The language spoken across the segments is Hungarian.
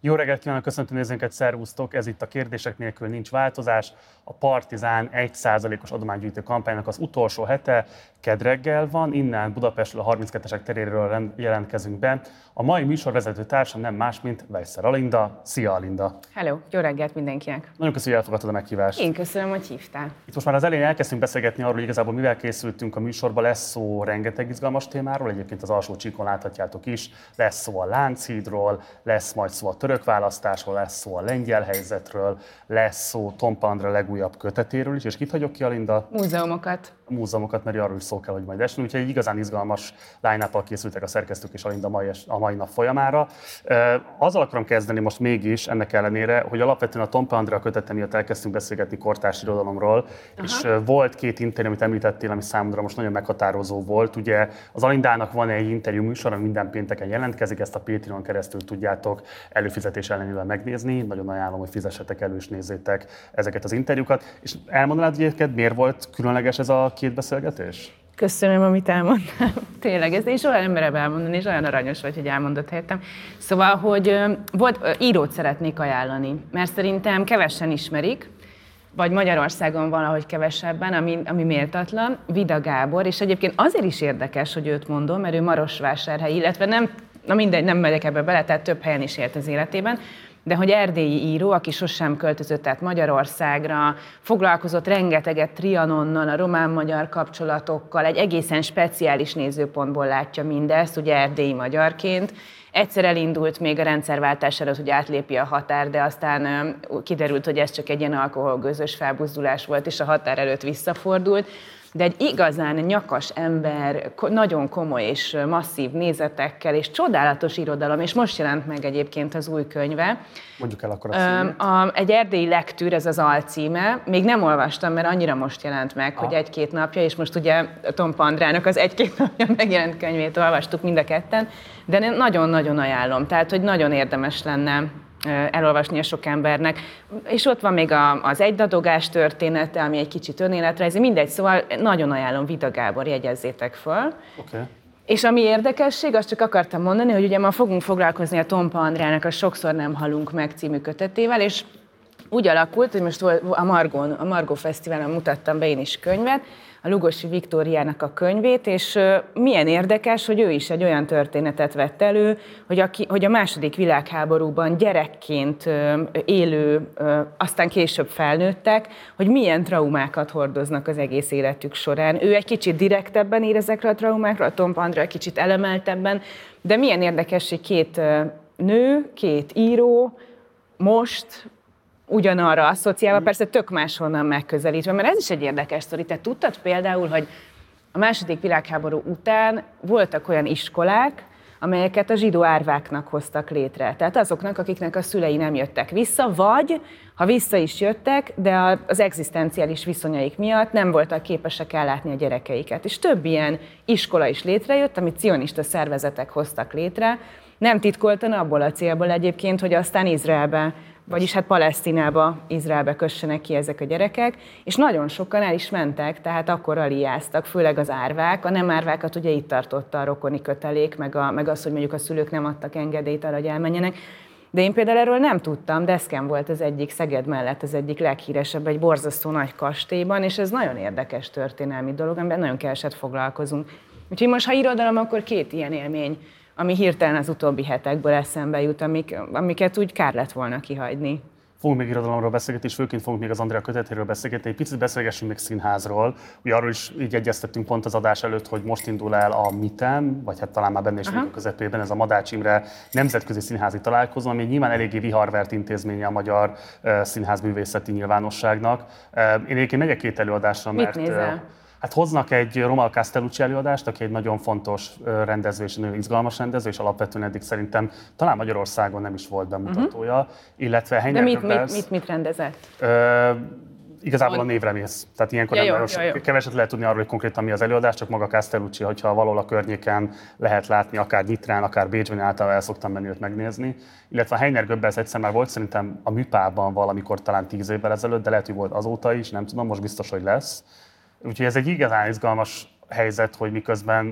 Jó reggelt kívánok, köszöntöm nézőinket, szervusztok! Ez itt a Kérdések nélkül nincs változás. A Partizán 1%-os adománygyűjtő kampánynak az utolsó hete, kedd reggel van, innen Budapestről a 32-esek teréről jelentkezünk be. A mai műsorvezető társam nem más, mint Weisser Alinda. Szia, Alinda! Hello, jó reggelt mindenkinek! Nagyon köszönöm, hogy elfogadtad a meghívást. Én köszönöm, hogy hívtál. Itt most már az elején elkezdtünk beszélgetni arról, hogy igazából mivel készültünk a műsorba, lesz szó rengeteg izgalmas témáról, egyébként az alsó csíkon láthatjátok is, lesz szó a Lánchídról, lesz majd szó a török választásról, lesz szó a lengyel helyzetről, lesz szó Tompa Andrea legújabb kötetéről is, és kit hagyok ki, Alinda? Múzeumokat, mert arról is szó kell, hogy majd esni, úgyhogy egy igazán izgalmas line-up-al készültek a szerkesztők és Alinda a mai nap folyamára. Azzal akarom kezdeni most mégis, ennek ellenére, hogy alapvetően a Tompa Andrea kötete miatt elkezdtünk beszélgetni kortárs irodalomról, és volt két interjú, amit említettél, ami számomra most nagyon meghatározó volt. Ugye az Alindának van egy interjú műsor, ami minden pénteken jelentkezik, ezt a Patreonon keresztül tudjátok előfizetés ellenére megnézni. Nagyon ajánlom, hogy fizessetek elő és nézzétek ezeket az interjúkat. És elmondanád, hogy egyébként miért volt különleges ez a két beszélgetés? Köszönöm, amit elmondtál. Tényleg, ezt is olyan merem elmondani, és olyan aranyos vagy, hogy elmondott helyettem. Szóval, hogy írót szeretnék ajánlani, mert szerintem kevesen ismerik, vagy Magyarországon valahogy kevesebben, ami méltatlan, Vida Gábor, és egyébként azért is érdekes, hogy őt mondom, mert ő Marosvásárhelyi, illetve nem megyek ebbe bele, tehát több helyen is élt az életében, de hogy erdélyi író, aki sosem költözött át Magyarországra, foglalkozott rengeteget Trianonnal, a román-magyar kapcsolatokkal, egy egészen speciális nézőpontból látja mindezt, ugye erdélyi magyarként. Egyszer elindult még a rendszerváltás előtt, hogy átlépi a határ, de aztán kiderült, hogy ez csak egy ilyen alkoholgőzös felbuzdulás volt, és a határ előtt visszafordult. De egy igazán nyakas ember, nagyon komoly és masszív nézetekkel, és csodálatos irodalom, és most jelent meg egyébként az új könyve. Mondjuk el akkor a címét. Egy erdélyi lektűr, ez az alcíme. Még nem olvastam, mert annyira most jelent meg, hogy egy-két napja, és most ugye Tompa Andrának az egy-két napja megjelent könyvét olvastuk mind a ketten, de nagyon-nagyon ajánlom, tehát hogy nagyon érdemes lenne elolvasni a sok embernek. És ott van még az egydadogás története, ami egy kicsit önéletrajzi, mindegy, szóval nagyon ajánlom, Vida Gábor, jegyezzétek föl. Okay. És ami érdekesség, azt csak akartam mondani, hogy ugye ma fogunk foglalkozni a Tompa Andreának a Sokszor nem halunk meg című kötetével, és úgy alakult, hogy most a Margó Fesztiválon mutattam be én is könyvet, a Lugosi Viktóriának a könyvét, és milyen érdekes, hogy ő is egy olyan történetet vett elő, hogy a második világháborúban gyerekként élő, aztán később felnőttek, hogy milyen traumákat hordoznak az egész életük során. Ő egy kicsit direktebben ír ezekre a traumákra, a Tompa Andrea kicsit elemeltebben, de milyen érdekes, hogy két nő, két író most ugyanarra asszociálva, persze tök máshonnan megközelítve, mert ez is egy érdekes sztori. Te tudtad például, hogy a második világháború után voltak olyan iskolák, amelyeket a zsidó árváknak hoztak létre. Tehát azoknak, akiknek a szülei nem jöttek vissza, vagy ha vissza is jöttek, de az egzisztenciális viszonyaik miatt nem voltak képesek ellátni a gyerekeiket. És több ilyen iskola is létrejött, amit cionista szervezetek hoztak létre, nem titkoltan abból a célból egyébként, hogy aztán Izraelbe, vagyis hát Palesztinába, Izraelbe kössenek ki ezek a gyerekek, és nagyon sokan el is mentek, tehát akkor aliáztak, főleg az árvák. A nem árvákat ugye itt tartotta a rokoni kötelék, meg az, hogy mondjuk a szülők nem adtak engedélyt arra, hogy elmenjenek. De én például erről nem tudtam, Deszken volt az egyik, Szeged mellett az egyik leghíresebb, egy borzasztó nagy kastélyban, és ez nagyon érdekes történelmi dolog, amiben nagyon keveset foglalkozunk. Úgyhogy most, ha irodalom, akkor két ilyen élmény, ami hirtelen az utóbbi hetekből eszembe jut, amiket úgy kár lett volna kihagyni. Fogunk még irodalomról beszélgetni, és főként fogunk még az Andrea kötetéről beszélgetni. Egy picit beszélgessünk még színházról. Ugye arról is így egyeztettünk pont az adás előtt, hogy most indul el a MITEM, vagy hát talán már benne is a közepében, ez a Madács Imre nemzetközi színházi találkozó, ami nyilván eléggé viharvert intézménye a magyar színházművészeti nyilvánosságnak. Én egyébként megyek két előadásra, mert... Mit nézel? Hát hoznak egy Romal Castellucci előadást, aki egy nagyon fontos rendező és nagyon izgalmas rendező, és alapvetően eddig szerintem talán Magyarországon nem is volt bemutatója, illetve Heiner De mit rendezett? Igazából a névre mész. Tehát ilyenkor keveset lehet tudni arról, hogy konkrétan mi az előadás, csak maga Castellucci, hogyha valahol a környéken lehet látni, akár Nyitrán, akár Bécsben, általában el szoktam menni őt megnézni. Illetve a Heiner Göbbels egyszer már volt szerintem a Műpában valamikor talán 10 évvel ezelőtt, de lehet, hogy volt azóta is, nem tudom, most biztos, hogy lesz. Úgyhogy ez egy igazán izgalmas helyzet, hogy miközben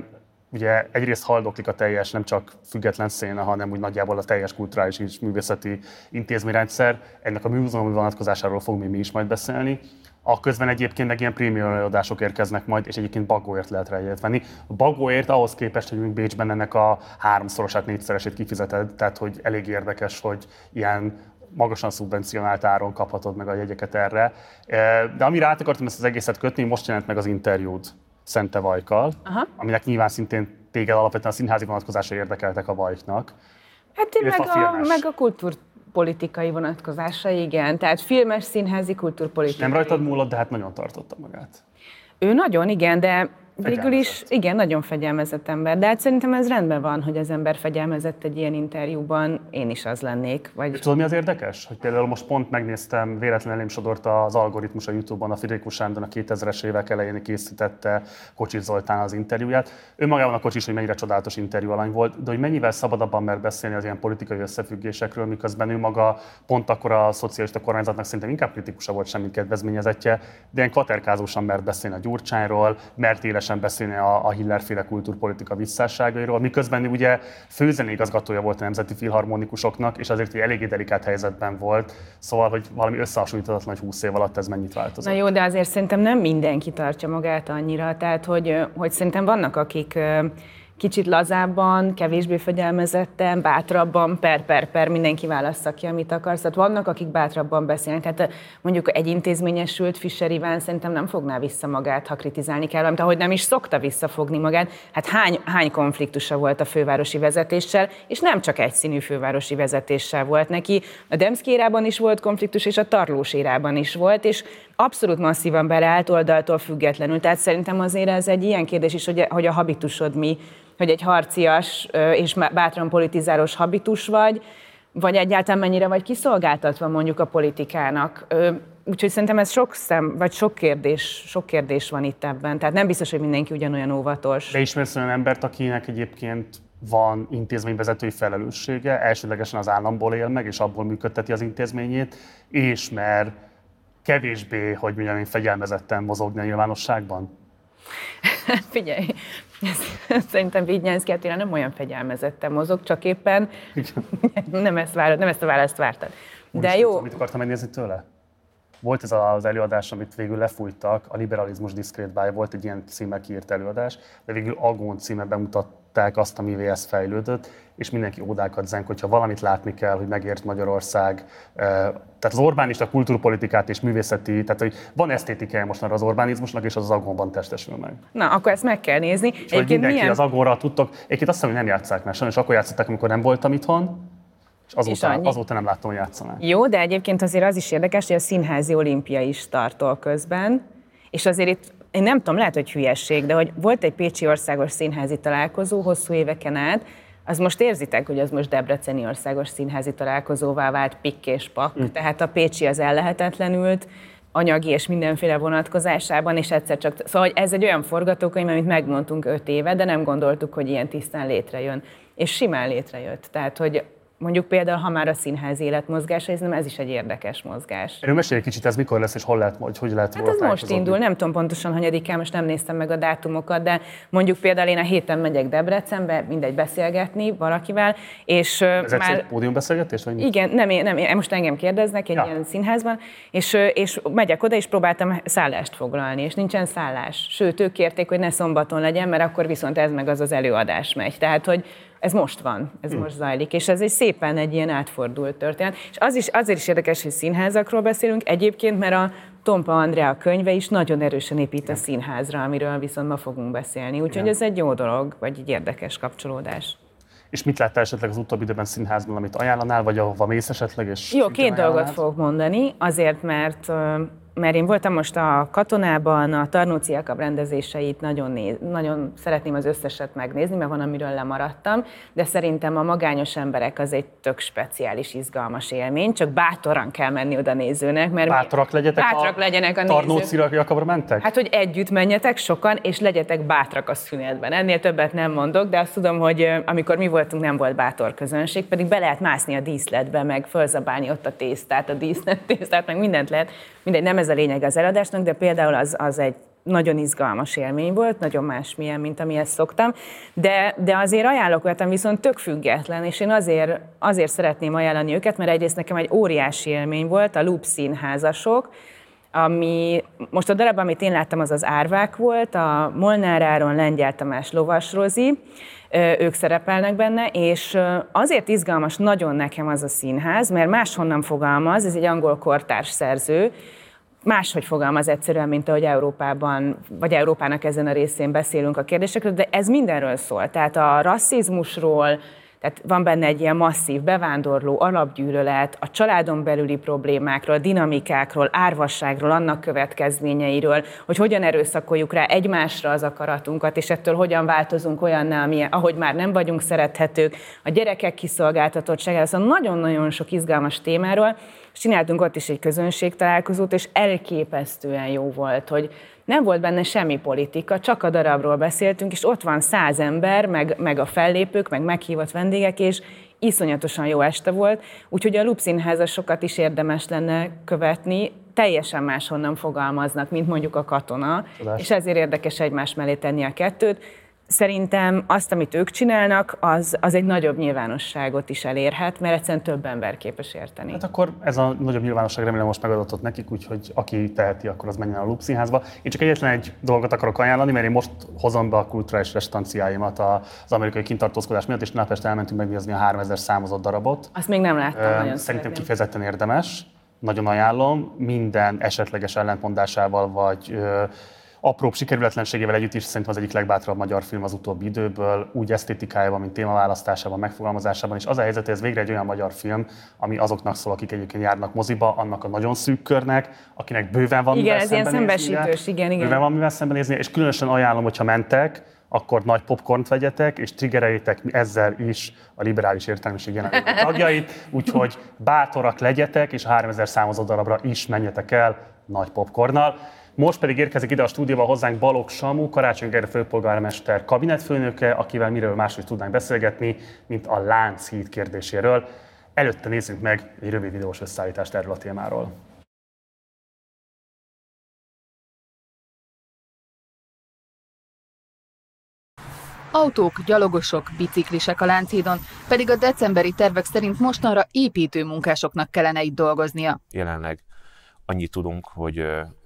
ugye egyrészt haldoklik a teljes, nem csak független széna, hanem úgy nagyjából a teljes kulturális és művészeti intézményrendszer. Ennek a múzeumi vonatkozásáról fogunk mi is majd beszélni. Közben egyébként meg ilyen prémium előadások érkeznek majd, és egyébként bagóért lehet rá jegyet venni. A bagóért ahhoz képest, hogy Bécsben ennek a 3-szorosát, 4-szeresét kifizeted, tehát hogy elég érdekes, hogy ilyen magasan szubvencionált áron kaphatod meg a jegyeket erre. De amire át akartam ezt az egészet kötni, most jelent meg az interjúd Szente Vajkkal, aminek nyilván szintén téged alapvetően a színházi vonatkozásra érdekeltek a Vajknak. Hát én meg a kultúrpolitikai vonatkozása, igen. Tehát filmes, színházi, kultúrpolitikai. Nem rajtad múlott, de hát nagyon tartotta magát. Ő nagyon, igen, de végül is, igen, nagyon fegyelmezett ember. De hát szerintem ez rendben van, hogy az ember fegyelmezett egy ilyen interjúban. Én is az lennék. És tudod, mi az érdekes? Hogy például most pont megnéztem, véletlenül elém sodort az algoritmus a YouTube-on, a Friderikus Sándor a 2000-es évek elején készítette Kocsis Zoltán az interjúját. Önmagában a Kocsis, hogy mennyire csodálatos interjú alany volt, de hogy mennyivel szabadabban mer beszélni az ilyen politikai összefüggésekről, miközben ő maga pont akkor a szocialista kormányzatnak szerintem inkább kritikusa volt, semmit kedvezményezettje, de ilyen kvaterkázósan mert beszélni a Gyurcsányról, mert élesen beszélni a Hiller-féle kultúrpolitika visszásságairól, miközben ugye főzeneigazgatója volt a Nemzeti Filharmonikusoknak, és azért hogy eléggé delikát helyzetben volt, szóval hogy valami összehasonlíthatatlan, hogy 20 év alatt ez mennyit változott. Na jó, de azért szerintem nem mindenki tartja magát annyira, tehát hogy szerintem vannak, akik kicsit lazábban, kevésbé fegyelmezetten, bátrabban, per, mindenki válassza ki, amit akarsz. Tehát vannak, akik bátrabban beszélnek. Tehát mondjuk egy intézményesült Fischer Iván szerintem nem fogná vissza magát, ha kritizálni kell valamit, ahogy nem is szokta visszafogni magát. Hát hány konfliktusa volt a fővárosi vezetéssel, és nem csak egyszínű fővárosi vezetéssel volt neki. A Demszky érában is volt konfliktus, és a Tarlós érában is volt, és abszolút masszívan beleállt oldaltól függetlenül. Tehát szerintem azért ez egy ilyen kérdés is, hogy a habitusod mi, hogy egy harcias és bátran politizálós habitus vagy egyáltalán mennyire vagy kiszolgáltatva mondjuk a politikának. Úgyhogy szerintem ez sok kérdés van itt ebben. Tehát nem biztos, hogy mindenki ugyanolyan óvatos. De ismersz olyan embert, akinek egyébként van intézményvezetői felelőssége, elsődlegesen az államból él meg, és abból működteti az intézményét, és mer kevésbé, hogy mondjam, fegyelmezetten mozogni a nyilvánosságban? Figyelj, szerintem Vignyánszky Attila nem olyan fegyelmezetten mozog, csak éppen nem ezt a választ vártad. De jó. Mit akartam megnézni tőle? Volt ez az előadás, amit végül lefújtak, a Liberalizmus diszkrét báj, volt egy ilyen címmel kiírt előadás, de végül Agón címmel bemutatták azt, amivé ez fejlődött, és mindenki ódákat zeng, hogyha valamit látni kell, hogy megért Magyarország. Tehát az Orbánista kultúrpolitikát és művészeti, tehát hogy van esztétikája most már az Orbánizmusnak, és az Agónban testesül meg. Na, akkor ezt meg kell nézni. És hogy mindenki az Agóra tudtok, egyébként azt hiszem, hogy nem játsszák már, sajnos akkor játszották, amikor nem voltam itthon, és azóta nem láttam, hogy játszanak. Jó, de egyébként azért az is érdekes, hogy a Színházi Olimpia is startol közben, és azért itt, én nem tudom, lehet, hogy hülyesség, de hogy volt egy pécsi országos színházi találkozó hosszú éveken át, az most érzitek, hogy az most debreceni országos színházi találkozóvá vált pikk és pak, tehát a pécsi az ellehetetlenült, anyagi és mindenféle vonatkozásában, és egyszer csak... Szóval ez egy olyan forgatókönyv, amit megmondtunk 5 éve, de nem gondoltuk, hogy ilyen tisztán létrejön. És simán létrejött. Tehát, hogy mondjuk például, ha már a színház életmozgása, ez is egy érdekes mozgás. Erről mesélj egy kicsit, ez mikor lesz, és hol lehet, hogy lehet róla ez most indul, nem tudom pontosan, hanyadikán, most nem néztem meg a dátumokat, de mondjuk például én a héten megyek Debrecenbe, mindegy beszélgetni valakivel, és már... egy pódiumbeszélgetés, vagy mi? Igen, nem, most engem kérdeznek egy ilyen színházban, és megyek oda, és próbáltam szállást foglalni, és nincsen szállás. Sőt, ők kérték, hogy ne szombaton legyen, mert akkor viszont ez meg az előadás megy. Tehát, hogy ez most van, ez most zajlik, és ez egy szépen egy ilyen átfordult történet. És azért is érdekes, hogy színházakról beszélünk, egyébként, mert a Tompa Andrea könyve is nagyon erősen épít a színházra, amiről viszont ma fogunk beszélni. Úgyhogy ez egy jó dolog, vagy egy érdekes kapcsolódás. És mit láttál esetleg az utóbbi időben színházban, amit ajánlanál, vagy ahova mész esetleg? És jó, 2 dolgot fogok mondani, azért, mert én voltam most a Katonában, a Tarnóci Jakab rendezéseit nagyon szeretném az összeset megnézni, mert van, amiről lemaradtam, de szerintem a Magányos emberek az egy tök speciális, izgalmas élmény, csak bátoran kell menni oda nézőnek, mert bátrak legyenek a Tarnóci Jakabra mentek? Hát, hogy együtt menjetek sokan, és legyetek bátrak a szünetben. Ennél többet nem mondok, de azt tudom, hogy amikor mi voltunk, nem volt bátor közönség, pedig be lehet mászni a díszletbe, meg fölzabálni ott a tésztát, a díszlet tésztát, meg mindent lehet. Mindegy, nem ez a lényeg az előadásnak, de például az egy nagyon izgalmas élmény volt, nagyon másmilyen, mint amihez szoktam, de azért ajánlok olyat, viszont tök független, és én azért szeretném ajánlani őket, mert egyrészt nekem egy óriási élmény volt, a Loop Színházasok, ami most a darab, amit én láttam, az Árvák volt, a Molnár Áron, Lengyel Tamás, Lovas Rozi, ők szerepelnek benne, és azért izgalmas nagyon nekem az a színház, mert máshonnan fogalmaz, ez egy angol kortárs szerző, máshogy fogalmaz egyszerűen, mint ahogy Európában, vagy Európának ezen a részén beszélünk a kérdésekről, de ez mindenről szól. Tehát a rasszizmusról, tehát van benne egy ilyen masszív bevándorló, alapgyűlölet, a családon belüli problémákról, dinamikákról, árvasságról, annak következményeiről, hogy hogyan erőszakoljuk rá egymásra az akaratunkat, és ettől hogyan változunk olyanná, ahogy már nem vagyunk szerethetők, a gyerekek kiszolgáltatottságára, szóval nagyon-nagyon sok izgalmas témáról, és csináltunk ott is egy közönségtalálkozót, és elképesztően jó volt, hogy nem volt benne semmi politika, csak a darabról beszéltünk, és ott van 100 ember, meg a fellépők, meg meghívott vendégek, és iszonyatosan jó este volt, úgyhogy a Loop Színházasokat is érdemes lenne követni, teljesen máshonnan fogalmaznak, mint mondjuk a Katona, és ezért érdekes egymás mellé tenni a kettőt. Szerintem azt, amit ők csinálnak, az egy nagyobb nyilvánosságot is elérhet, mert egyszerűen több ember képes érteni. Hát akkor ez a nagyobb nyilvánosság remélem most megadatott nekik, úgyhogy aki teheti, akkor az menjen a Loop Színházba. Én csak egyetlen egy dolgot akarok ajánlani, mert én most hozom be a kulturális restanciáimat az amerikai kintartózkodás miatt, és Budapest elmentünk megnézni a 3000 számozott darabot. Azt még nem láttam, nagyon szerintem kifejezetten érdemes, nagyon ajánlom, minden esetleges ellentmondásával vagy apróbb sikerületlenségével együtt is szerintem az egyik legbátrabb magyar film az utóbbi időből, úgy esztétikájában, mint témaválasztásában, megfogalmazásában, és az a helyzet, hogy ez végre egy olyan magyar film, ami azoknak szól, akik egyébként járnak moziba, annak a nagyon szűk körnek, akinek bőven van mivel szembenéznie. Igen. Bőven van mivel szembenézni, és különösen ajánlom, hogyha mentek, akkor nagy popcornt vegyetek, és triggereljétek ezzel is a liberális értelmiség jelenlévő tagjait, úgyhogy bátorak legyetek, és a 3000 számozott darabra is menjetek el nagy popcornnal. Most pedig érkezik ide a stúdióba hozzánk Balogh Samu, Karácsony Gergely főpolgármester kabinetfőnöke, akivel miről máshogy tudnánk beszélgetni, mint a Lánchíd kérdéséről. Előtte nézzünk meg egy rövid videós összeállítást erről a témáról. Autók, gyalogosok, biciklisek a Lánchídon, pedig a decemberi tervek szerint mostanra építőmunkásoknak kellene itt dolgoznia. Jelenleg annyit tudunk, hogy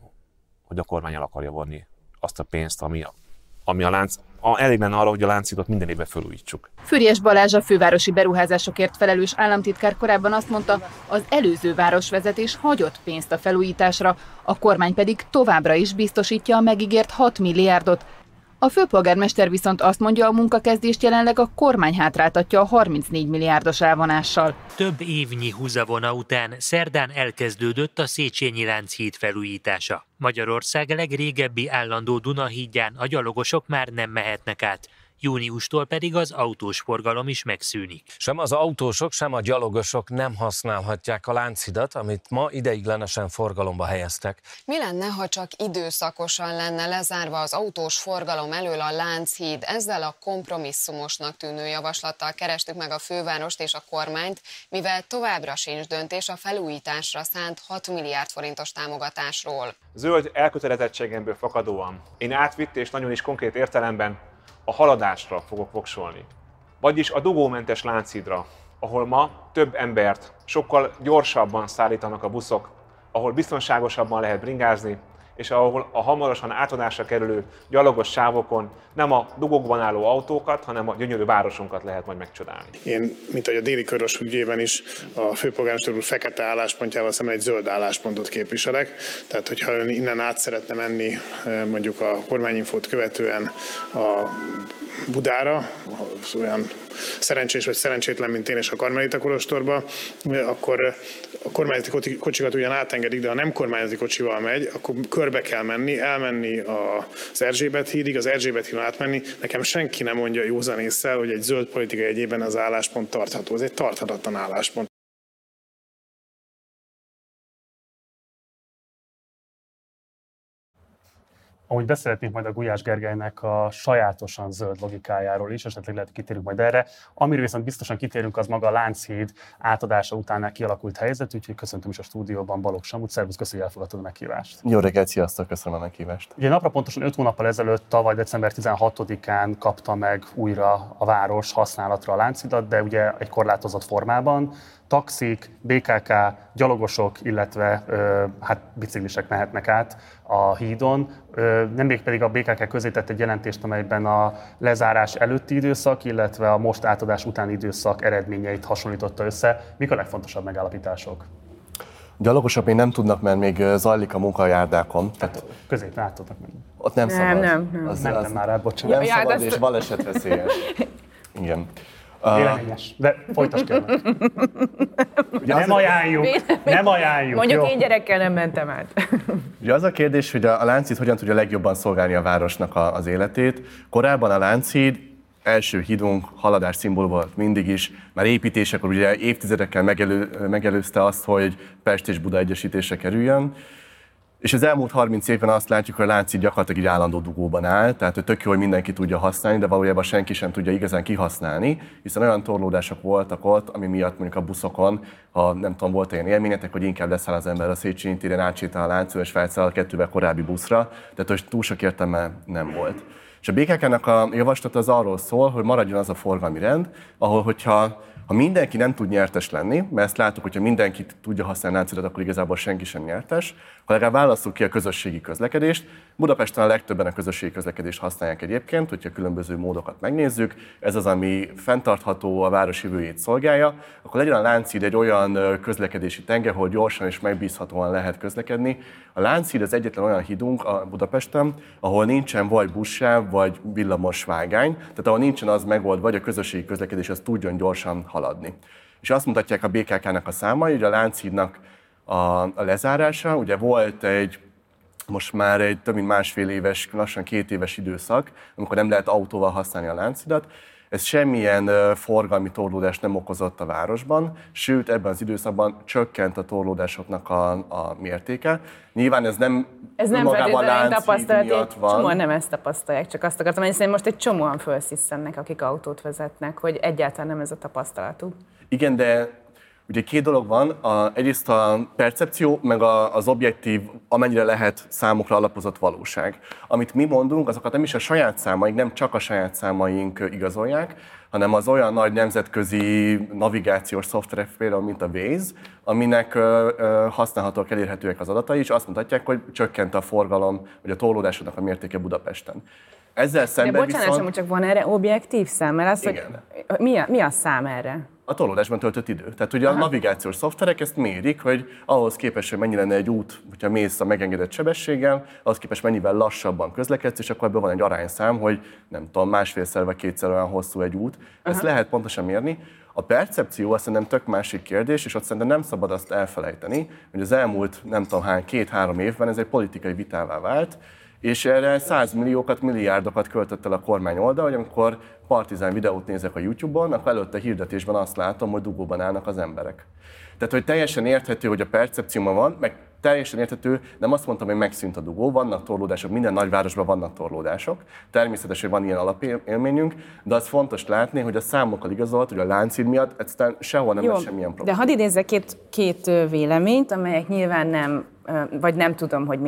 a kormány el akarja vonni azt a pénzt, ami elég lenne arra, hogy a Lánchídot minden évben felújítsuk. Füriyes Balázs, a fővárosi beruházásokért felelős államtitkár korábban azt mondta, az előző városvezetés hagyott pénzt a felújításra, a kormány pedig továbbra is biztosítja a megígért 6 milliárdot. A főpolgármester viszont azt mondja, a munkakezdést jelenleg a kormány hátráltatja a 34 milliárdos elvonással. Több évnyi húzavona után szerdán elkezdődött a Széchenyi Lánchíd felújítása. Magyarország legrégebbi állandó Dunahídján a gyalogosok már nem mehetnek át. Júniustól pedig az autós forgalom is megszűnik. Sem az autósok, sem a gyalogosok nem használhatják a Lánchidat, amit ma ideiglenesen forgalomba helyeztek. Mi lenne, ha csak időszakosan lenne lezárva az autós forgalom elől a Lánchíd? Ezzel a kompromisszumosnak tűnő javaslattal kerestük meg a fővárost és a kormányt, mivel továbbra sincs döntés a felújításra szánt 6 milliárd forintos támogatásról. Zöld elkötelezettségemből fakadóan én átvitt és nagyon is konkrét értelemben a haladásra fogok voksolni. Vagyis a dugómentes Lánchídra, ahol ma több embert sokkal gyorsabban szállítanak a buszok, ahol biztonságosabban lehet bringázni, és ahol a hamarosan átadásra kerülő gyalogos sávokon nem a dugókban álló autókat, hanem a gyönyörű városunkat lehet majd megcsodálni. Én, mint ahogy a déli körös ügyében is a főpolgármester úr fekete álláspontjával szemben egy zöld álláspontot képviselek. Tehát, hogyha ön innen át szeretne menni mondjuk a kormányinfót követően a Budára, olyan szerencsés vagy szerencsétlen, mint én és a Karmelita kolostorba, akkor a kormányzati kocsikat ugyan átengedik, de ha nem kormányzati kocsival megy, akkor körbe kell menni, elmenni az Erzsébet hídig, az Erzsébet hídon átmenni. Nekem senki nem mondja józan ésszel, hogy egy zöld politika jegyében az álláspont tartható. Ez egy tarthatatlan álláspont. Ahogy beszélhetnénk majd a Gulyás Gergelynek a sajátosan zöld logikájáról is, esetleg lehet, kitérünk majd erre. Amiről viszont biztosan kitérünk, az maga a Lánchíd átadása után kialakult helyzet, úgyhogy köszöntöm is a stúdióban Balogh Samut. Szervusz, köszönjük, hogy elfogadtad a meghívást. Jó reggelt, sziasztok, köszönöm a meghívást. Ugye napra pontosan 5 hónappal ezelőtt, tavaly december 16-án kapta meg újra a város használatra a Lánchidat, de ugye egy korlátozott formában. Taxik, BKK, gyalogosok, illetve biciklisek mehetnek át a hídon. Nemrég pedig a BKK közé tett egy jelentést, amelyben a lezárás előtti időszak, illetve a most átadás utáni időszak eredményeit hasonlította össze. Mik a legfontosabb megállapítások? Gyalogosok még nem tudnak, mert még zajlik a munka a járdákon. Közép át tudnak menni. Ott nem szabad. Nem már át, bocsánat. Nem szabad, és balesetveszélyes. Igen. Véleményes, de folytasd kérlek. Nem ajánljuk. Mondjuk én gyerekkel nem mentem át. Ugye az a kérdés, hogy a Lánchíd hogyan tudja legjobban szolgálni a városnak az életét. Korábban a Lánchíd első hídunk, haladás szimbólum volt mindig is, már építésekor ugye évtizedekkel megelőzte azt, hogy Pest és Buda egyesítésre kerüljön. És az elmúlt 30 évben azt látjuk, hogy a Lánchíd gyakorlatilag egy állandó dugóban áll, tehát hogy tök jó, hogy mindenki tudja használni, de valójában senki sem tudja igazán kihasználni, hiszen olyan torlódások voltak ott, ami miatt mondjuk a buszokon, ha nem tudom, volt olyan élményetek, hogy inkább leszáll az ember a Széchenyi téren, átsétál a Lánchídon és felszáll a 2 korábbi buszra, tehát hogy túl sok értelme nem volt. És a BKK-nak a javaslata az arról szól, hogy maradjon az a forgalmi rend, ahol hogyha mindenki nem tud nyertes lenni, mert ezt látjuk, hogyha mindenki tudja használni Lánchidat, akkor igazából senki sem nyertes, ha legalább válasszuk ki a közösségi közlekedést. Budapesten a legtöbben a közösségi közlekedést használják egyébként, hogyha különböző módokat megnézzük. Ez az, ami fenntartható, a város jövőjét szolgálja, akkor legyen a Lánchíd egy olyan közlekedési tenger, ahol gyorsan és megbízhatóan lehet közlekedni. A Lánchíd az egyetlen olyan hídunk a Budapesten, ahol nincsen vagy buszsáv, vagy villamos vágány, tehát ahol nincsen az megoldva, vagy a közösségi közlekedés az tudjon gyorsan haladni. És azt mutatják a BKK-nak a számai, hogy a Lánchídnak a lezárása, ugye volt most már egy több mint másfél éves, lassan 2 éves időszak, amikor nem lehet autóval használni a Lánchidat. Ez semmilyen forgalmi torlódást nem okozott a városban, sőt ebben az időszakban csökkent a torlódásoknak a mértéke. Nyilván ez nem feltétlenül tapasztalat, csomóan nem ezt tapasztalják, csak azt akartam, hogy most egy csomóan felszisszennek, akik autót vezetnek, hogy egyáltalán nem ez a tapasztalatuk. Igen, de ugye 2 dolog van, egyrészt a percepció, meg az objektív, amennyire lehet számukra alapozott valóság. Amit mi mondunk, azokat nem is a saját számaink, nem csak a saját számaink igazolják, hanem az olyan nagy nemzetközi navigációs szoftverek, például mint a Waze, aminek használhatóak, elérhetőek az adatai, és azt mutatják, hogy csökkent a forgalom, vagy a torlódásoknak a mértéke Budapesten. Ezzel szemben de bocsánat, viszont... csak van erre objektív szám, mert az, hogy mi a szám erre? A torlódásban töltött idő. Tehát ugye a navigációs szoftverek ezt mérik, hogy ahhoz képest, hogy mennyi lenne egy út, hogyha mész a megengedett sebességgel, ahhoz képest mennyivel lassabban közlekedsz, és akkor ebből van egy arányszám, hogy nem tudom, 1,5-szer vagy 2-szer olyan hosszú egy út. Ezt lehet pontosan mérni. A percepció azt szerintem tök másik kérdés, és ott szerintem nem szabad azt elfelejteni, hogy az elmúlt nem tudom hány, 2-3 évben ez egy politikai vitává vált, és erre 100 milliókat, milliárdokat költött el a kormány oldal, hogy amikor partizán videót nézek a YouTube-on, akkor előtte hirdetésben azt látom, hogy dugóban állnak az emberek. Tehát, hogy teljesen érthető, hogy a percepcióban van, meg teljesen érthető, nem azt mondtam, hogy megszűnt a dugó, vannak torlódások, minden nagyvárosban vannak torlódások. Természetesen van ilyen alapélményünk, de az fontos látni, hogy a számokkal igazolt, hogy a Lánchíd miatt egyszerűen sehol nem lesz semmilyen probléma. De hadd idézzek két véleményt, amelyek nyilván nem, vagy nem tudom, hogy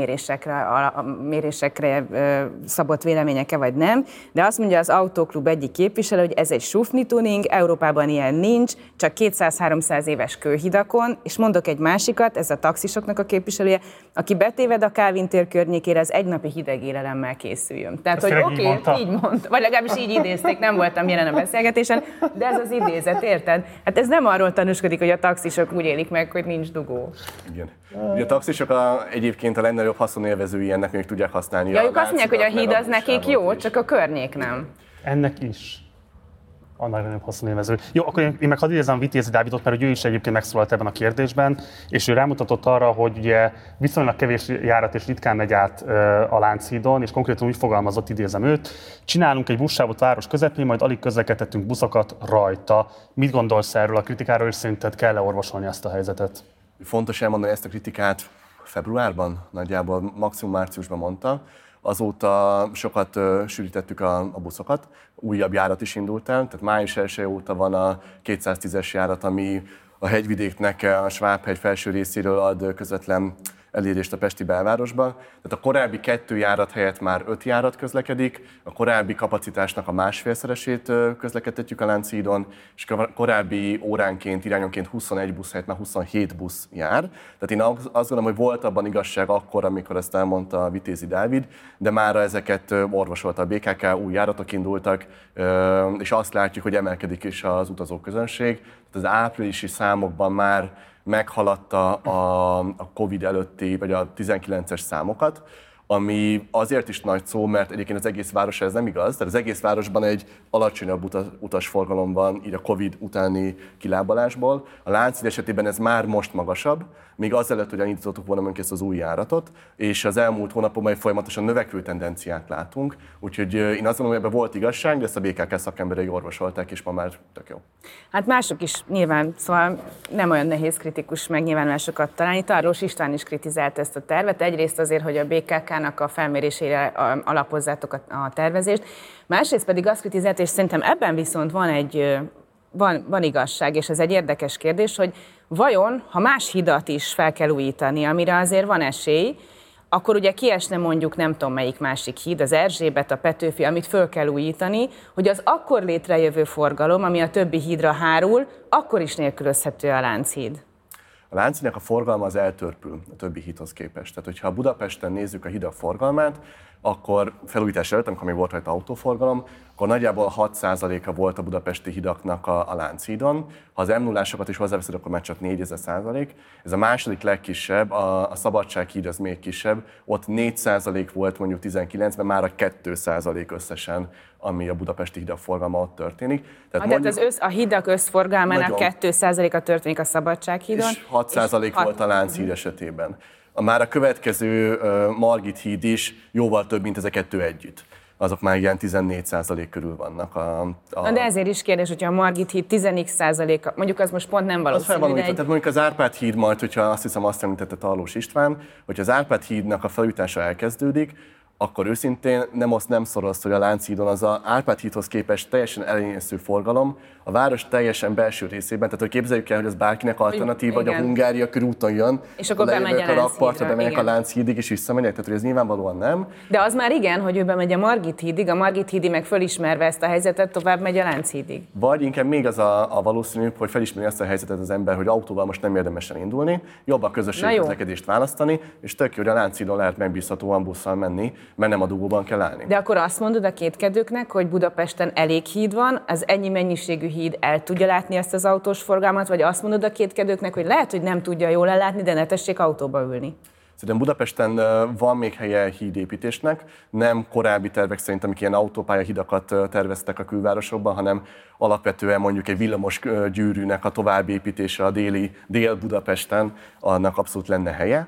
mérésekre szabott véleményeke, vagy nem, de azt mondja az Autóklub egyik képviselő, hogy ez egy sufni tuning, Európában ilyen nincs, csak 200-300 éves kőhidakon, és mondok egy másikat, ez a taxisoknak a képviselője, aki betéved a Kálvin tér környékére, az egynapi hidegélelemmel készüljön. Tehát, hogy oké, így mondta, vagy legalábbis így idézték, nem voltam jelen a beszélgetésen, de ez az idézet, érted? Hát ez nem arról tanúskodik, hogy a taxisok úgy élik meg, hogy nincs dugó. Igen. Ugye a taxisok egyébként a legnagyobb haszonélvezői ennek még tudják használni. Ja, ők azt mondják, hogy a híd az nekik jó, is. Csak a környék nem. Ennek is. Annál nagyobb haszonélvező. Jó, akkor én meg hadd idézem Vitézi Dávidot, mert ő is egyébként megszólalt ebben a kérdésben, és ő rámutatott arra, hogy ugye viszonylag kevés járat és ritkán megy át a Lánchídon, és konkrétan úgy fogalmazott, idézem őt, csinálunk egy buszsávot város közepén, majd alig közlekedhetünk buszokat rajta. Mit gondolsz erről a kritikáról, és szerinted kell-e orvosolni ezt a helyzetet? Fontos elmondani ezt a kritikát februárban, nagyjából maximum márciusban mondta. azóta sokat sűrítettük a buszokat, újabb járat is indult el, tehát május 1 óta van a 210-es járat, ami a hegyvidéknek a Svábhegy felső részéről ad közvetlen elérést a pesti belvárosba. Tehát a korábbi 2 járat helyett már 5 járat közlekedik, a korábbi kapacitásnak a 1,5-szeresét közlekedtetjük a Lánchídon, és korábbi óránként, irányonként 21 busz helyett már 27 busz jár. Tehát én azt gondolom, hogy volt abban igazság akkor, amikor ezt elmondta Vitézi Dávid, de mára ezeket orvosolta a BKK, új járatok indultak, és azt látjuk, hogy emelkedik is az utazóközönség. Tehát az áprilisi számokban már meghaladta a Covid előtti, vagy a 19-es számokat, ami azért is nagy szó, mert egyébként az egész városra ez nem igaz, tehát az egész városban egy alacsonyabb utasforgalom van így a Covid utáni kilábalásból. A Lánchíd esetében ez már most magasabb, még azelőtt, hogy elindítottuk volna ezt az új járatot, és az elmúlt hónapokban folyamatosan növekvő tendenciát látunk, úgyhogy én azt gondolom, hogy ebben volt igazság, de ezt a BKK szakemberei orvosolták, és ma már tök jó. Hát mások is nyilván, szóval nem olyan nehéz kritikus megnyilvánulásokat találni. Tarlós István is kritizált ezt a tervet, egyrészt azért, hogy a BKK-nak a felmérésére alapozzátok a tervezést, másrészt pedig azt kritizált, és szerintem ebben viszont van igazság, és ez egy érdekes kérdés, hogy vajon, ha más hidat is fel kell újítani, amire azért van esély, akkor ugye kiesne mondjuk nem tudom melyik másik híd, az Erzsébet, a Petőfi, amit föl kell újítani, hogy az akkor létrejövő forgalom, ami a többi hídra hárul, akkor is nélkülözhető a Lánchíd. A Lánchídnak a forgalma az eltörpül a többi hídhoz képest. Tehát, hogyha Budapesten nézzük a hidak forgalmát, akkor felújítás előtt, amikor még volt rajta autóforgalom, akkor nagyjából 6%-a volt a budapesti hidaknak a Lánchídon. Ha az M0-ásokat is hozzáveszed, akkor már csak 4%. Ez a második legkisebb, a Szabadsághíd az még kisebb, ott 4% volt mondjuk 19-ben, már a 2% összesen, ami a budapesti hidak forgalma ott történik. Tehát mondjuk, a hidak összforgalmának 2%-a történik a Szabadsághídon. És 6% volt a Lánchíd esetében. Már a következő Margit híd is jóval több, mint ez a 2 együtt. Azok már ilyen 14% körül vannak. Na de ezért is kérdés, hogyha a Margit híd 10%-a, mondjuk az most pont nem valószínű. Tehát mondjuk az Árpád híd majd, hogyha azt hiszem azt említette Tarlós István, hogyha az Árpád hídnak a felújítása elkezdődik, akkor őszintén nem szoroz, hogy a Lánchídon az az Árpád hídhoz képest teljesen elenyésző forgalom, a város teljesen belső részében, tehát hogy képzeljük el, hogy ez bárkinek alternatív, vagy a Hungária körúton jön, és akkor bemegy a rakpartra, bemegyek a Lánchídig, és visszamegyek, tehát hogy ez nyilvánvalóan nem. De az már igen, hogy ő bemegy a Margit hídig, a Margit hídi meg fölismerve ezt a helyzetet, tovább megy a Lánchídig. Vagy inkább még az a valószínűbb, hogy felismeri ezt a helyzetet az ember, hogy autóval most nem érdemes elindulni, jobb a közösségi közlekedést választani, és tök jó, hogy a Lánchídon lehet megbízhatóan busszal menni, mert nem a dugóban kell állni. De akkor azt mondod a kétkedőknek, hogy Budapesten elég híd van, az ennyi mennyiségű híd el tudja látni ezt az autós forgalmat, vagy azt mondod a kétkedőknek, hogy lehet, hogy nem tudja jól ellátni, de ne tessék autóba ülni? Szerintem Budapesten van még helye hídépítésnek, nem korábbi tervek szerint, amik ilyen autópályahidakat terveztek a külvárosokban, hanem alapvetően mondjuk egy villamos gyűrűnek a továbbépítése a Dél-Budapesten, annak abszolút lenne helye.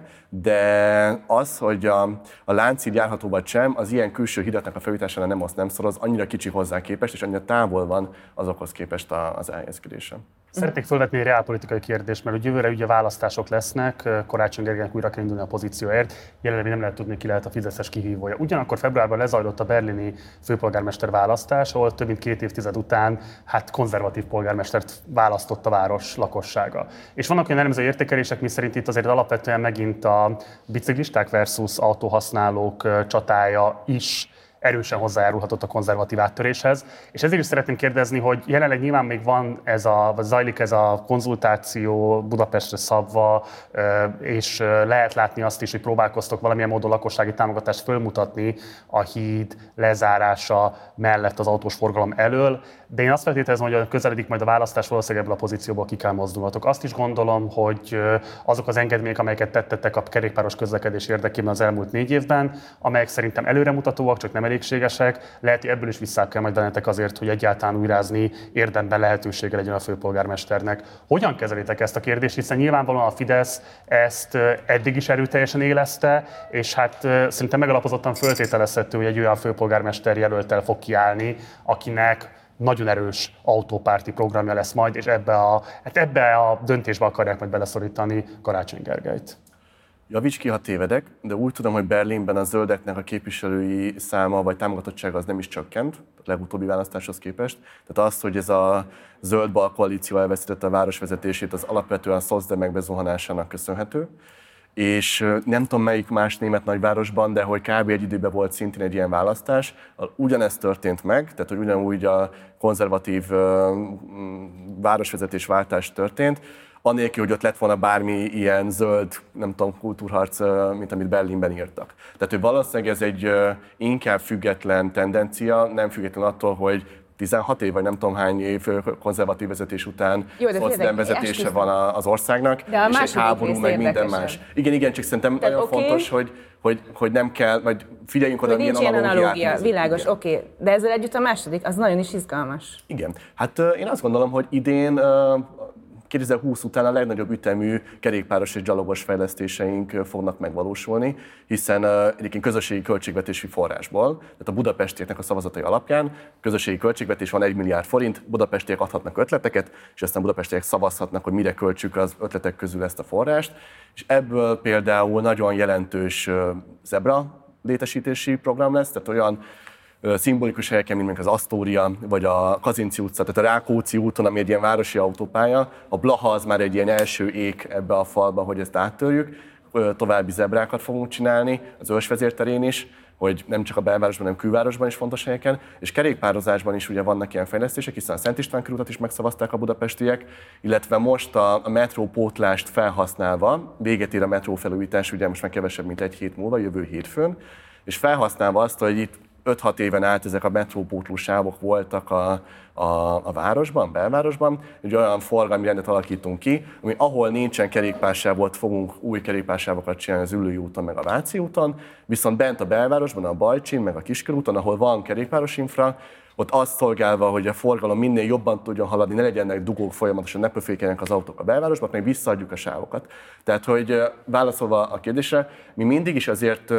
De az, hogy a Lánchíd járható vagy sem, az ilyen külső hidatnak a felújítására nem szoroz, annyira kicsi hozzá képest, és annyira távol van azokhoz képest az elhelyezkedése. Szeretnék felvetni egy reálpolitikai kérdést, mert jövőre ugye választások lesznek, Karácsony Gergelynek újra kell indulni a pozícióért, jelenleg nem lehet tudni, ki lehet a fideszes kihívója. Ugyanakkor februárban lezajlott a berlini főpolgármester választás, ahol több mint 2 évtized után konzervatív polgármestert választott a város lakossága. És vannak olyan elemző értékelések, miszerint itt azért alapvetően megint a biciklisták versus autóhasználók csatája is erősen hozzájárulhatott a konzervatív áttöréshez. És ezért is szeretném kérdezni, hogy jelenleg nyilván még van zajlik ez a konzultáció Budapestre szabva, és lehet látni azt is, hogy próbálkoztok valamilyen módon lakossági támogatást fölmutatni a híd lezárása mellett az autós forgalom elől, de én azt feltételezem, hogy közeledik majd a választás, valószínűleg ebből a pozícióból ki kell mozdulnatok. Azt is gondolom, hogy azok az engedmények, amelyeket tettetek a kerékpáros közlekedés érdekében az elmúlt 4 évben, amelyek szerintem előremutatóak, csak nem elégségesek, lehet, hogy ebből is vissza kell majd vennetek azért, hogy egyáltalán újrázni érdemben lehetősége legyen a főpolgármesternek. Hogyan kezelitek ezt a kérdést, hiszen nyilvánvalóan a Fidesz ezt eddig is erőteljesen élezte, és hát szerintem megalapozottan föltételezhető, hogy egy olyan főpolgármester jelölttel fog kiállni, akinek nagyon erős autópárti programja lesz majd, és ebbe a döntésbe akarják majd beleszorítani Karácsony Gergelyt. Javíts ki, ha tévedek, de úgy tudom, hogy Berlinben a zöldeknek a képviselői száma vagy támogatottsága az nem is csökkent a legutóbbi választáshoz képest. Tehát az, hogy ez a zöld-bal koalíció elveszítette a városvezetését, az alapvetően a szocdemek bezuhanásának köszönhető. És nem tudom melyik más német nagyvárosban, de hogy kb. Egy időben volt szintén egy ilyen választás, ugyanezt történt meg, tehát hogy ugyanúgy a konzervatív városvezetésváltás történt, anélkül, hogy ott lett volna bármi ilyen zöld, nem tudom, kultúrharc, mint amit Berlinben írtak. Tehát, hogy valószínűleg ez egy inkább független tendencia, nem független attól, hogy 16 év, vagy nem tudom hány év konzervatív vezetés után szociális vezetése van az országnak, és egy háború, meg minden más. Igen, csak szerintem tehát nagyon fontos, hogy nem kell, vagy figyeljünk oda, milyen analógiát. Világos, oké. De ezzel együtt a második, az nagyon is izgalmas. Igen. Hát én azt gondolom, hogy idén 2020 után a legnagyobb ütemű kerékpáros és gyalogos fejlesztéseink fognak megvalósulni, hiszen egyébként közösségi költségvetési forrásból, tehát a budapestieknek a szavazatai alapján közösségi költségvetés van 1 milliárd forint, budapestiek adhatnak ötleteket, és aztán budapestiek szavazhatnak, hogy mire költsük az ötletek közül ezt a forrást, és ebből például nagyon jelentős zebra létesítési program lesz, tehát olyan szimbolikus helyeken, mint az Asztória, vagy a Kazinci utca, tehát a Rákóczi úton, ami egy ilyen városi autópálya, a Blaha az már egy ilyen első ék ebbe a falba, hogy ezt áttörjük, további zebrákat fogunk csinálni, az Őrsvezér terén is, hogy nem csak a belvárosban, hanem külvárosban is fontos helyeken, és kerékpározásban is ugye vannak ilyen fejlesztések, hiszen a Szent István körútat is megszavazták a budapestiek, illetve most a metrópótlást felhasználva, véget ér a metrófelújítás, ugye most már kevesebb, mint egy hét múlva, jövő hétfőn, és felhasználva azt, hogy itt 5-6 éven át ezek a metrópótló sávok voltak a városban, belvárosban, egy olyan forgalmi rendet alakítunk ki, ami ahol nincsen kerékpársáv, ott fogunk új kerékpársávokat csinálni az Üllői úton, meg a Váci úton, viszont bent a belvárosban, a Balcsin, meg a Kiskörúton, ahol van kerékpáros infra, ott azt szolgálva, hogy a forgalom minél jobban tudjon haladni, ne legyenek dugók folyamatosan, ne pöfékeljenek az autók a belvárosba, meg visszaadjuk a sávokat. Tehát, hogy válaszolva a kérdésre, mi mindig is azért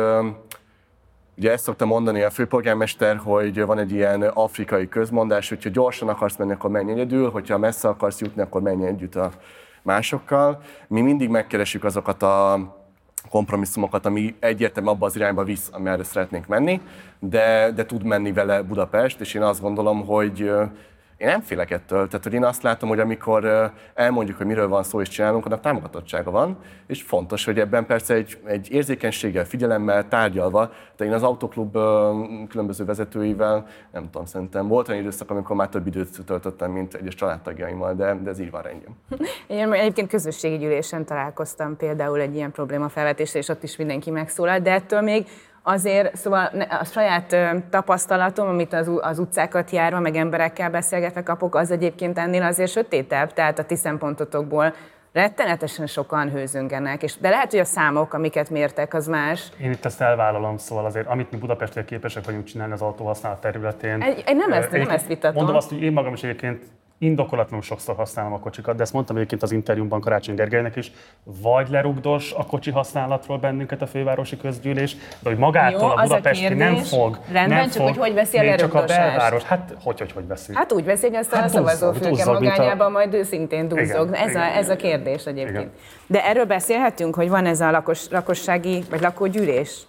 ugye ezt szokta mondani a főpolgármester, hogy van egy ilyen afrikai közmondás, hogyha gyorsan akarsz menni, akkor menj egyedül, hogyha messze akarsz jutni, akkor menj együtt a másokkal. Mi mindig megkeresjük azokat a kompromisszumokat, ami egyértelműen abba az irányba visz, amerre szeretnénk menni, de tud menni vele Budapest, és én azt gondolom, hogy én nem félek ettől, tehát hogy én azt látom, hogy amikor elmondjuk, hogy miről van szó és csinálunk, annak támogatottsága van, és fontos, hogy ebben persze egy érzékenységgel, figyelemmel, tárgyalva, de én az Autoklub különböző vezetőivel, nem tudom, szerintem volt olyan időszak, amikor már több időt töltöttem, mint egyes családtagjaimmal, de ez így van rendjén. Én egyébként közösségi gyűlésen találkoztam például egy ilyen problémafelvetésre, és ott is mindenki megszólalt, de ettől még azért, szóval a saját tapasztalatom, amit az utcákat járva, meg emberekkel beszélgetve kapok, az egyébként ennél azért sötétebb, tehát a ti szempontotokból rettenetesen sokan hőzöngenek, de lehet, hogy a számok, amiket mértek, az más. Én itt ezt elvállalom, szóval azért, amit mi Budapesten képesek vagyunk csinálni az autóhasználat területén. Én nem ezt vitatom. Mondom azt, hogy én magam is egyébként indokolatlanul sokszor használom a kocsikat, de ezt mondtam egyébként az interjúmban Karácsony Gergelynek is, vagy lerugdos a kocsi használatról bennünket a fővárosi közgyűlés, de hogy magától jó, a budapesti a nem fog. Rendben, nem csak fog, hogy veszi a lerugdosást. Csak a belváros, hát hogy veszi? Hát úgy veszi, hogy aztán a szavazófülke magányában majd ő szintén duzzog. Ez a kérdés egyébként. Igen. De erről beszélhetünk, hogy van ez a lakossági, vagy lakógyűlés?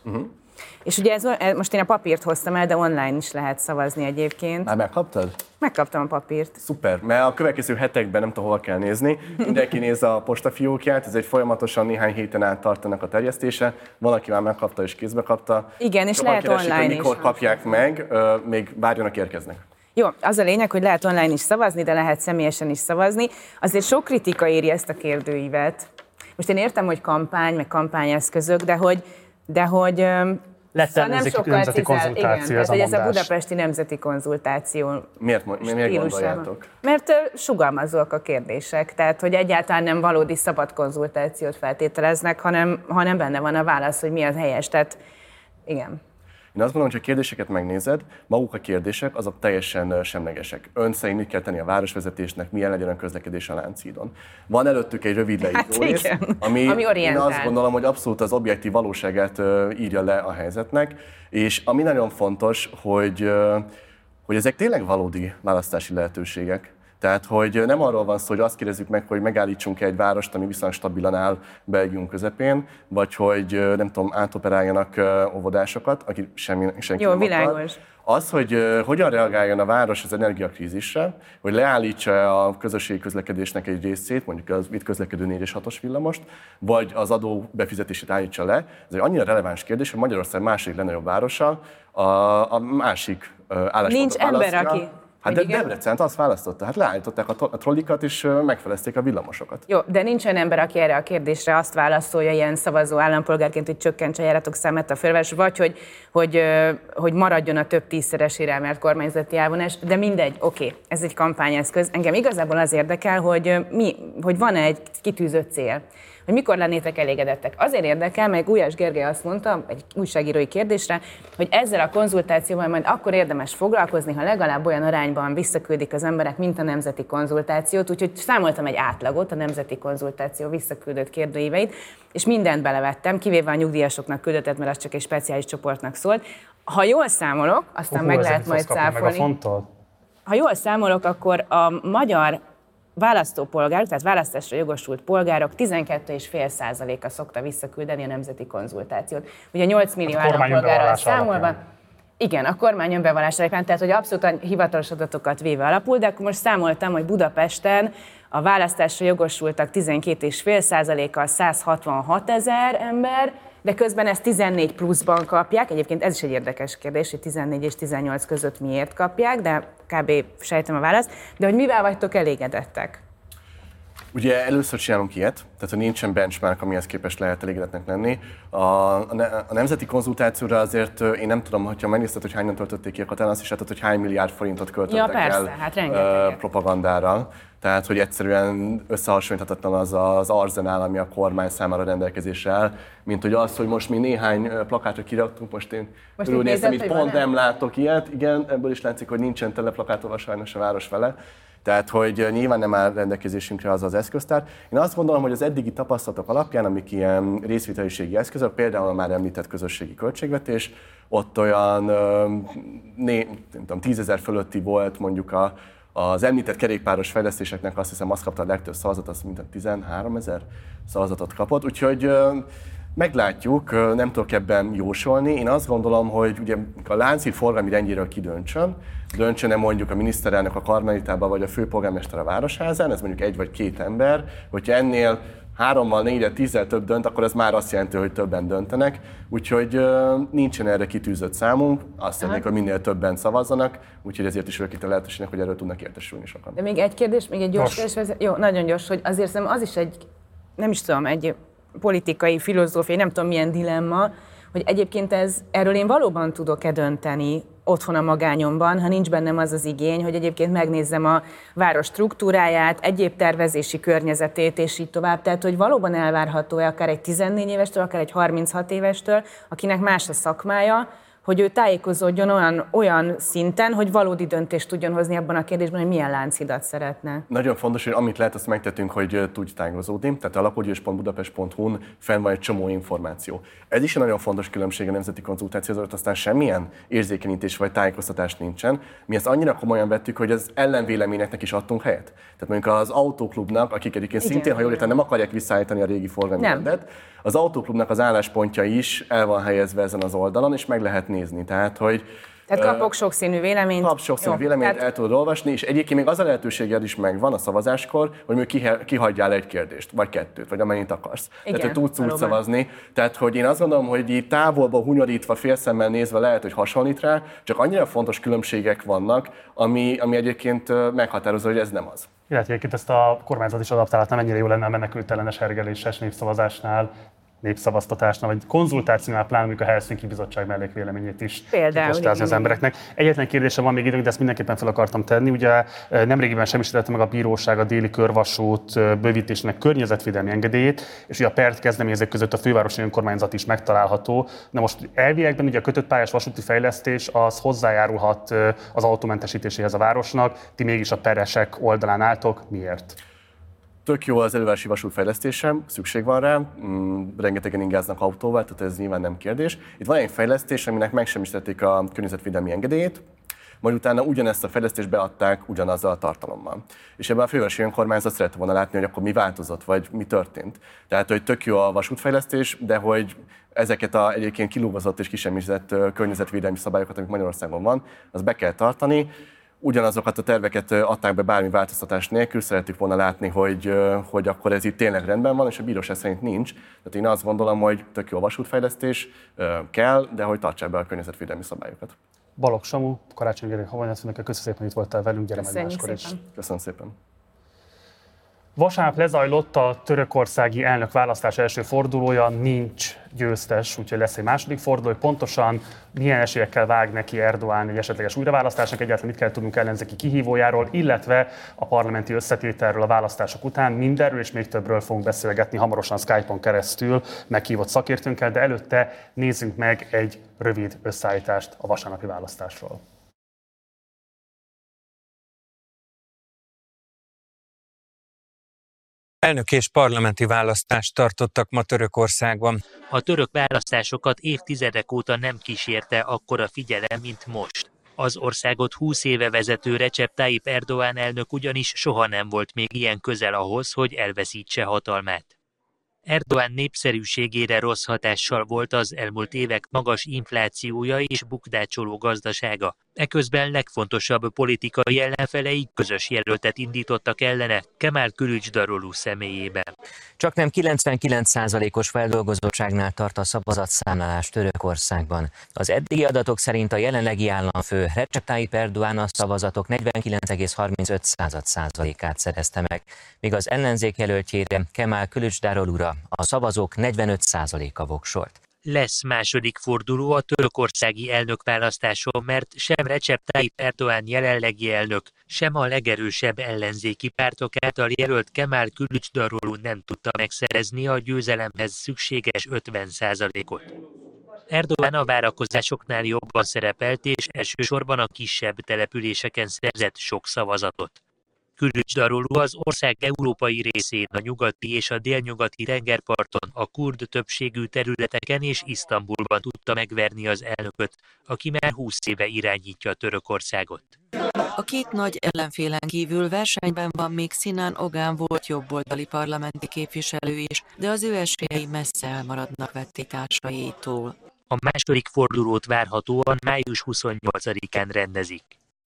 És ugye most én a papírt hoztam el, de online is lehet szavazni egyébként. Már megkaptad? Megkaptam a papírt. Szuper, mert a következő hetekben nem tudom, hol kell nézni. Mindenki nézze a postafiókját, ez egy folyamatosan néhány héten át tartanak a terjesztése. Van, aki már megkapta és kézbe kapta. Igen, és lehet keresik, online is. Mikor kapják meg, még várjanak, érkeznek. Jó, az a lényeg, hogy lehet online is szavazni, de lehet személyesen is szavazni. Azért sok kritika éri ezt a kérdőívet. Most én értem, hogy kampány, meg kampányeszközök, de hogy lett nemzeti konzultáció, igen, ez a budapesti nemzeti konzultáció. Miért gondoljátok? Mert sugalmazóak a kérdések, tehát hogy egyáltalán nem valódi szabad konzultációt feltételeznek, hanem benne van a válasz, hogy mi az helyes. Tehát igen. Én azt gondolom, hogy a kérdéseket megnézed, maguk a kérdések, azok teljesen semlegesek. Ön szerint mit kell tenni a városvezetésnek, milyen legyen a közlekedés a Lánchídon. Van előttük egy rövid leíró rész, ami én azt gondolom, hogy abszolút az objektív valóságát írja le a helyzetnek, és ami nagyon fontos, hogy ezek tényleg valódi választási lehetőségek. Tehát, hogy nem arról van szó, hogy azt kérdezzük meg, hogy megállítsunk egy várost, ami viszonylag stabilan áll Belgium közepén, vagy hogy nem tudom, átoperáljanak óvodásokat, aki senki jó, nem világos. akar. Az, hogy hogyan reagáljon a város az energiakrízisre, hogy leállítsa a közösségi közlekedésnek egy részét, mondjuk az itt közlekedő 4 és 6-os villamost, vagy az adó befizetését állítsa le, ez egy annyira releváns kérdés, hogy Magyarország második legnagyobb városa a másik álláspontot Nincs ember, választja. aki... Hát de Debrecent azt választotta, hát leállították a trollikat és megfelezték a villamosokat. Jó, de nincs olyan ember, aki erre a kérdésre azt válaszolja ilyen szavazó állampolgárként, hogy csökkentse a járatok számát a főváros, vagy hogy maradjon a több 10-szeresére emelt kormányzati elvonás, de mindegy, oké, ez egy kampányeszköz. Engem igazából az érdekel, hogy van-e egy kitűzött cél, hogy mikor lennétek elégedettek. Azért érdekel, meg Gulyás Gergely azt mondta egy újságírói kérdésre, hogy ezzel a konzultációval majd akkor érdemes foglalkozni, ha legalább olyan arányban visszaküldik az emberek, mint a nemzeti konzultációt. Úgyhogy számoltam egy átlagot, a nemzeti konzultáció visszaküldött kérdőíveit, és mindent belevettem, kivéve a nyugdíjasoknak küldöttet, mert az csak egy speciális csoportnak szólt. Ha jól számolok, aztán meg lehet majd cáfolni. Ha jól számolok, akkor a magyar választópolgárok, tehát választásra jogosult polgárok 12,5%-a szokta visszaküldeni a nemzeti konzultációt. Ugye 8 millió állampolgárral számolva, igen, a kormány önbevallás alapján, tehát hogy abszolút hivatalos adatokat véve alapul, de akkor most számoltam, hogy Budapesten a választásra jogosultak 12,5%-a 166 000 ember, de közben ezt 14 pluszban kapják. Egyébként ez is egy érdekes kérdés, hogy 14 és 18 között miért kapják, de kb. Sejtem a választ. De hogy mivel vagytok elégedettek? Ugye először csinálunk ilyet, tehát hogy nincsen benchmark, amihez képest lehet elégedetnek lenni. A nemzeti konzultációra azért én nem tudom, hogyha megnézted, hogy hányan töltötték ki a katán, azt is látod, hogy hány milliárd forintot költöttek el propagandára. Tehát, hogy egyszerűen összehasonlíthatatlan az az arzenál, ami a kormány számára rendelkezésre áll, mint hogy az, hogy most mi néhány plakátra kiraktunk, most én körülnéztem, itt pont nem látok ilyet, igen, ebből is látszik, hogy nincsen tele plakátolva sajnos a város vele. Tehát, hogy nyilván nem áll rendelkezésünkre az az eszköztár. Én azt gondolom, hogy az eddigi tapasztalatok alapján, amik ilyen részviteliségi eszközök, például a már említett közösségi költségvetés, ott olyan 10 000 fölötti volt mondjuk az említett kerékpáros fejlesztéseknek, azt hiszem azt kapta a legtöbb szavazat, azt mint 13 000 szavazatot kapott, úgyhogy meglátjuk, nem tudok ebben jósolni. Én azt gondolom, hogy ugye a Lánchíd forgalmi rendjéről döntsön-e mondjuk a miniszterelnök a Karmelitában, vagy a főpolgármester a Városházán, ez mondjuk 1 vagy 2 ember, hogyha ennél 3-mal, 4-el, 10-el több dönt, akkor ez már azt jelenti, hogy többen döntenek. Úgyhogy nincsen erre kitűzött számunk, azt szeretnék, hogy minél többen szavazzanak, úgyhogy ezért is örökít a lehetőségnek, hogy erről tudnak értesülni sokan. De még egy kérdés, még egy gyors kérdés, jó, nagyon gyors, hogy azért szerintem az is egy, nem is tudom, egy politikai, filozófiai, nem tudom milyen dilemma, hogy egyébként erről én valóban tudok-e dönteni otthon a magányomban, ha nincs bennem az az igény, hogy egyébként megnézzem a város struktúráját, egyéb tervezési környezetét, és így tovább. Tehát, hogy valóban elvárható-e akár egy 14 évestől, akár egy 36 évestől, akinek más a szakmája, hogy ő tájékozódjon olyan szinten, hogy valódi döntést tudjon hozni abban a kérdésben, hogy milyen Lánchidat szeretne. Nagyon fontos, hogy amit lehet, azt megtettünk, hogy tudj tájékozódni. Tehát a lakógyűlés.budapest.hu-n fenn van egy csomó információ. Ez is egy nagyon fontos különbség a nemzeti konzultáció, azért aztán semmilyen érzékenyítés vagy tájékoztatás nincsen. Mi ezt annyira komolyan vettük, hogy az ellenvéleményeknek is adtunk helyet. Tehát mondjuk az autóklubnak, akik egyébként szintén, ha jól értem, nem akarják visszaállítani a régi forgalmi rendet, az autóklubnak az álláspontja is el van helyezve ezen az oldalon, és meg lehet nézni. Tehát kapok sokszínű véleményt. Kapsz sokszínű véleményt, el tudod olvasni, és egyébként még az a lehetőséged is megvan a szavazáskor, hogy még kihagyjál egy kérdést, vagy 2, vagy amennyit akarsz. Igen, tehát, hogy tudsz úgy szavazni. Tehát, hogy én azt gondolom, hogy így távolba, hunyorítva, félszemmel nézve lehet, hogy hasonlít rá, csak annyira fontos különbségek vannak, ami egyébként meghatározó, hogy ez nem az. Illetve egyébként ezt a kormányzat is adaptálhatna, mennyire jó lenne a menekültellenes hergeléses népszavazásnál, népszavaztatásnál, vagy konzultációnál, pláne amikor a Helsinki Bizottság mellékvéleményét is postázni az embereknek. Egyetlen kérdésem van még időnk, de ezt mindenképpen fel akartam tenni. Ugye nemrégiben semmisítette meg a bíróság a déli körvasút bővítésének környezetvédelmi engedélyét, és ugye a PERT kezdeményezők között a fővárosi önkormányzat is megtalálható. Na most elviekben ugye a kötött pályás vasúti fejlesztés az hozzájárulhat az autómentesítéséhez a városnak, ti mégis a peresek oldalán álltok. Miért? Tök jó az elővárosi vasút fejlesztése, szükség van rá, rengetegen ingáznak autóval, tehát ez nyilván nem kérdés. Itt van egy fejlesztés, aminek megsemmisítették a környezetvédelmi engedélyét, majd utána ugyanezt a fejlesztést beadták ugyanazzal a tartalommal. És ebben a fővárosi önkormányzat szerette volna látni, hogy akkor mi változott, vagy mi történt. Tehát, hogy tök jó a vasútfejlesztés, de hogy ezeket a egyébként kilúgozott és kisemmizett környezetvédelmi szabályokat, amik Magyarországon van, az be kell tartani. Ugyanazokat a terveket adták be bármi változtatás nélkül, szerettük volna látni, hogy akkor ez itt tényleg rendben van, és a bíróság szerint nincs. Tehát én azt gondolom, hogy tök jó a vasútfejlesztés kell, de hogy tartsák be a környezetvédelmi szabályokat. Balogh Samu, Karácsony Gergely havanyászfőnöke, köszönöm szépen, hogy itt voltál velünk, gyere meg máskor is. Köszönöm szépen. Vasárnap lezajlott a törökországi elnökválasztás első fordulója, nincs győztes, úgyhogy lesz egy második forduló, hogy pontosan milyen esélyekkel vág neki Erdoğan egy esetleges újraválasztásnak, egyáltalán mit kell tudnunk ellenzéki kihívójáról, illetve a parlamenti összetételről a választások után. Mindenről és még többről fogunk beszélgetni hamarosan Skype-on keresztül meghívott szakértőnkkel, de előtte nézzünk meg egy rövid összeállítást a vasárnapi választásról. Elnök és parlamenti választást tartottak ma Törökországban. A török választásokat évtizedek óta nem kísérte akkora figyelem, mint most. Az országot 20 éve vezető Recep Tayyip Erdoğan elnök ugyanis soha nem volt még ilyen közel ahhoz, hogy elveszítse hatalmát. Erdoğan népszerűségére rossz hatással volt az elmúlt évek magas inflációja és bukdácsoló gazdasága. Eközben legfontosabb politikai ellenfelei közös jelöltet indítottak ellene, Kemal Kılıçdaroğlu személyében. Csaknem 99%-os feldolgozottságnál tart a szavazatszámlálás Törökországban. Az eddigi adatok szerint a jelenlegi államfő Recep Tayyip Erdoğan a szavazatok 49,35%-át szerezte meg, míg az ellenzék jelöltjére, Kemal Kılıçdaroğlu'ra a szavazók 45%-a voksolt. Lesz második forduló a törökországi elnökválasztáson, mert sem Recep Tayyip Erdoğan jelenlegi elnök, sem a legerősebb ellenzéki pártok által jelölt Kemal Kılıçdaroğlu nem tudta megszerezni a győzelemhez szükséges 50%-ot. Erdoğan a várakozásoknál jobban szerepelt, és elsősorban a kisebb településeken szerzett sok szavazatot. Kılıçdaroğlu az ország európai részén, a nyugati és a délnyugati tengerparton, a kurd többségű területeken és Isztambulban tudta megverni az elnököt, aki már 20 éve irányítja Törökországot. A két nagy ellenfélen kívül versenyben van még Sinan Ogan volt jobboldali parlamenti képviselő is, de az ő esélyei messze elmaradnak vetétársaitól. A második fordulót várhatóan május 28-án rendezik.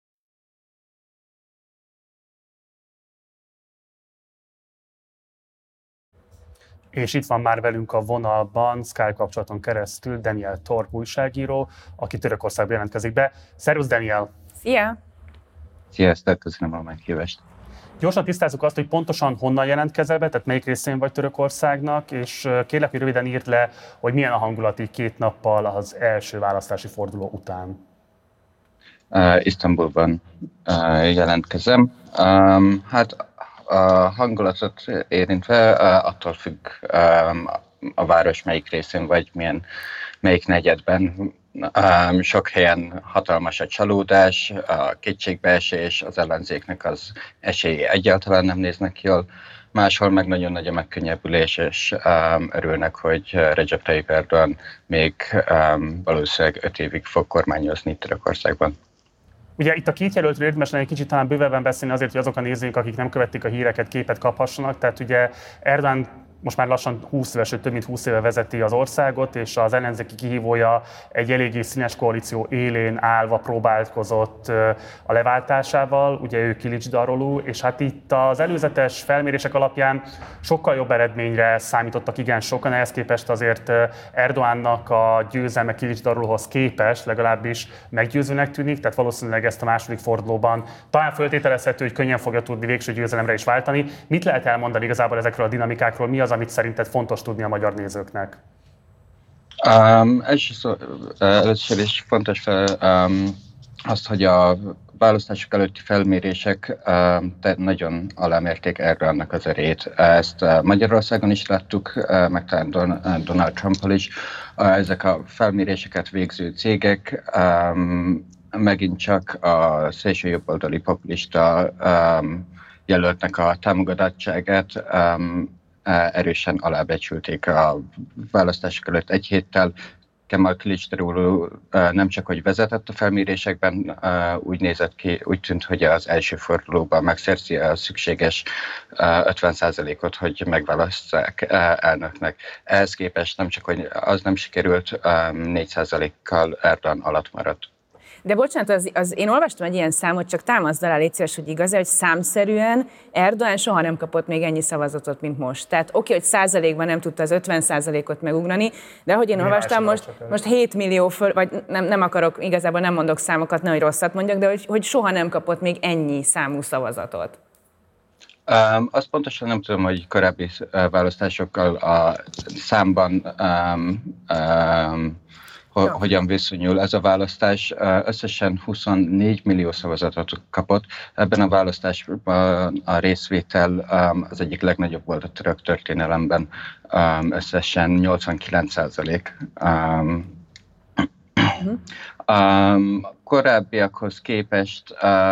És itt van már velünk a vonalban, Skype kapcsolaton keresztül Daniel Torp újságíró, aki Törökországban jelentkezik be. Szervusz, Daniel! Szia! Sziasztok, köszönöm a meghívást. Gyorsan tisztázzuk azt, hogy pontosan honnan jelentkezel be, tehát melyik részén vagy Törökországnak, és kérlek, hogy röviden írd le, hogy milyen a hangulat így 2 nappal az első választási forduló után. Isztambulban jelentkezem. Hát a hangulatot érintve attól függ a város melyik részén vagy melyik negyedben. Sok helyen hatalmas a csalódás, a kétségbeesés, az ellenzéknek az esélyi egyáltalán nem néznek jól. Máshol meg nagyon nagy a megkönnyebbülés, és örülnek, hogy Recep Tayyip Erdoğan még valószínűleg 5 évig fog kormányozni Törökországban. Ugye itt a két jelöltről érdemes egy kicsit talán bővebben beszélni azért, hogy azok a nézőink, akik nem követték a híreket, képet kaphassanak. Tehát ugye Erdoğan most már lassan 20 éve, sőt több mint 20 éve vezeti az országot, és az ellenzéki kihívója egy eléggé színes koalíció élén állva próbálkozott a leváltásával, ugye ő Kılıçdaroğlu, és hát itt az előzetes felmérések alapján sokkal jobb eredményre számítottak igen sokan, ehhez képest azért Erdoğannak a győzelme Kılıçdaroğluhoz képest legalábbis meggyőzőnek tűnik, tehát valószínűleg ezt a második fordulóban talán föltételezhető, hogy könnyen fogja tudni végső győzelemre is váltani. Mit lehet elmondani igazából ezekről a dinamikákról? Mi az, amit szerinted fontos tudni a magyar nézőknek? Először is fontos azt, hogy a választások előtti felmérések nagyon alámérték Erdoğannak az erejét. Ezt Magyarországon is láttuk, meg talán Donald Trumpal is. Ezek a felméréseket végző cégek megint csak a szélsőjobboldali populista jelöltnek a támogatottságát erősen alábecsülték a választások előtt egy héttel. Kemal Kılıçdaroğlu nem csak hogy vezetett a felmérésekben, úgy tűnt, hogy az első fordulóban megszerzi a szükséges 50%-ot, hogy megválasszák elnöknek. Ehhez képest nem csak, hogy az nem sikerült, 4%-kal Erdogan alatt maradt. De bocsánat, én olvastam egy ilyen számot, csak támaszd alá, légy szíves, hogy igaz, hogy számszerűen Erdogan soha nem kapott még ennyi szavazatot, mint most. Tehát oké, hogy százalékban nem tudta az 50%-ot megugrani, de ahogy én olvastam, most 7 millió vagy nem akarok, igazából nem mondok számokat, nehogy rosszat mondjak, de hogy soha nem kapott még ennyi számú szavazatot. Azt pontosan nem tudom, hogy korábbi választásokkal a számban hogyan viszonyul ez a választás. Összesen 24 millió szavazatot kapott. Ebben a választásban a részvétel az egyik legnagyobb volt a török történelemben, összesen 89%. Korábbiakhoz képest,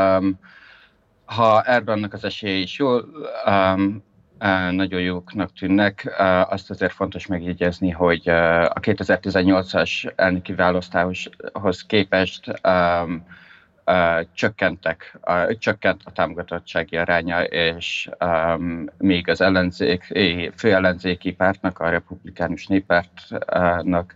ha Erdogannak az esélye is jól, nagyon jóknak tűnnek. Azt azért fontos megjegyezni, hogy a 2018-as elnöki választáshoz képest csökkent a támogatottsági aránya, és még az főellenzéki pártnak, a Republikánus Néppártnak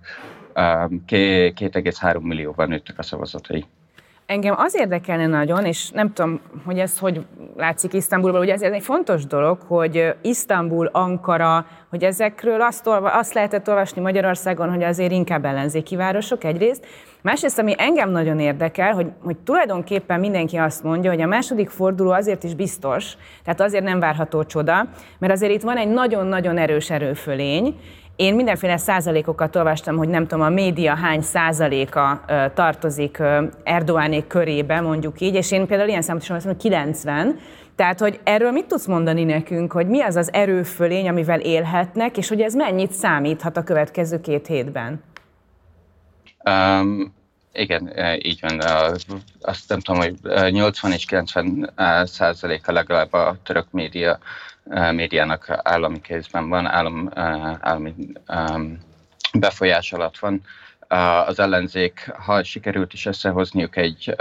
2,3 millióval nőttek a szavazatai. Engem az érdekelne nagyon, és nem tudom, hogy ez hogy látszik Isztambulban, ugye ez egy fontos dolog, hogy Isztambul, Ankara, hogy ezekről azt lehetett olvasni Magyarországon, hogy azért inkább ellenzéki városok egyrészt. Másrészt, ami engem nagyon érdekel, hogy tulajdonképpen mindenki azt mondja, hogy a második forduló azért is biztos, tehát azért nem várható csoda, mert azért itt van egy nagyon-nagyon erős erőfölény. Én mindenféle százalékokat olvastam, hogy nem tudom, a média hány százaléka tartozik Erdoganék körébe, mondjuk így, és én például ilyen számot is olvastam, hogy 90. Tehát, hogy erről mit tudsz mondani nekünk, hogy mi az az erőfölény, amivel élhetnek, és hogy ez mennyit számíthat a következő 2 hétben? Igen, így van. Azt nem tudom, hogy 80 és 90 százaléka legalább a török médiának állami kézben van, állami befolyás alatt van. Az ellenzék, ha sikerült is összehozniuk egy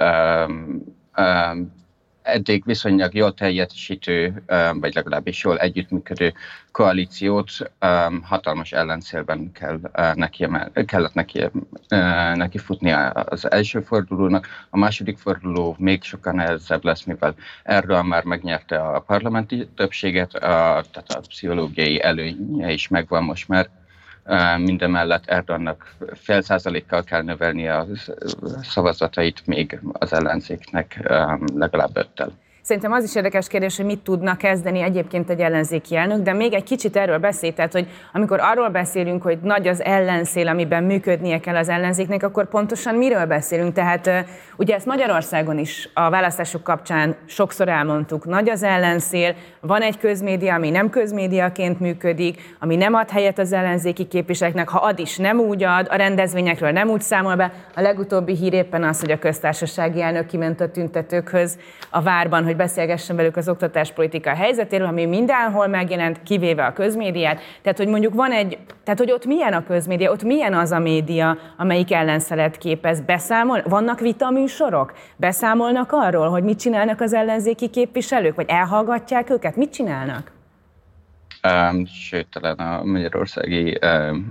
eddig viszonylag jól teljesítő, vagy legalábbis jól együttműködő koalíciót, hatalmas ellenszélben kellett neki futni az első fordulónak. A második forduló még sokkal nehezebb lesz, mivel Erdogan már megnyerte a parlamenti többséget, tehát a pszichológiai előnye is megvan most már. Mindemellett Erdogannak 0,5%-kal kell növelni a szavazatait, még az ellenzéknek legalább 5-tel. Szerintem az is érdekes kérdés, hogy mit tudna kezdeni egyébként egy ellenzéki elnök, de még egy kicsit erről beszél, tehát hogy amikor arról beszélünk, hogy nagy az ellenszél, amiben működnie kell az ellenzéknek, akkor pontosan miről beszélünk? Tehát ugye ezt Magyarországon is a választások kapcsán sokszor elmondtuk, nagy az ellenszél, van egy közmédia, ami nem közmédiaként működik, ami nem ad helyet az ellenzéki képviselőknek, ha ad is, nem úgy ad, a rendezvényekről nem úgy számol be. A legutóbbi hír éppen az, hogy a köztársasági elnök kiment a tüntetőkhöz a várban, hogy beszélgessen velük az oktatáspolitika helyzetéről, ami mindenhol megjelent, kivéve a közmédiát. Tehát, hogy mondjuk tehát, hogy ott milyen a közmédia, ott milyen az a média, amelyik ellenszelet képez. Vannak vitaműsorok? Beszámolnak arról, hogy mit csinálnak az ellenzéki képviselők? Vagy elhallgatják őket? Mit csinálnak? Sőt, talán a magyarországi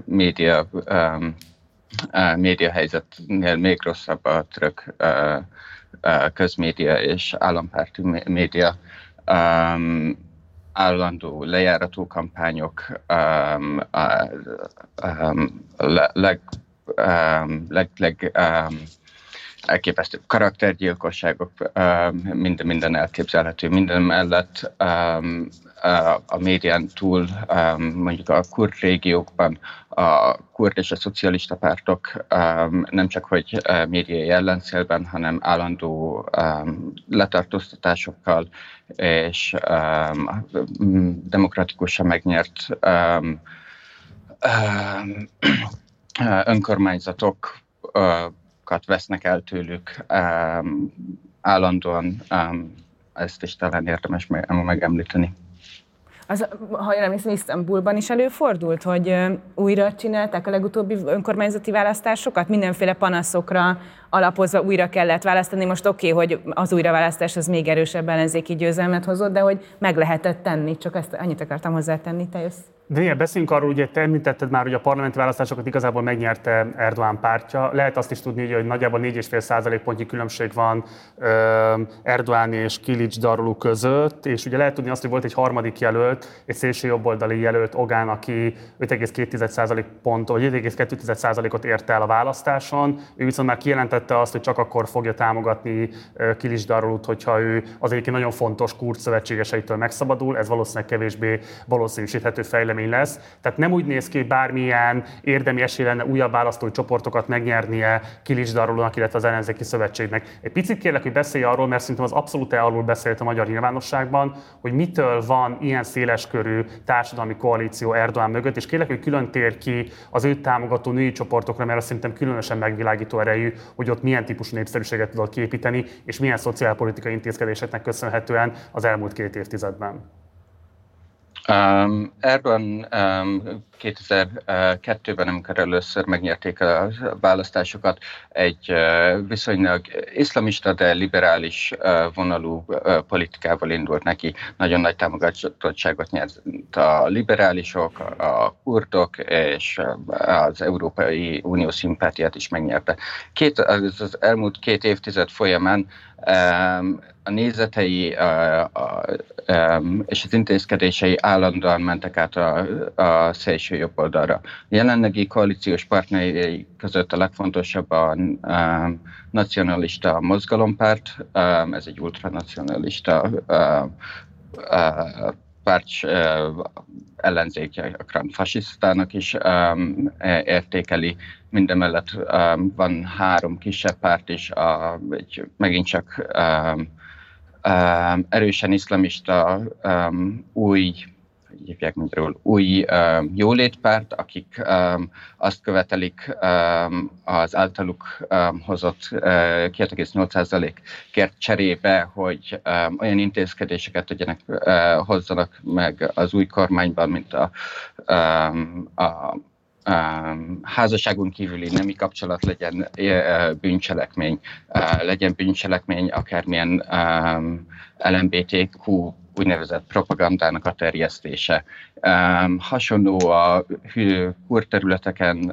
média helyzetnél még rosszabb a török közmédia és állampárti média, állandó lejárató kampányok, elképesztő karaktergyilkosságok, minden elképzelhető. Minden mellett a médián túl, mondjuk a kurd régiókban a kurd és a szocialista pártok nem csak hogy médiai ellenszélben, hanem állandó letartóztatásokkal és demokratikusan megnyert önkormányzatokat vesznek el tőlük állandóan, ezt is talán érdemes megemlíteni. Ha jól emlékszem, Isztambulban is előfordult, hogy újra csinálták a legutóbbi önkormányzati választásokat, mindenféle panaszokra alapozva újra kellett választani. Most oké, hogy az újraválasztás az még erősebb ellenzéki győzelmet hozott, de hogy meg lehetett tenni, csak annyit akartam hozzátenni, te jössz. Daniel, beszéljünk arról, ugye te említetted már, hogy a parlamenti választásokat igazából megnyerte Erdoğan pártja. Lehet azt is tudni, hogy nagyjából 4,5 pontnyi különbség van Erdoğan és Kilic Daroglu között, és ugye lehet tudni azt, hogy volt egy harmadik jelölt, egy szélsőjobboldali jelölt, Ogán, aki 5,2 pont, vagy 5,2%-ot ért el a választáson. Ő viszont már kijelentette azt, hogy csak akkor fogja támogatni Kilic Daroglut, hogyha ő az egyébként nagyon fontos kurd szövetségeseitől megszabadul. Ez valószínűleg kevésbé valószínűsíthető fejlemény lesz. Tehát nem úgy néz ki, hogy bármilyen érdemi esély lenne újabb választói csoportokat megnyernie Kilic Daroglunak, illetve az ellenzéki szövetségnek. Egy picit kérlek, hogy beszélj arról, mert szerintem az abszolút alul beszélt a magyar nyilvánosságban, hogy mitől van ilyen széleskörű társadalmi koalíció Erdoğan mögött, és kérlek, hogy külön tér ki az őt támogató női csoportokra, mert azt szerintem különösen megvilágító erejű, hogy ott milyen típusú népszerűséget tudott kiépíteni, és milyen szociálpolitikai intézkedéseknek köszönhetően az elmúlt 2 évtizedben. Erdoğan 2002-ben, amikor először megnyerték a választásokat, egy viszonylag iszlamista, de liberális vonalú politikával indult neki. Nagyon nagy támogatottságot nyert a liberálisok, a kurdok, és az Európai Unió szimpátiát is megnyerte. Az elmúlt 2 évtized folyamán a nézetei és az intézkedései állandóan mentek át a szélső jobb oldalra. Jelenlegi koalíciós partnerei között a legfontosabb a nacionalista mozgalompárt, ez egy ultranacionalista párt, ellenzékje akár fasisztának is értékeli. Mindemellett van 3 kisebb párt is, megint csak erősen iszlamista új jólétpárt, akik azt követelik az általuk hozott 2,8%-kért cserébe, hogy olyan intézkedéseket hozzanak meg az új kormányban, mint a házasságon kívüli nemi kapcsolat legyen bűncselekmény, akármilyen LMBTQ úgynevezett propagandának a terjesztése. Hasonló a kurd területeken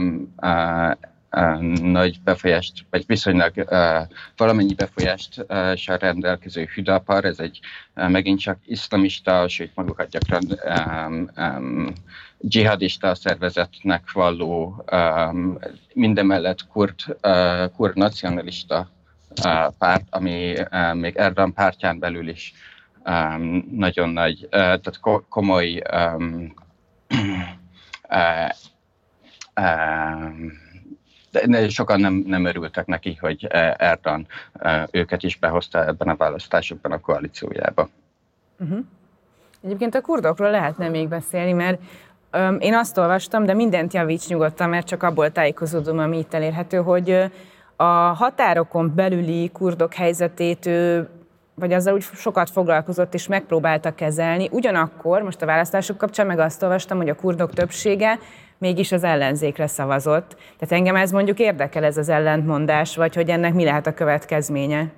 nagy befolyást, vagy viszonylag valamennyi befolyással rendelkező Hüdapar, ez egy megint csak iszlamista, sőt magukat gyakran dzsihadista szervezetnek valló, mindemellett kurd nacionalista párt, ami még Erdoğan pártján belül is nagyon nagy, tehát komoly de sokan nem örültek neki, hogy Erdoğan őket is behozta ebben a választásokban a koalíciójába. Egyébként a kurdokról lehetne még beszélni, mert én azt olvastam, de mindent javíts nyugodtan, mert csak abból tájékozódom, ami itt elérhető, hogy a határokon belüli kurdok helyzetét vagy azzal úgy sokat foglalkozott és megpróbálta kezelni. Ugyanakkor most a választások kapcsán meg azt olvastam, hogy a kurdok többsége mégis az ellenzékre szavazott. Tehát engem ez mondjuk érdekel, ez az ellentmondás, vagy hogy ennek mi lehet a következménye?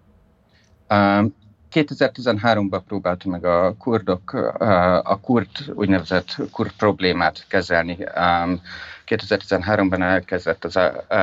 2013-ban próbálta meg a kurdok a kurd problémát kezelni. 2013-ban elkezdett az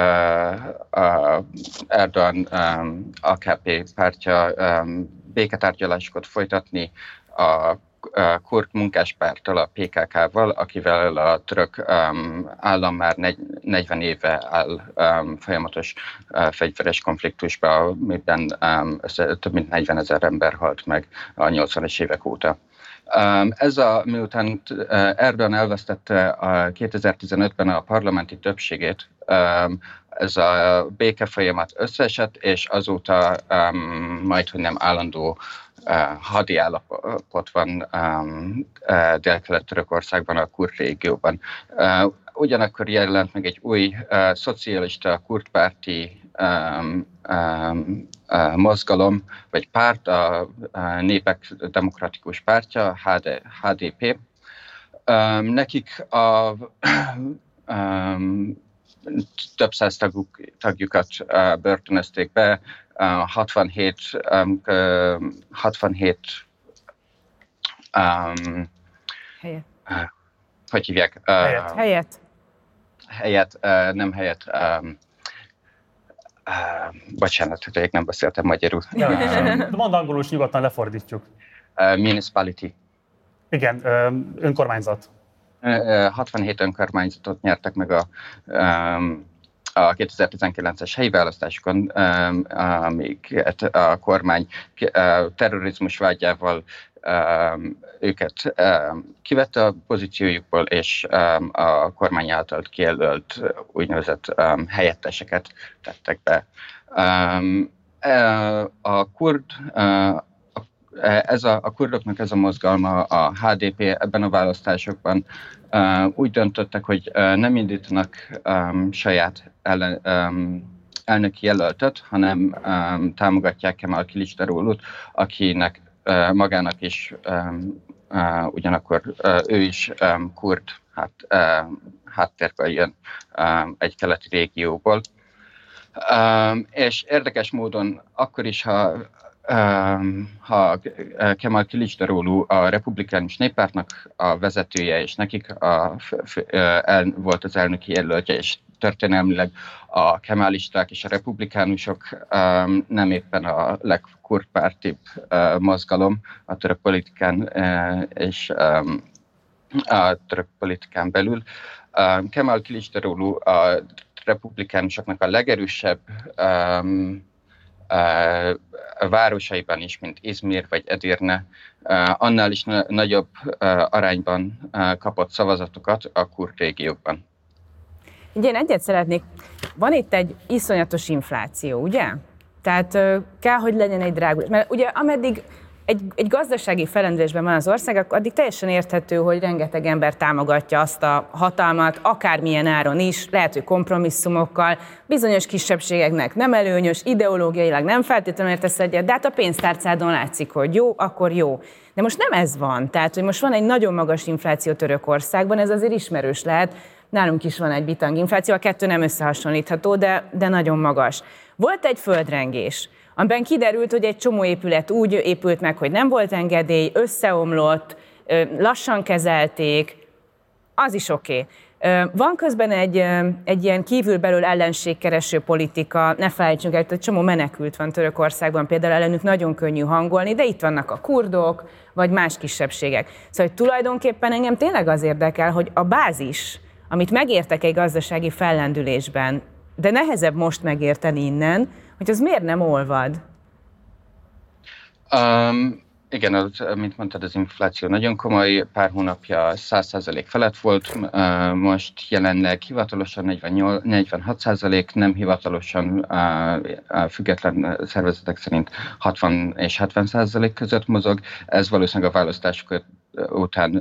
Erdoğan AKP pártja béketárgyalásokat folytatni a kurd munkáspárttal, a PKK-val, akivel a török állam már 40 éve áll folyamatos fegyveres konfliktusba, amiben több mint 40 000 ember halt meg a 80-es évek óta. Miután Erdoğan elvesztette 2015-ben a parlamenti többségét, ez a békefolyamat összeesett, és azóta majdhogy nem állandó hadi állapot van Délkelet-Törökországban, a kurd régióban. Ugyanakkor jelent meg egy új szocialista kurd-párti mozgalom, vagy párt, a Népek Demokratikus Pártja, HDP. Nekik több száz tagjukat börtönözték be, 67 hogy hívják? Helyet. Bocsánat, hogy nem beszéltem magyarul. Mondd angolul, és nyugodtan lefordítjuk. Municipality. Igen, önkormányzat. 67 önkormányzatot nyertek meg a 2019-es helyi választásokon, amiket a kormány terrorizmus vágyával őket kivette a pozíciójukból, és a kormány által kijelölt úgynevezett helyetteseket tettek be. A kurdoknak ez a mozgalma, a HDP ebben a választásokban úgy döntöttek, hogy nem indítanak saját elnöki jelöltet, hanem támogatják Kemal Kılıçdaroğlu't, akinek magának is ugyanakkor ő is kurd háttérből jön egy keleti régióból. És érdekes módon akkor is, ha Kemal Kılıçdaroğlu a Republikánus Néppártnak a vezetője, és nekik volt az elnöki jelöltje, és történelmileg a kemálisták és a republikánusok nem éppen a legkurd-pártibb mozgalom a török politikán és a török politikán belül. Kemal Kılıçdaroğlu a republikánusoknak a legerősebb városaiban is, mint Izmir vagy Edirne, annál is nagyobb arányban kapott szavazatokat a kurd régiókban. Én egyet szeretnék, van itt egy iszonyatos infláció, ugye? Tehát kell, hogy legyen egy drágulás. Mert ugye ameddig egy gazdasági felendülésben van az ország, addig teljesen érthető, hogy rengeteg ember támogatja azt a hatalmat, akármilyen áron is, lehet, hogy kompromisszumokkal, bizonyos kisebbségeknek nem előnyös, ideológiailag nem feltétlenül értesz egyet, de hát a pénztárcádon látszik, hogy jó, akkor jó. De most nem ez van, tehát hogy most van egy nagyon magas infláció Törökországban, ez azért ismerős lehet, nálunk is van egy bitang infláció, a kettő nem összehasonlítható, de nagyon magas. Volt egy földrengés, amiben kiderült, hogy egy csomó épület úgy épült meg, hogy nem volt engedély, összeomlott, lassan kezelték, az is oké. Van közben egy ilyen kívülbelül ellenségkereső politika, ne felejtsünk el, egy csomó menekült van Törökországban, például ellenük nagyon könnyű hangolni, de itt vannak a kurdok, vagy más kisebbségek. Szóval tulajdonképpen engem tényleg az érdekel, hogy a bázis, amit megértek egy gazdasági fellendülésben, de nehezebb most megérteni innen, hogy az miért nem olvad? Igen, mint mondtad, az infláció nagyon komoly, pár hónapja 100% felett volt, most jelenleg hivatalosan 46%, nem hivatalosan független szervezetek szerint 60 és 70% között mozog. Ez valószínűleg a választások után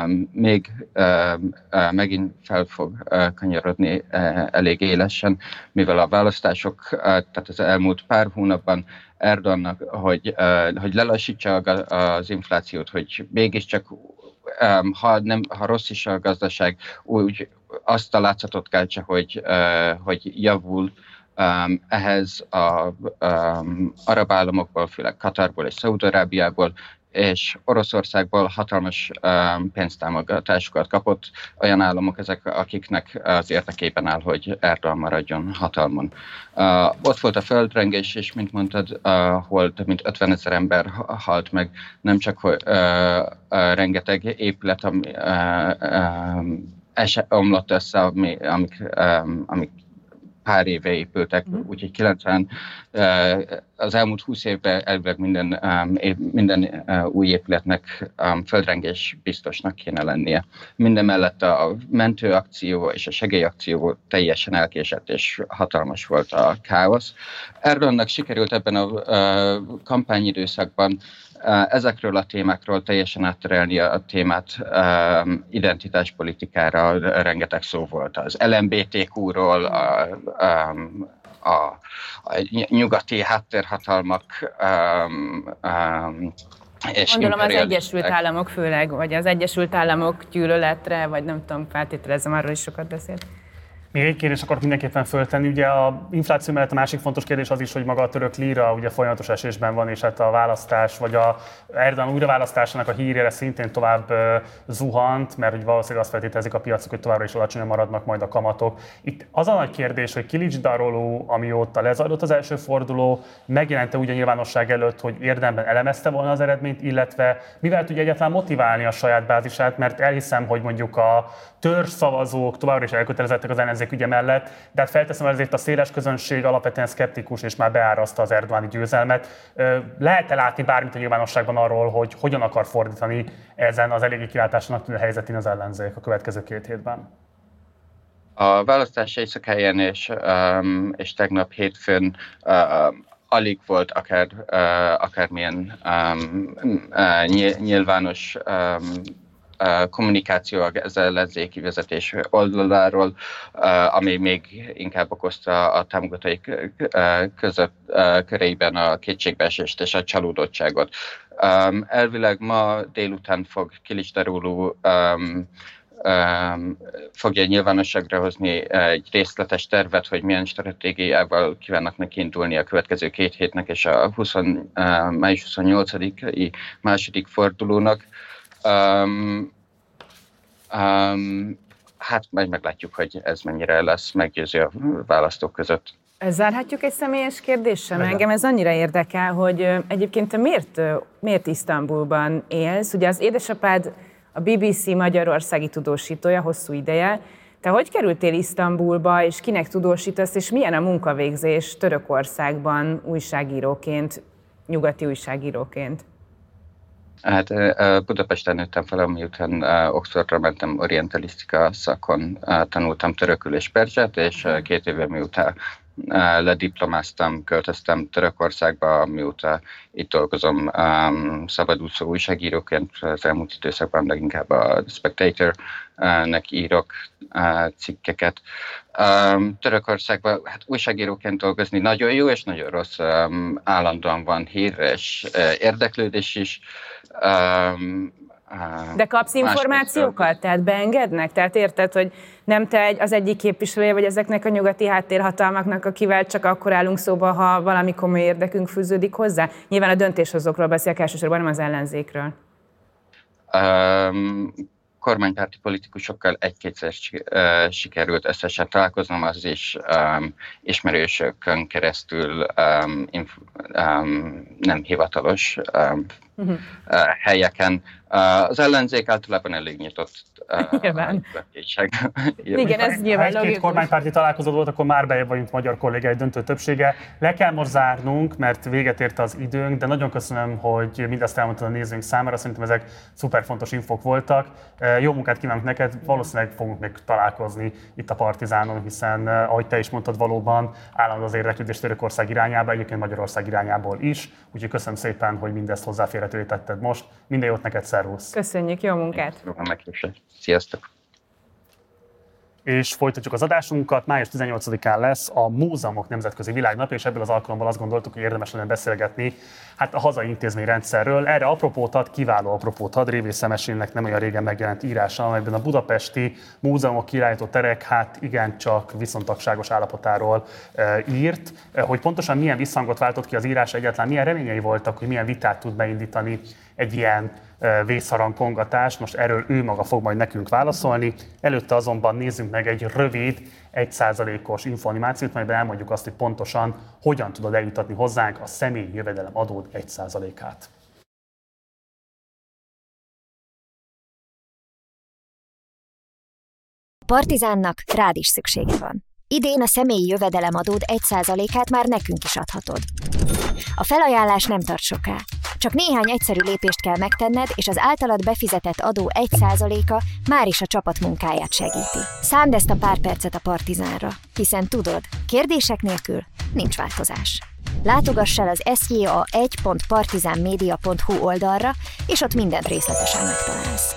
megint fel fog kanyarodni elég élesen, mivel a választások, tehát az elmúlt pár hónapban Erdoğannak, hogy lelassítsa az inflációt, hogy mégiscsak, ha rossz is a gazdaság, úgy azt a látszatot keltse, hogy javul. Ehhez az arab államokból, főleg Katarból és Szaúd-Arábiából és Oroszországból hatalmas pénztámogatásokat kapott olyan államok ezek, akiknek az érdekében áll, hogy Erdoğan maradjon hatalmon. Ott volt a földrengés, és mint mondtad, ahol több mint 50 000 ember halt meg, nem csak rengeteg épület, omlott össze, amik pár éve épültek, úgyhogy az elmúlt 20 évben elvileg minden új épületnek földrengés biztosnak kéne lennie. Mindemellett a mentőakció és a segélyakció teljesen elkésett, és hatalmas volt a káosz. Erdoğannak sikerült ebben a kampányidőszakban ezekről a témákról teljesen átterelni a témát identitáspolitikára rengeteg szó volt. Az LMBTQ-ról, a nyugati háttérhatalmak és gondolom az Egyesült Államok főleg, vagy az Egyesült Államok gyűlöletre, vagy nem tudom, feltételezem, arról is sokat beszélt. Még egy kérdést akarok mindenképpen föltenni. Ugye a infláció mellett a másik fontos kérdés az is, hogy maga a török líra ugye folyamatos esésben van, és hát a választás, vagy a Erdogan újraválasztásának a hírére szintén tovább zuhant, mert hogy valószínűleg azt feltételezik a piacok, hogy továbbra is alacsonyan maradnak majd a kamatok. Itt az a nagy kérdés, hogy Kılıçdaroğlu, amióta lezajlott az első forduló, megjelente úgy a nyilvánosság előtt, hogy érdemben elemezte volna az eredményt, illetve mivel tudja egyáltalán motiválni a saját bázisát, mert elhiszem, hogy mondjuk a törzsszavazók továbbra is elkötelezettek az ellenzék ügye mellett, de hát felteszem, ezért a széles közönség alapvetően szkeptikus és már beáraszta az erdogani győzelmet. Lehet-e látni bármit a nyilvánosságban arról, hogy hogyan akar fordítani ezen az eléggé kilátásnak tűnő helyzetén az ellenzék a következő 2 hétben? A választás éjszakáján és tegnap hétfőn alig volt akármilyen nyilvános kommunikáció az ellenzéki vezetés oldaláról, ami még inkább okozta a támogatói köreiben a kétségbeesést és a csalódottságot. Elvileg ma délután fog Kılıçdaroğlu fogja nyilvánosságra hozni egy részletes tervet, hogy milyen stratégiával kívánnak neki indulni a következő 2 hétnek és a május 28-i második fordulónak. Hát majd meglátjuk, hogy ez mennyire lesz meggyőző a választók között. Zárhatjuk egy személyes kérdéssel? Engem ez annyira érdekel, hogy egyébként te miért Isztambulban élsz? Ugye az édesapád a BBC magyarországi tudósítója hosszú ideje. Te hogy kerültél Isztambulba, és kinek tudósítasz, és milyen a munkavégzés Törökországban újságíróként, nyugati újságíróként? Hát Budapesten nőttem fel, miután Oxfordra mentem, orientalisztika szakon tanultam törökül és perzset, és 2 éve miután lediplomáztam, költöztem Törökországba, mióta itt dolgozom szabadúszó újságíróként, az elmúlt időszakban leginkább a Spectator-nek írok cikkeket. Törökországban hát újságíróként dolgozni nagyon jó és nagyon rossz, állandóan van hír és érdeklődés is. De kapsz információkat? Tehát beengednek? Tehát érted, hogy nem te az egyik képviselője vagy ezeknek a nyugati háttérhatalmaknak, akivel csak akkor állunk szóba, ha valami komoly érdekünk fűződik hozzá? Nyilván a döntéshozókról beszélek elsősorban, nem az ellenzékről. Kormánypárti politikusokkal 1-2-szer sikerült összesen találkoznom, az is ismerősökön keresztül nem hivatalos helyeken. Az ellenzék általában elég nyitott. Nyilván. Igen, ez nyilván logikus. Ha 1-2 kormánypárti találkozó volt, akkor már bejebb vagyunk magyar kollégái döntő többsége. Le kell most zárnunk, mert véget ért az időnk, de nagyon köszönöm, hogy mindezt elmondtad a nézőink számára. Szerintem ezek szuper fontos infok voltak. Jó munkát kívánok neked, valószínűleg fogunk még találkozni itt a Partizánon, hiszen ahogy te is mondtad, valóban állandó az érdeklődés Törökország irányába, egyébként Magyarország irányából is. Úgyhogy köszönöm szépen, hogy mindezt hozzáférhetővé tetted most. Minden jót neked, szervusz! Köszönjük, jó munkát! Sziasztok! És folytatjuk az adásunkat. Május 18-án lesz a Múzeumok Nemzetközi Világnapja, és ebből az alkalommal azt gondoltuk, hogy érdemes lenne beszélgetni a hazai intézményrendszerről. Erre apropót ad, kiváló apropót ad Révész Szemesénynek nem olyan régen megjelent írása, amelyben a budapesti múzeumok királyító terek igencsak viszontagságos állapotáról írt. Hogy pontosan milyen visszhangot váltott ki az írás, egyáltalán milyen reményei voltak, hogy milyen vitát tud beindítani egy ilyen vészharangkongatás. Most erről ő maga fog majd nekünk válaszolni. Előtte azonban nézzünk meg egy rövid, 1%-os infoanimációt, melyben elmondjuk azt, hogy pontosan hogyan tudod eljutatni hozzánk a személyi jövedelem adód 1%-át. A Partizánnak rád is szüksége van. Idén a személyi jövedelemadód 1%-át már nekünk is adhatod. A felajánlás nem tart soká. Csak néhány egyszerű lépést kell megtenned, és az általad befizetett adó 1%-a már is a csapat munkáját segíti. Szánd ezt a pár percet a Partizánra, hiszen tudod, kérdések nélkül nincs változás. Látogass el az sja1.partizanmedia.hu oldalra, és ott mindent részletesen megtalálsz.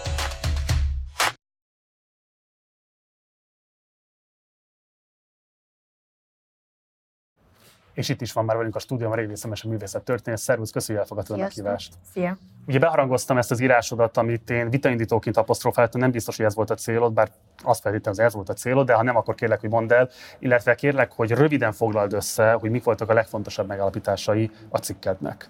És itt is van már velünk a stúdióban Révész Szemes, a művészettörténész. Szervusz, köszönjük, hogy elfogadtad a meghívást. Szia! Ugye beharangoztam ezt az írásodat, amit én vitaindítóként apostrofáltam, nem biztos, hogy ez volt a célod, bár azt feltétlenül, hogy ez volt a célod, de ha nem, akkor kérlek, hogy mondd el, illetve kérlek, hogy röviden foglald össze, hogy mik voltak a legfontosabb megállapításai a cikkednek.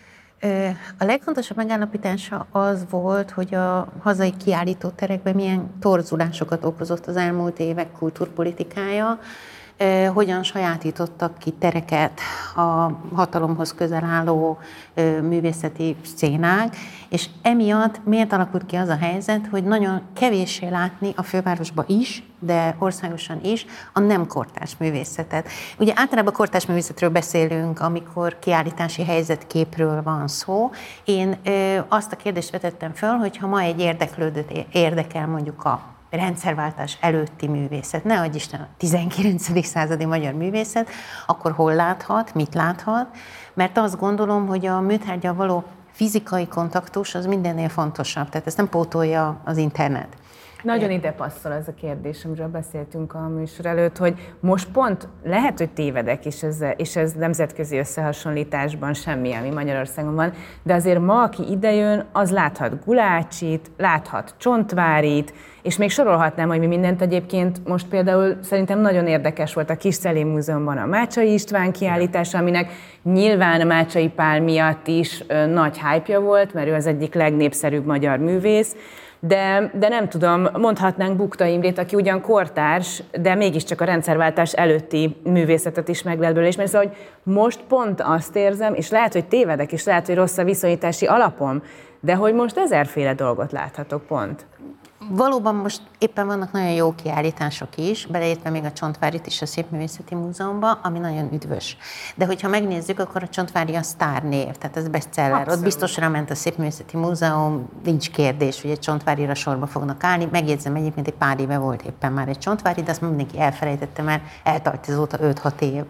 A legfontosabb megállapítása az volt, hogy a hazai kiállítóterekben milyen torzulásokat okozott az elmúlt évek kultúrpolitikája, hogyan sajátítottak ki tereket a hatalomhoz közel álló művészeti szcénák, és emiatt miért alakult ki az a helyzet, hogy nagyon kevéssé látni a fővárosban is, de országosan is a nem kortárs művészetet. Ugye általában kortárs művészetről beszélünk, amikor kiállítási helyzetképről van szó. Én azt a kérdést vetettem föl, hogy ha ma egy érdeklődőt érdekel mondjuk a rendszerváltás előtti művészet, ne adj Isten a 19. századi magyar művészet, akkor hol láthat, mit láthat, mert azt gondolom, hogy a műtárggyal való fizikai kontaktus az mindennél fontosabb, tehát ezt nem pótolja az internet. Nagyon ide passzol ez a kérdés, amiről beszéltünk a műsor előtt, hogy most pont lehet, hogy tévedek, és ez nemzetközi összehasonlításban semmi, ami Magyarországon van, de azért ma, aki idejön, az láthat Gulácsit, láthat Csontvárit, és még sorolhatnám, hogy mi mindent egyébként. Most például szerintem nagyon érdekes volt a Kisszelé Múzeumban a Mácsai István kiállítása, aminek nyilván a Mácsai Pál miatt is nagy hype-ja volt, mert ő az egyik legnépszerűbb magyar művész, de nem tudom, mondhatnánk Bukta Imrét, aki ugyan kortárs, de mégiscsak a rendszerváltás előtti művészetet is meg lehet belőle ismerni. Szóval, hogy most pont azt érzem, és lehet, hogy tévedek, és lehet, hogy rossz a viszonyítási alapom, de hogy most ezerféle dolgot láthatok pont. Valóban most éppen vannak nagyon jó kiállítások is, beleértve még a Csontvárit is a Szépművészeti Múzeumban, ami nagyon üdvös. De hogyha megnézzük, akkor a Csontvári a sztárnév, tehát ez bestseller. Abszolút. Ott biztosra ment a Szépművészeti Múzeum, nincs kérdés, hogy egy Csontvárira sorba fognak állni. Megjegyzem, egyébként egy pár éve volt éppen már egy Csontvári, de azt mindenki elfelejtette, mert eltart azóta 5-6 év.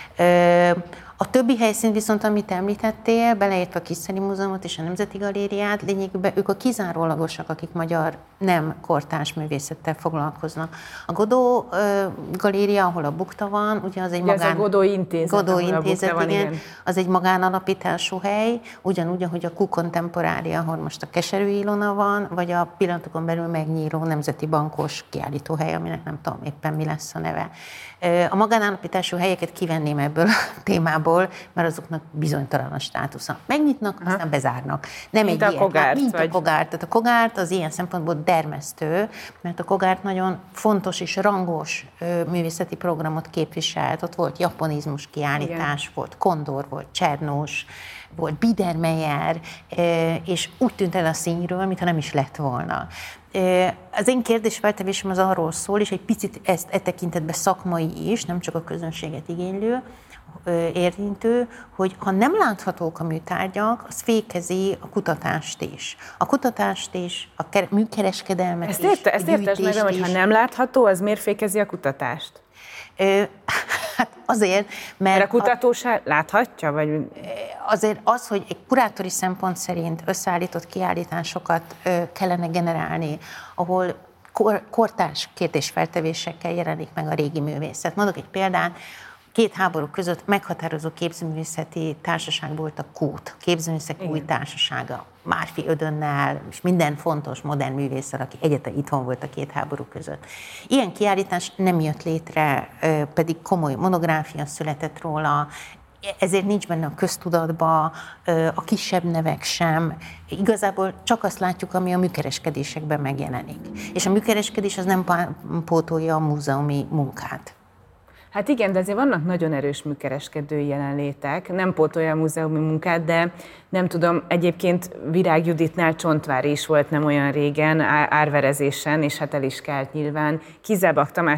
A többi helyszín viszont, amit említettél, beleértve a Kisszelé Múzeumot és a Nemzeti Galériát, lényegében ők a kizárólagosak, akik magyar nem kortárs művészettel foglalkoznak. A Godó Galéria, ahol a Bukta van, ugye az egy magán... Ez a Godó Intézet, Godó Intézet, van, igen. Az egy magánalapítású hely, ugyanúgy, ahogy a Q Contemporária, ahol most a Keserű Ilona van, vagy a pillanatokon belül megnyíló Nemzeti Bankos kiállítóhely, aminek nem tudom éppen mi lesz a neve. A magánállapítású helyeket kivenném ebből a témából, mert azoknak bizonytalan a státusza. Megnyitnak, aztán bezárnak. Nem mint egy a Kogárt. Mint a Kogárt. Tehát a Kogárt az ilyen szempontból dermesztő, mert a Kogárt nagyon fontos és rangos művészeti programot képviselt. Ott volt japonizmus kiállítás, igen. Volt Kondor, volt Csernós, volt Biedermeier, és úgy tűnt el a színről, mintha nem is lett volna. Az én kérdésfeltevésem az arról szól, és egy picit ezt tekintetben szakmai is, nem csak a közönséget igénylő, érintő, hogy ha nem láthatók a műtárgyak, az fékezi a kutatást is. A kutatást is, a műkereskedelmet is. Ezt értesd meg, hogy ha nem látható, az miért fékezi a kutatást? Hát azért, mert... a kutató se láthatja? Vagy... Azért az, hogy egy kurátori szempont szerint összeállított kiállításokat kellene generálni, ahol kortárs kérdésfeltevésekkel jelenik meg a régi művészet. Mondok egy példát, 2 háború között meghatározó képzőművészeti társaság volt a KÚT, Képzőművészek Új Társasága, Márfi Ödönnel, és minden fontos modern művésszel, aki egyetlen itthon volt a 2 háború között. Ilyen kiállítás nem jött létre, pedig komoly monográfia született róla, ezért nincs benne a köztudatba, a kisebb nevek sem. Igazából csak azt látjuk, ami a műkereskedésekben megjelenik. És a műkereskedés az nem pótolja a múzeumi munkát. Hát igen, de azért vannak nagyon erős műkereskedői jelenlétek, nem pótolja a múzeumi munkát, de nem tudom, egyébként Virág Juditnál Csontvári is volt nem olyan régen, árverezésen, és hát el is kelt nyilván. Kizelbak Tamás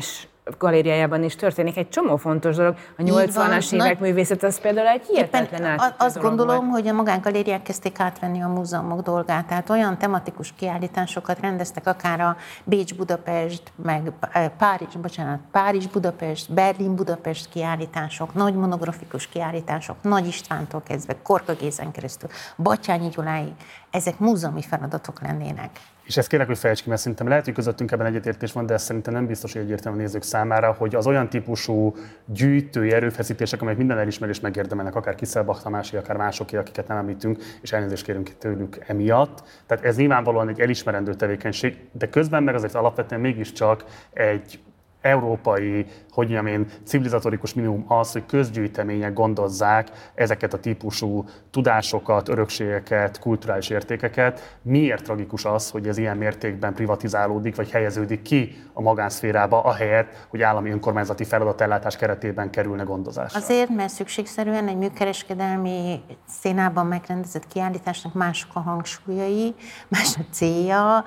galériájában is történik egy csomó fontos dolog. A 80-as évek művészet az például egy hihetetlen átütő azt gondolom, hogy a magángalériák kezdték átvenni a múzeumok dolgát, tehát olyan tematikus kiállításokat rendeztek, akár a Bécs-Budapest, meg Párizs-Budapest, Berlin-Budapest kiállítások, nagy monografikus kiállítások, Nagy Istvántól kezdve, Korka Gézen keresztül, Batthyány Gyuláig, ezek múzeumi feladatok lennének. És ezt kérlek, hogy fejtsd ki, mert szerintem lehet, hogy közöttünk ebben egyetértés van, de ez szerintem nem biztos, hogy egyértelmű a nézők számára, hogy az olyan típusú gyűjtői erőfeszítések, amelyek minden elismerést megérdemelnek, akár Kissel-Bach Tamási, akár másoké, akiket nem említünk, és elnézést kérünk tőlük emiatt. Tehát ez nyilvánvalóan egy elismerendő tevékenység, de közben meg azért alapvetően mégiscsak egy európai, hogy mondjam én, civilizatorikus minimum az, hogy közgyűjtemények gondozzák ezeket a típusú tudásokat, örökségeket, kulturális értékeket. Miért tragikus az, hogy ez ilyen mértékben privatizálódik, vagy helyeződik ki a magánszférába, ahelyett, hogy állami önkormányzati feladatellátás keretében kerülne gondozásra? Azért, mert szükségszerűen egy műkereskedelmi szénában megrendezett kiállításnak mások a hangsúlyai, más a célja,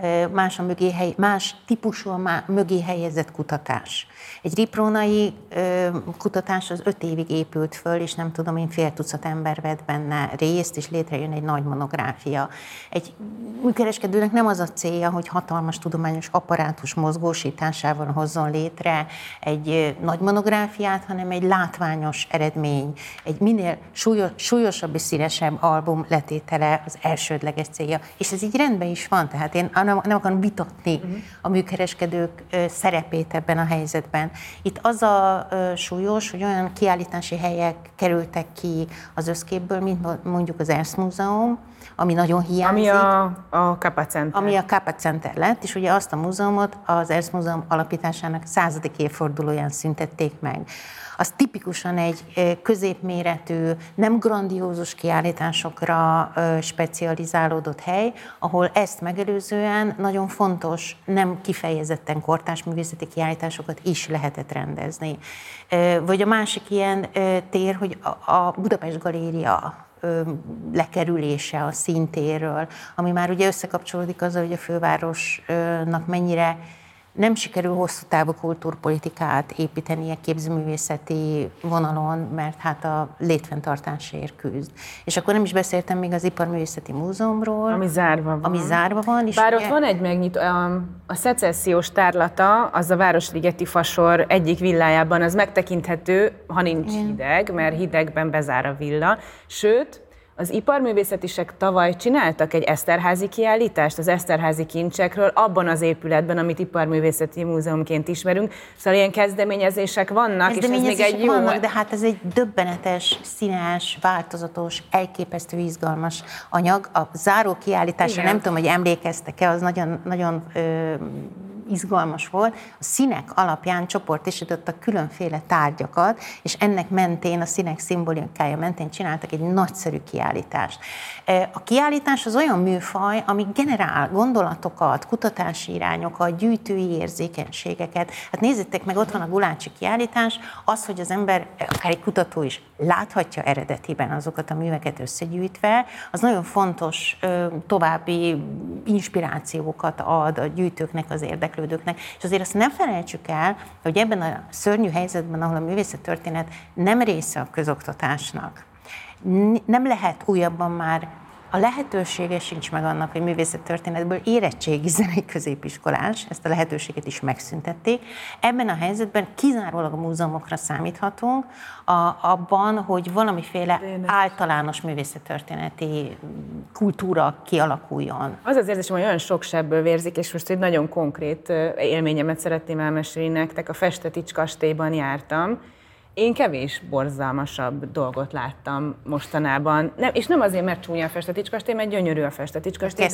más típusú a mögé helyezett kutatás. Egy riprónai kutatás az 5 évig épült föl, és nem tudom én, fél tucat ember vett benne részt, és létrejön egy nagy monográfia. Egy műkereskedőnek nem az a célja, hogy hatalmas tudományos apparátus mozgósításával hozzon létre egy nagy monográfiát, hanem egy látványos eredmény, egy minél súlyosabb és színesebb album letétele az elsődleges célja. És ez így rendben is van, tehát én nem akarom vitatni a műkereskedők szerepét ebben a helyzetben. Itt az a súlyos, hogy olyan kiállítási helyek kerültek ki az összképből, mint mondjuk az Ernst Múzeum, ami nagyon hiányzik. Ami a Kappa Center. Ami a Kappa Center lett, és ugye azt a múzeumot az Ernst Múzeum alapításának 100. évfordulóján szüntették meg. Az tipikusan egy középméretű, nem grandiózus kiállításokra specializálódott hely, ahol ezt megelőzően nagyon fontos, nem kifejezetten kortárs művészeti kiállításokat is lehetett rendezni. Vagy a másik ilyen tér, hogy a Budapest Galéria lekerülése a színtéről, ami már ugye összekapcsolódik azzal, hogy a fővárosnak mennyire nem sikerül hosszú távú kultúrpolitikát építenie képzőművészeti vonalon, mert hát a létfenntartásért küzd. És akkor nem is beszéltem még az Iparművészeti Múzeumról. Ami zárva van. És bár ott van egy megnyitó, a szecessziós tárlata, az a Városligeti Fasor egyik villájában, az megtekinthető, ha nincs hideg, mert hidegben bezár a villa. Sőt, az iparművészetisek tavaly csináltak egy Eszterházy kiállítást az Eszterházy kincsekről, abban az épületben, amit Iparművészeti Múzeumként ismerünk. Szóval ilyen kezdeményezések vannak, és ez még egy jó... vannak, de hát ez egy döbbenetes, színes, változatos, elképesztő izgalmas anyag. A záró kiállításra, nem tudom, hogy emlékeztek-e, az nagyon izgalmas volt. A színek alapján csoportosítottak különféle tárgyakat, és ennek mentén, a színek szimbolikája mentén csináltak egy nagyszerű kiállítást. A kiállítás az olyan műfaj, ami generál gondolatokat, kutatási irányokat, gyűjtői érzékenységeket. Hát nézzétek meg, ott van a Gulácsi kiállítás, az, hogy az ember, akár egy kutató is láthatja eredetiben azokat a műveket összegyűjtve, az nagyon fontos további inspirációkat ad a gyűjtőknek, az érdeklődőknek. És azért azt nem felejtsük el, hogy ebben a szörnyű helyzetben, ahol a művészettörténet nem része a közoktatásnak, nem lehet újabban már, a lehetősége sincs meg annak, hogy művészettörténetből érettségizzen egy középiskolás, ezt a lehetőséget is megszüntették. Ebben a helyzetben kizárólag a múzeumokra számíthatunk, abban, hogy valamiféle általános művészettörténeti kultúra kialakuljon. Az az érzésem, hogy olyan sok sebből vérzik, és most egy nagyon konkrét élményemet szeretném elmesélni nektek. A Festetics kastélyban jártam. Én kevés borzalmasabb dolgot láttam mostanában. És nem azért, mert csúnya a Festetics kastély, mert gyönyörű a Festetics kastély.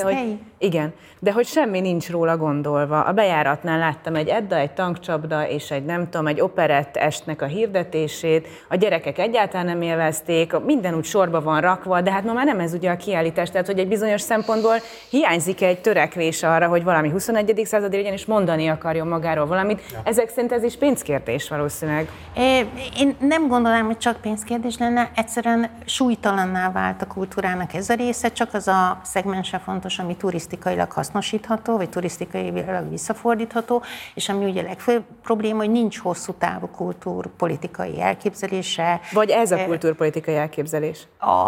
De hogy semmi nincs róla gondolva. A bejáratnál láttam egy Edda, egy tankcsapda és egy nem tudom, egy operett estnek a hirdetését. A gyerekek egyáltalán nem élvezték, minden úgy sorba van rakva, de hát ma már nem ez ugye a kiállítás, tehát hogy egy bizonyos szempontból hiányzik egy törekvés arra, hogy valami 21. századi legyen, és mondani akarjon magáról valamit. Ja. Ezek szerint ez is pénzkérdés valószínűleg. Én nem gondolom, hogy csak pénzkérdés lenne, egyszerűen súlytalanná vált a kultúrának ez a része, csak az a szegmense fontos, ami turisztikailag hasznosítható, vagy turisztikailag visszafordítható, és ami ugye a legfőbb probléma, hogy nincs hosszú távú kultúrpolitikai elképzelése. Vagy ez a kultúrpolitikai elképzelés?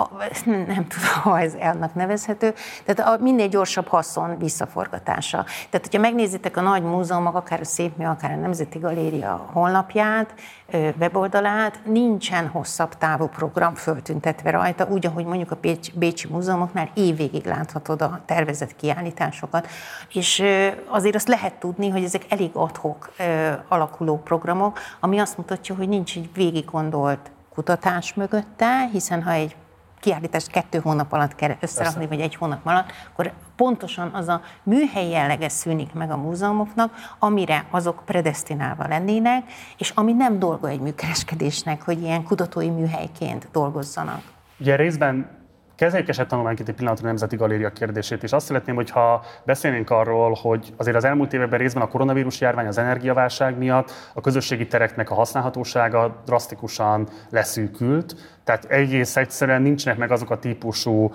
Nem tudom, ha ez annak nevezhető. Tehát minél gyorsabb haszon visszaforgatása. Tehát, hogyha megnézitek a nagy múzeumok, akár a Szépmű, akár a Nemzeti Galéria honlapját, weboldalát, nincsen hosszabb távú program föltüntetve rajta, úgy, ahogy mondjuk a bécsi múzeumoknál évvégig láthatod a tervezett kiállításokat. És azért azt lehet tudni, hogy ezek elég ad-hoc alakuló programok, ami azt mutatja, hogy nincs egy végig gondolt kutatás mögötte, hiszen ha egy kiállítást 2 hónap alatt kell összerakni, vagy 1 hónap alatt, akkor pontosan az a műhelyi jellege szűnik meg a múzeumoknak, amire azok predesztinálva lennének, és ami nem dolga egy műkereskedésnek, hogy ilyen kutatói műhelyként dolgozzanak. Ugye részben kezeljük esettanulmányként egy pillanatra a Nemzeti Galéria kérdését, és azt szeretném, hogyha beszélnénk arról, hogy azért az elmúlt években részben a koronavírus járvány, az energiaválság miatt a közösségi tereknek a használhatósága drasztikusan leszűkült. Tehát egész egyszerűen nincsenek meg azok a típusú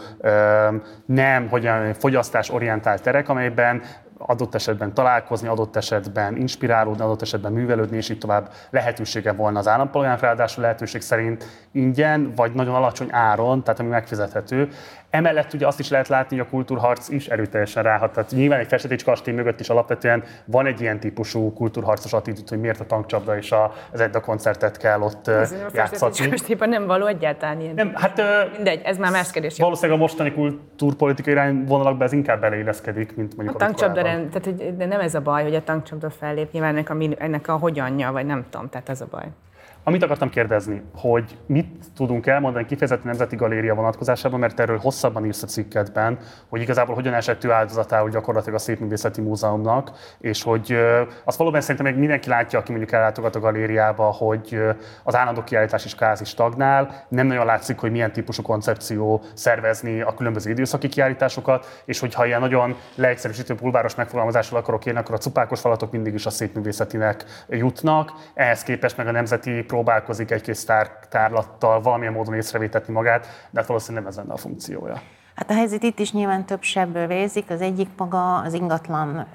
nem fogyasztásorientált terek, amelyben adott esetben találkozni, adott esetben inspirálódni, adott esetben művelődni, és így tovább lehetősége volna az állampolgárnak, ráadásul lehetőség szerint ingyen, vagy nagyon alacsony áron, tehát ami megfizethető. Emellett ugye azt is lehet látni, hogy a kultúrharc is erőteljesen ráhat. Tehát nyilván egy Festetics kastély mögött is alapvetően van egy ilyen típusú kultúrharcos attitűd, hogy miért a tankcsapda és az Edda koncertet kell ott játszatni. A Festetics kastélyban nem való egyáltalán ilyen. Nem, hát mindegy, ez már más kérdés. Valószínűleg a mostani kultúrpolitikai irányvonalakba ez inkább beleilleszkedik, mint mondjuk a tankcsapda tehát de nem ez a baj, hogy a tankcsapda fellép, nyilván ennek a hogyanja, vagy nem tudom, tehát ez a baj. Amit akartam kérdezni, hogy mit tudunk elmondani kifejezetten a Nemzeti Galéria vonatkozásában, mert erről hosszabban írsz a cikketben, hogy igazából hogyan esett ő áldozatául gyakorlatilag a Szépművészeti Múzeumnak, és hogy azt valóban szerintem még mindenki látja, aki mondjuk ellátogat a galériába, hogy az állandó kiállítás is kvázi stagnál, nem nagyon látszik, hogy milyen típusú koncepció szervezni a különböző időszaki kiállításokat, és hogyha ilyen nagyon leegyszerűsítő bulváros megfogalmazással akarok élni, akkor a cupákos falatok mindig is a Szépművészetinek jutnak, ehhez képest meg a Nemzeti próbálkozik egy-két tárlattal valamilyen módon észrevétetni magát, de hát valószínűleg nem ez lenne a funkciója. Hát a helyzet itt is nyilván több sebből vérzik. Az egyik maga az ingatlan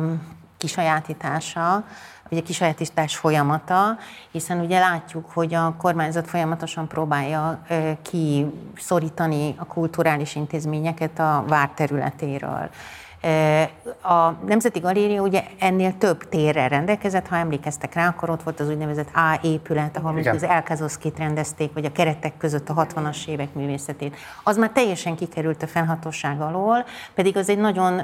kisajátítása, vagy a kisajátítás folyamata, hiszen ugye látjuk, hogy a kormányzat folyamatosan próbálja kiszorítani a kulturális intézményeket a vár területéről. A Nemzeti Galéria ugye ennél több térrel rendelkezett, ha emlékeztek rá, akkor ott volt az úgynevezett A épület, ahol az Elkazoszkit rendezték, vagy a keretek között a 60-as évek művészetét. Az már teljesen kikerült a fennhatóság alól, pedig az egy nagyon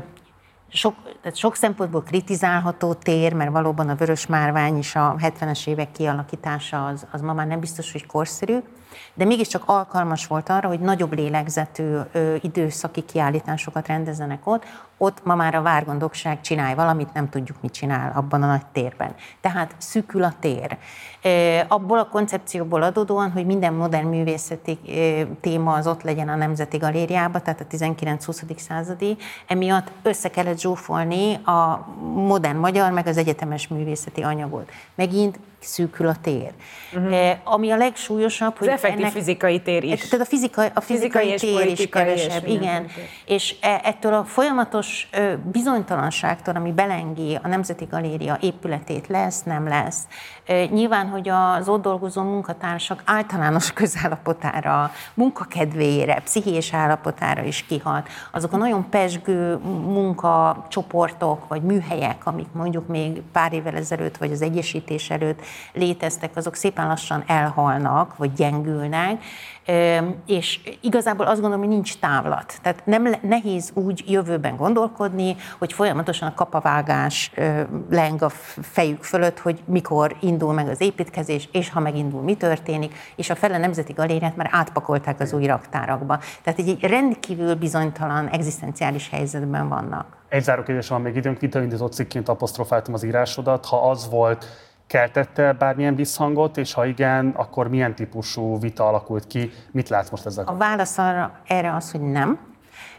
sok szempontból kritizálható tér, mert valóban a Vörösmárvány és a 70-es évek kialakítása az ma már nem biztos, hogy korszerű, de mégiscsak alkalmas volt arra, hogy nagyobb lélegzetű időszaki kiállításokat rendezzenek ott ma már a várgondokság csinálj valamit, nem tudjuk, mit csinál abban a nagy térben. Tehát szűkül a tér. Abból a koncepcióból adódóan, hogy minden modern művészeti téma az ott legyen a Nemzeti Galériában, tehát a 19-20. századi, emiatt össze kellett zsúfolni a modern magyar, meg az egyetemes művészeti anyagot. Megint szűkül a tér. Ami a legsúlyosabb, hogy az effektív fizikai tér is. Tehát a fizikai tér is kevesebb, igen. És ettől a folyamatos bizonytalanságtól, ami belengi a Nemzeti Galéria épületét, lesz, nem lesz. Nyilván, hogy az ott dolgozó munkatársak általános közállapotára, munkakedvéjére, pszichés állapotára is kihat. Azok a nagyon pezsgő munkacsoportok, vagy műhelyek, amik mondjuk még pár évvel ezelőtt, vagy az egyesítés előtt léteztek, azok szépen lassan elhalnak, vagy gyengülnek, és igazából azt gondolom, hogy nincs távlat. Tehát nehéz úgy jövőben gondolkodni, hogy folyamatosan a kapavágás leng a fejük fölött, hogy mikor indul meg az építkezés, és ha megindul, mi történik, és a fele Nemzeti Galériát már átpakolták az új raktárakba. Tehát egy rendkívül bizonytalan, egzisztenciális helyzetben vannak. Egy záró kérdésem van még időnk, vitaindító cikként apostrofáltam az írásodat. Ha az volt, keltette bármilyen visszhangot, és ha igen, akkor milyen típusú vita alakult ki? Mit látsz most ezzel? A válasz erre az, hogy nem.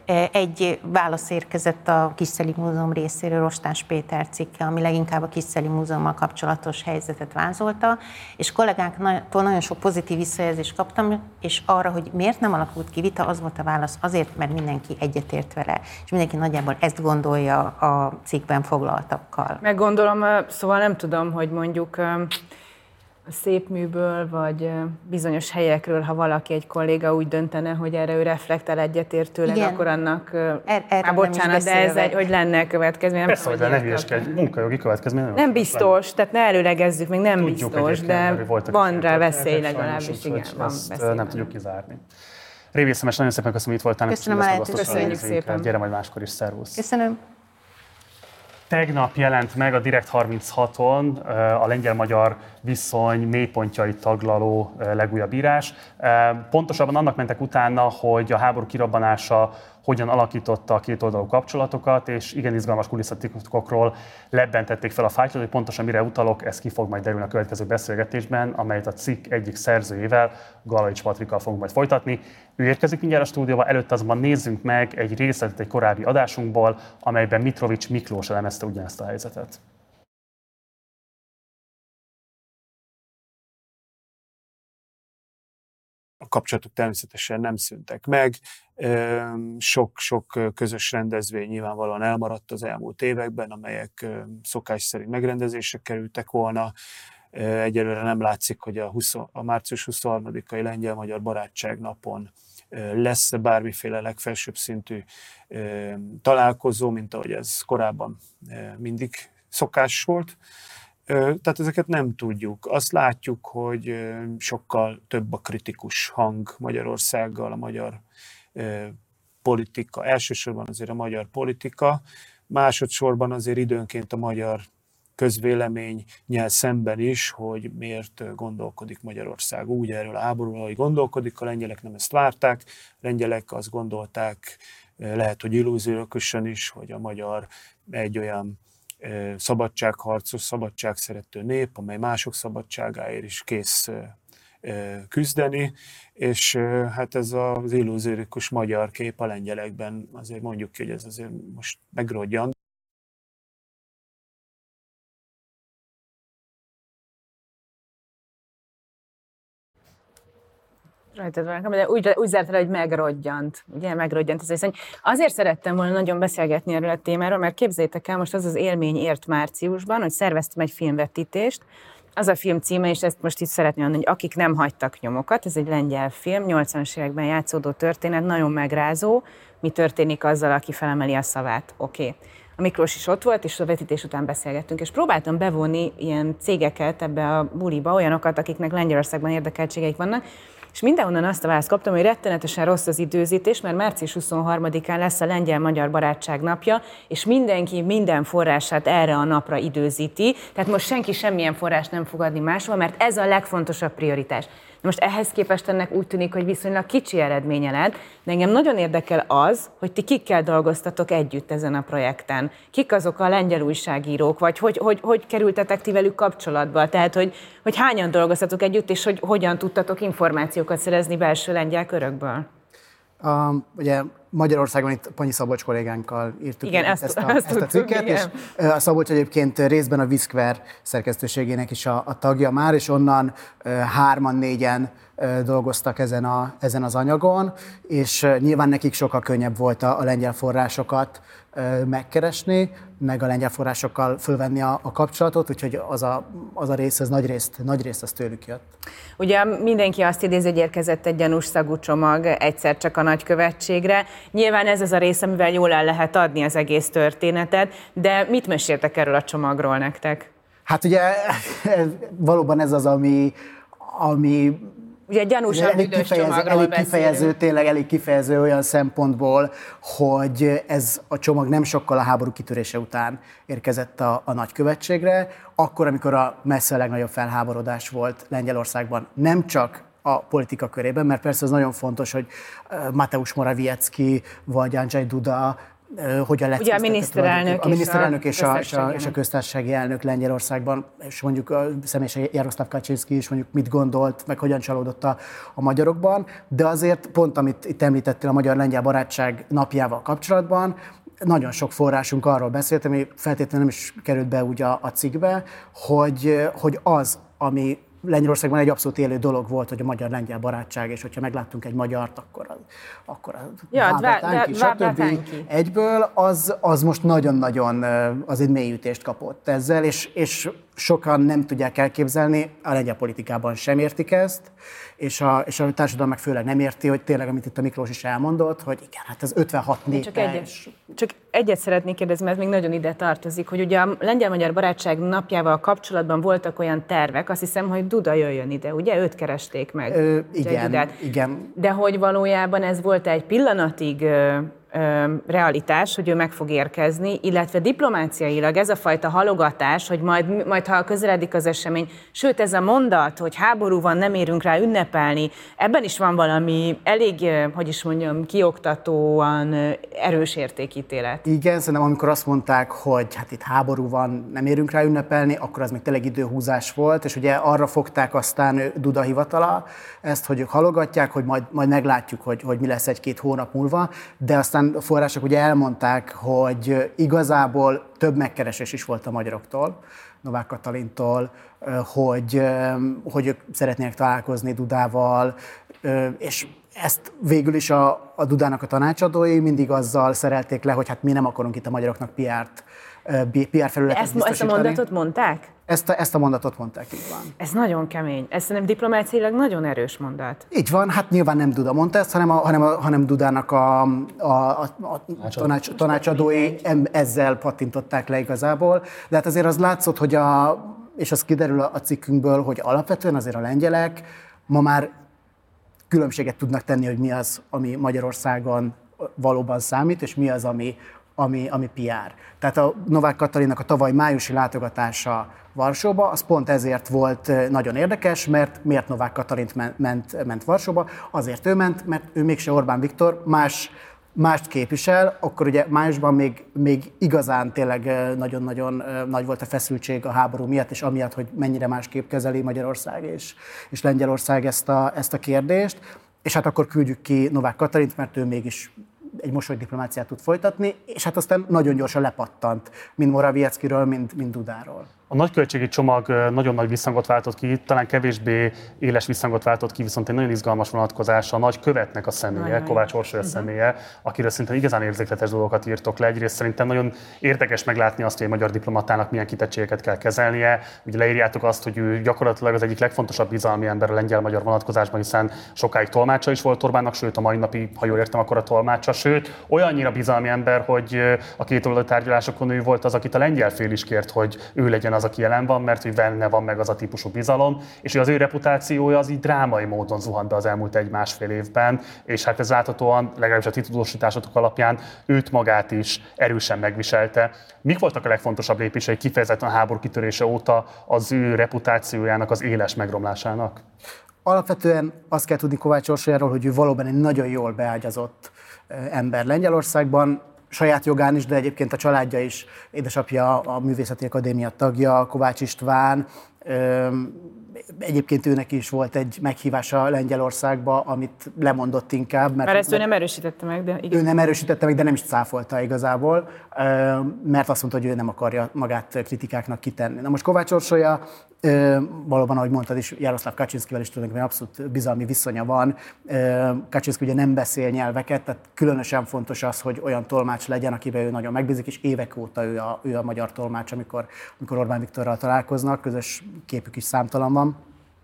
Egy válasz érkezett a Kisszeli Múzeum részéről, Rostás Péter cikke, ami leginkább a Kisszeli Múzeummal kapcsolatos helyzetet vázolta, és kollégáktól nagyon sok pozitív visszajelzést kaptam, és arra, hogy miért nem alakult ki vita, az volt a válasz, azért, mert mindenki egyetért vele, és mindenki nagyjából ezt gondolja a cikkben foglaltakkal. Meggondolom, szóval nem tudom, hogy mondjuk a szépműből, vagy bizonyos helyekről, ha valaki, egy kolléga úgy döntene, hogy erre ő reflektál egyetértőleg, akkor annak, bocsánat, de ez hogy lenne következmény. Persze, hogy lenne hülyeskedj, munkajogi következmény. Nem biztos, tehát ne előlegezzük, még nem biztos, de van rá veszély legalábbis, igen, van veszély. Nem tudjuk kizárni. Révész Szemes, nagyon szépen köszönöm, hogy itt voltál. Köszönöm a lehetőséget. Köszönjük szépen. Gyere majd máskor is, szervusz. Köszönöm. Tegnap jelent meg a Direkt 36-on a lengyel-magyar viszony mélypontjait taglaló legújabb írás. Pontosabban annak mentek utána, hogy a háború kirobbanása hogyan alakította a kétoldalú kapcsolatokat, és igen izgalmas kulisszatitkokról lebbentették fel a fájtlat, hogy pontosan mire utalok, ez ki fog majd derülni a következő beszélgetésben, amelyet a cikk egyik szerzőjével, Galaics Patrikkal fogunk majd folytatni. Ő érkezik mindjárt a stúdióba, előtte azonban nézzünk meg egy részletet egy korábbi adásunkból, amelyben Mitrovics Miklós elemezte ugyanezt a helyzetet. A kapcsolatok természetesen nem szűntek meg. Sok-sok közös rendezvény nyilvánvalóan elmaradt az elmúlt években, amelyek szokás szerint megrendezésre kerültek volna. Egyelőre nem látszik, hogy a március 23-ai lengyel-magyar barátságnapon lesz bármiféle legfelsőbb szintű találkozó, mint ahogy ez korábban mindig szokás volt. Tehát ezeket nem tudjuk. Azt látjuk, hogy sokkal több a kritikus hang Magyarországgal, a magyar politika, elsősorban azért a magyar politika, másodszorban azért időnként a magyar közvéleménnyel szemben is, hogy miért gondolkodik Magyarország úgy erről a háborúról, ahogy gondolkodik. A lengyelek nem ezt várták, a lengyelek azt gondolták, lehet, hogy illúziókösen is, hogy a magyar egy olyan szabadságharcos, szabadságszerető nép, amely mások szabadságáért is kész küzdeni, és hát ez az illúziórikus magyar kép a lengyelekben azért mondjuk ki, hogy ez azért most megrodjan. Rajtad van, de úgy zártál, hogy megrodjant. Ugye, megrodjant ez a viszony. Azért szerettem volna nagyon beszélgetni erről a témáról, mert képzeljétek el, most az az élmény ért márciusban, hogy szerveztem egy filmvetítést. Az a film címe, és ezt most itt szeretném mondani, hogy Akik nem hagytak nyomokat, ez egy lengyel film, 80-as években játszódó történet, nagyon megrázó. Mi történik azzal, aki felemeli a szavát? Oké. A Miklós is ott volt, és a vetítés után beszélgettünk, és próbáltam bevonni ilyen cégeket ebbe a buliba, olyanokat, akiknek Lengyelországban érdekeltségeik vannak, és mindenhonnan azt a választ kaptam, hogy rettenetesen rossz az időzítés, mert március 23-án lesz a lengyel-magyar barátság napja, és mindenki minden forrását erre a napra időzíti, tehát most senki semmilyen forrás nem fog adni máshol, mert ez a legfontosabb prioritás. De most ehhez képest ennek úgy tűnik, hogy viszonylag kicsi eredménye lett, de engem nagyon érdekel az, hogy ti kikkel dolgoztatok együtt ezen a projekten. Kik azok a lengyel újságírók, vagy hogy kerültetek ti velük kapcsolatba? Tehát, hogy hányan dolgoztatok együtt, és hogy hogyan tudtatok információkat szerezni belső lengyel körökből? Ugye Magyarországon itt Panyi Szabolcs kollégánkkal írtuk ezt a cikket, igen. És a Szabolcs egyébként részben a Viszkver szerkesztőségének is a tagja már, és onnan 3-4-en dolgoztak ezen az anyagon, és nyilván nekik sokkal könnyebb volt a lengyel forrásokat megkeresni, meg a lengyel forrásokkal fölvenni a kapcsolatot, úgyhogy az a rész, ez nagy részt az tőlük jött. Ugye mindenki azt idézi, hogy érkezett egy gyanús szagú csomag egyszer csak a nagykövetségre. Nyilván ez az a rész, amivel jól el lehet adni az egész történetet, de mit meséltek erről a csomagról nektek? Hát ugye valóban ez az, ami ugye gyanúsan büdös csomagról beszélünk. Tényleg elég kifejező olyan szempontból, hogy ez a csomag nem sokkal a háború kitörése után érkezett a nagykövetségre, akkor, amikor a messze legnagyobb felháborodás volt Lengyelországban, nem csak a politika körében, mert persze az nagyon fontos, hogy Mateusz Morawiecki vagy Andrzej Duda hogyan lett. Ugye a miniszterelnök és a köztársasági elnök Lengyelországban, és mondjuk személyesen Jaroszláv Kaczynszki is mondjuk mit gondolt, meg hogyan csalódott a magyarokban, de azért pont, amit itt említettél a Magyar-Lengyel Barátság napjával kapcsolatban, nagyon sok forrásunk arról beszélt, ami feltétlenül nem is került be ugye a cikkbe, hogy az, ami Lengyelországban egy abszolút élő dolog volt, hogy a magyar-lengyel barátság, és hogyha megláttunk egy magyart, akkor vágatánk ki, stb. Egyből, az most nagyon-nagyon az egy mély ütést kapott ezzel, és sokan nem tudják elképzelni, a lengyel politikában sem értik ezt, és a társadalom meg főleg nem érti, hogy tényleg, amit itt a Miklós is elmondott, hogy igen, hát ez 56 népes. Csak egyet szeretnék kérdezni, mert ez még nagyon ide tartozik, hogy ugye a Lengyel-Magyar Barátság napjával kapcsolatban voltak olyan tervek, azt hiszem, hogy Duda jöjjön ide, ugye? Őt keresték meg. Igen. De hogy valójában ez volt egy pillanatig realitás, hogy ő meg fog érkezni, illetve diplomáciailag ez a fajta halogatás, hogy majd ha közeledik az esemény, sőt ez a mondat, hogy háború van, nem érünk rá ünnepelni, ebben is van valami elég, hogy is mondjam, kioktatóan erős értékítélet. Igen, szerintem amikor azt mondták, hogy hát itt háború van, nem érünk rá ünnepelni, akkor az még tényleg időhúzás volt, és ugye arra fogták aztán Duda hivatala ezt, hogy ők halogatják, hogy majd meglátjuk, hogy mi lesz egy-két hónap múlva, de aztán a források ugye elmondták, hogy igazából több megkeresés is volt a magyaroktól, Novák Katalintól, hogy ők szeretnének találkozni Dudával, és ezt végül is a Dudának a tanácsadói mindig azzal szerelték le, hogy hát mi nem akarunk itt a magyaroknak PR felületet biztosítani. Ezt a mondatot mondták? Ezt a mondatot mondták, így van. Ez nagyon kemény. Ez szerintem diplomáciailag nagyon erős mondat. Így van, hát nyilván nem Duda mondta ezt, hanem Dudának a tanácsadói ezzel pattintották le igazából. De hát azért az látszott, hogy és az kiderül a cikkünkből, hogy alapvetően azért a lengyelek ma már különbséget tudnak tenni, hogy mi az, ami Magyarországon valóban számít, és mi az, ami PR. Tehát a Novák Katalinnak a tavaly májusi látogatása Varsóba, az pont ezért volt nagyon érdekes, mert miért Novák Katalint ment Varsóba? Azért ő ment, mert ő mégse Orbán Viktor, mást képvisel, akkor ugye májusban még igazán tényleg nagyon-nagyon nagy volt a feszültség a háború miatt, és amiatt, hogy mennyire másképp kezeli Magyarország és Lengyelország ezt a kérdést, és hát akkor küldjük ki Novák Katalint, mert ő mégis egy mosolydiplomáciát tud folytatni, és hát aztán nagyon gyorsan lepattant, mind Morawieckiről, mind Dudáról. A nagyköltségi csomag nagyon nagy visszhangot váltott ki, talán kevésbé éles visszhangot váltott ki, viszont egy nagyon izgalmas vonatkozás a nagykövetnek a személye, Kovács Orsolya személye, akiről szerintem igazán érzékletes dolgokat írtok le. Egyrészt szerintem nagyon érdekes meglátni azt, hogy egy magyar diplomatának milyen kitettségeket kell kezelnie. Ugye leírjátok azt, hogy ő gyakorlatilag az egyik legfontosabb bizalmi ember a lengyel-magyar vonatkozásban, hiszen sokáig tolmácsa is volt Orbánnak, sőt a mai napig, ha jól értem, akkor a tolmácsa, sőt olyannyira bizalmi ember, hogy a kétoldalú tárgyalásokon ő volt az, akit a lengyel fél is kért, hogy ő legyen az, aki jelen van, mert hogy benne van meg az a típusú bizalom, és az ő reputációja az így drámai módon zuhant be az elmúlt 1-1,5 évben, és hát ez láthatóan, legalábbis a ti tudósításotok alapján őt magát is erősen megviselte. Mik voltak a legfontosabb lépései kifejezetten a háború kitörése óta az ő reputációjának az éles megromlásának? Alapvetően azt kell tudni Kovács Orsolyáról, hogy ő valóban egy nagyon jól beágyazott ember Lengyelországban, saját jogán is, de egyébként a családja is, édesapja a Művészeti Akadémia tagja, Kovács István. Egyébként őnek is volt egy meghívása Lengyelországba, amit lemondott inkább. Mert ezt ő nem erősítette meg, de igen. Ő nem erősítette meg, de nem is cáfolta igazából, mert azt mondta, hogy ő nem akarja magát kritikáknak kitenni. Na most Kovács Orsolya, valóban, ahogy mondtad is, Jaroszláv Kaczynszkivel is tulajdonképpen abszolút bizalmi viszonya van. Kaczynszki ugye nem beszél nyelveket, tehát különösen fontos az, hogy olyan tolmács legyen, akiben ő nagyon megbízik, és évek óta ő a magyar tolmács, amikor Orbán Viktorral találkoznak, közös képük is számtalan van.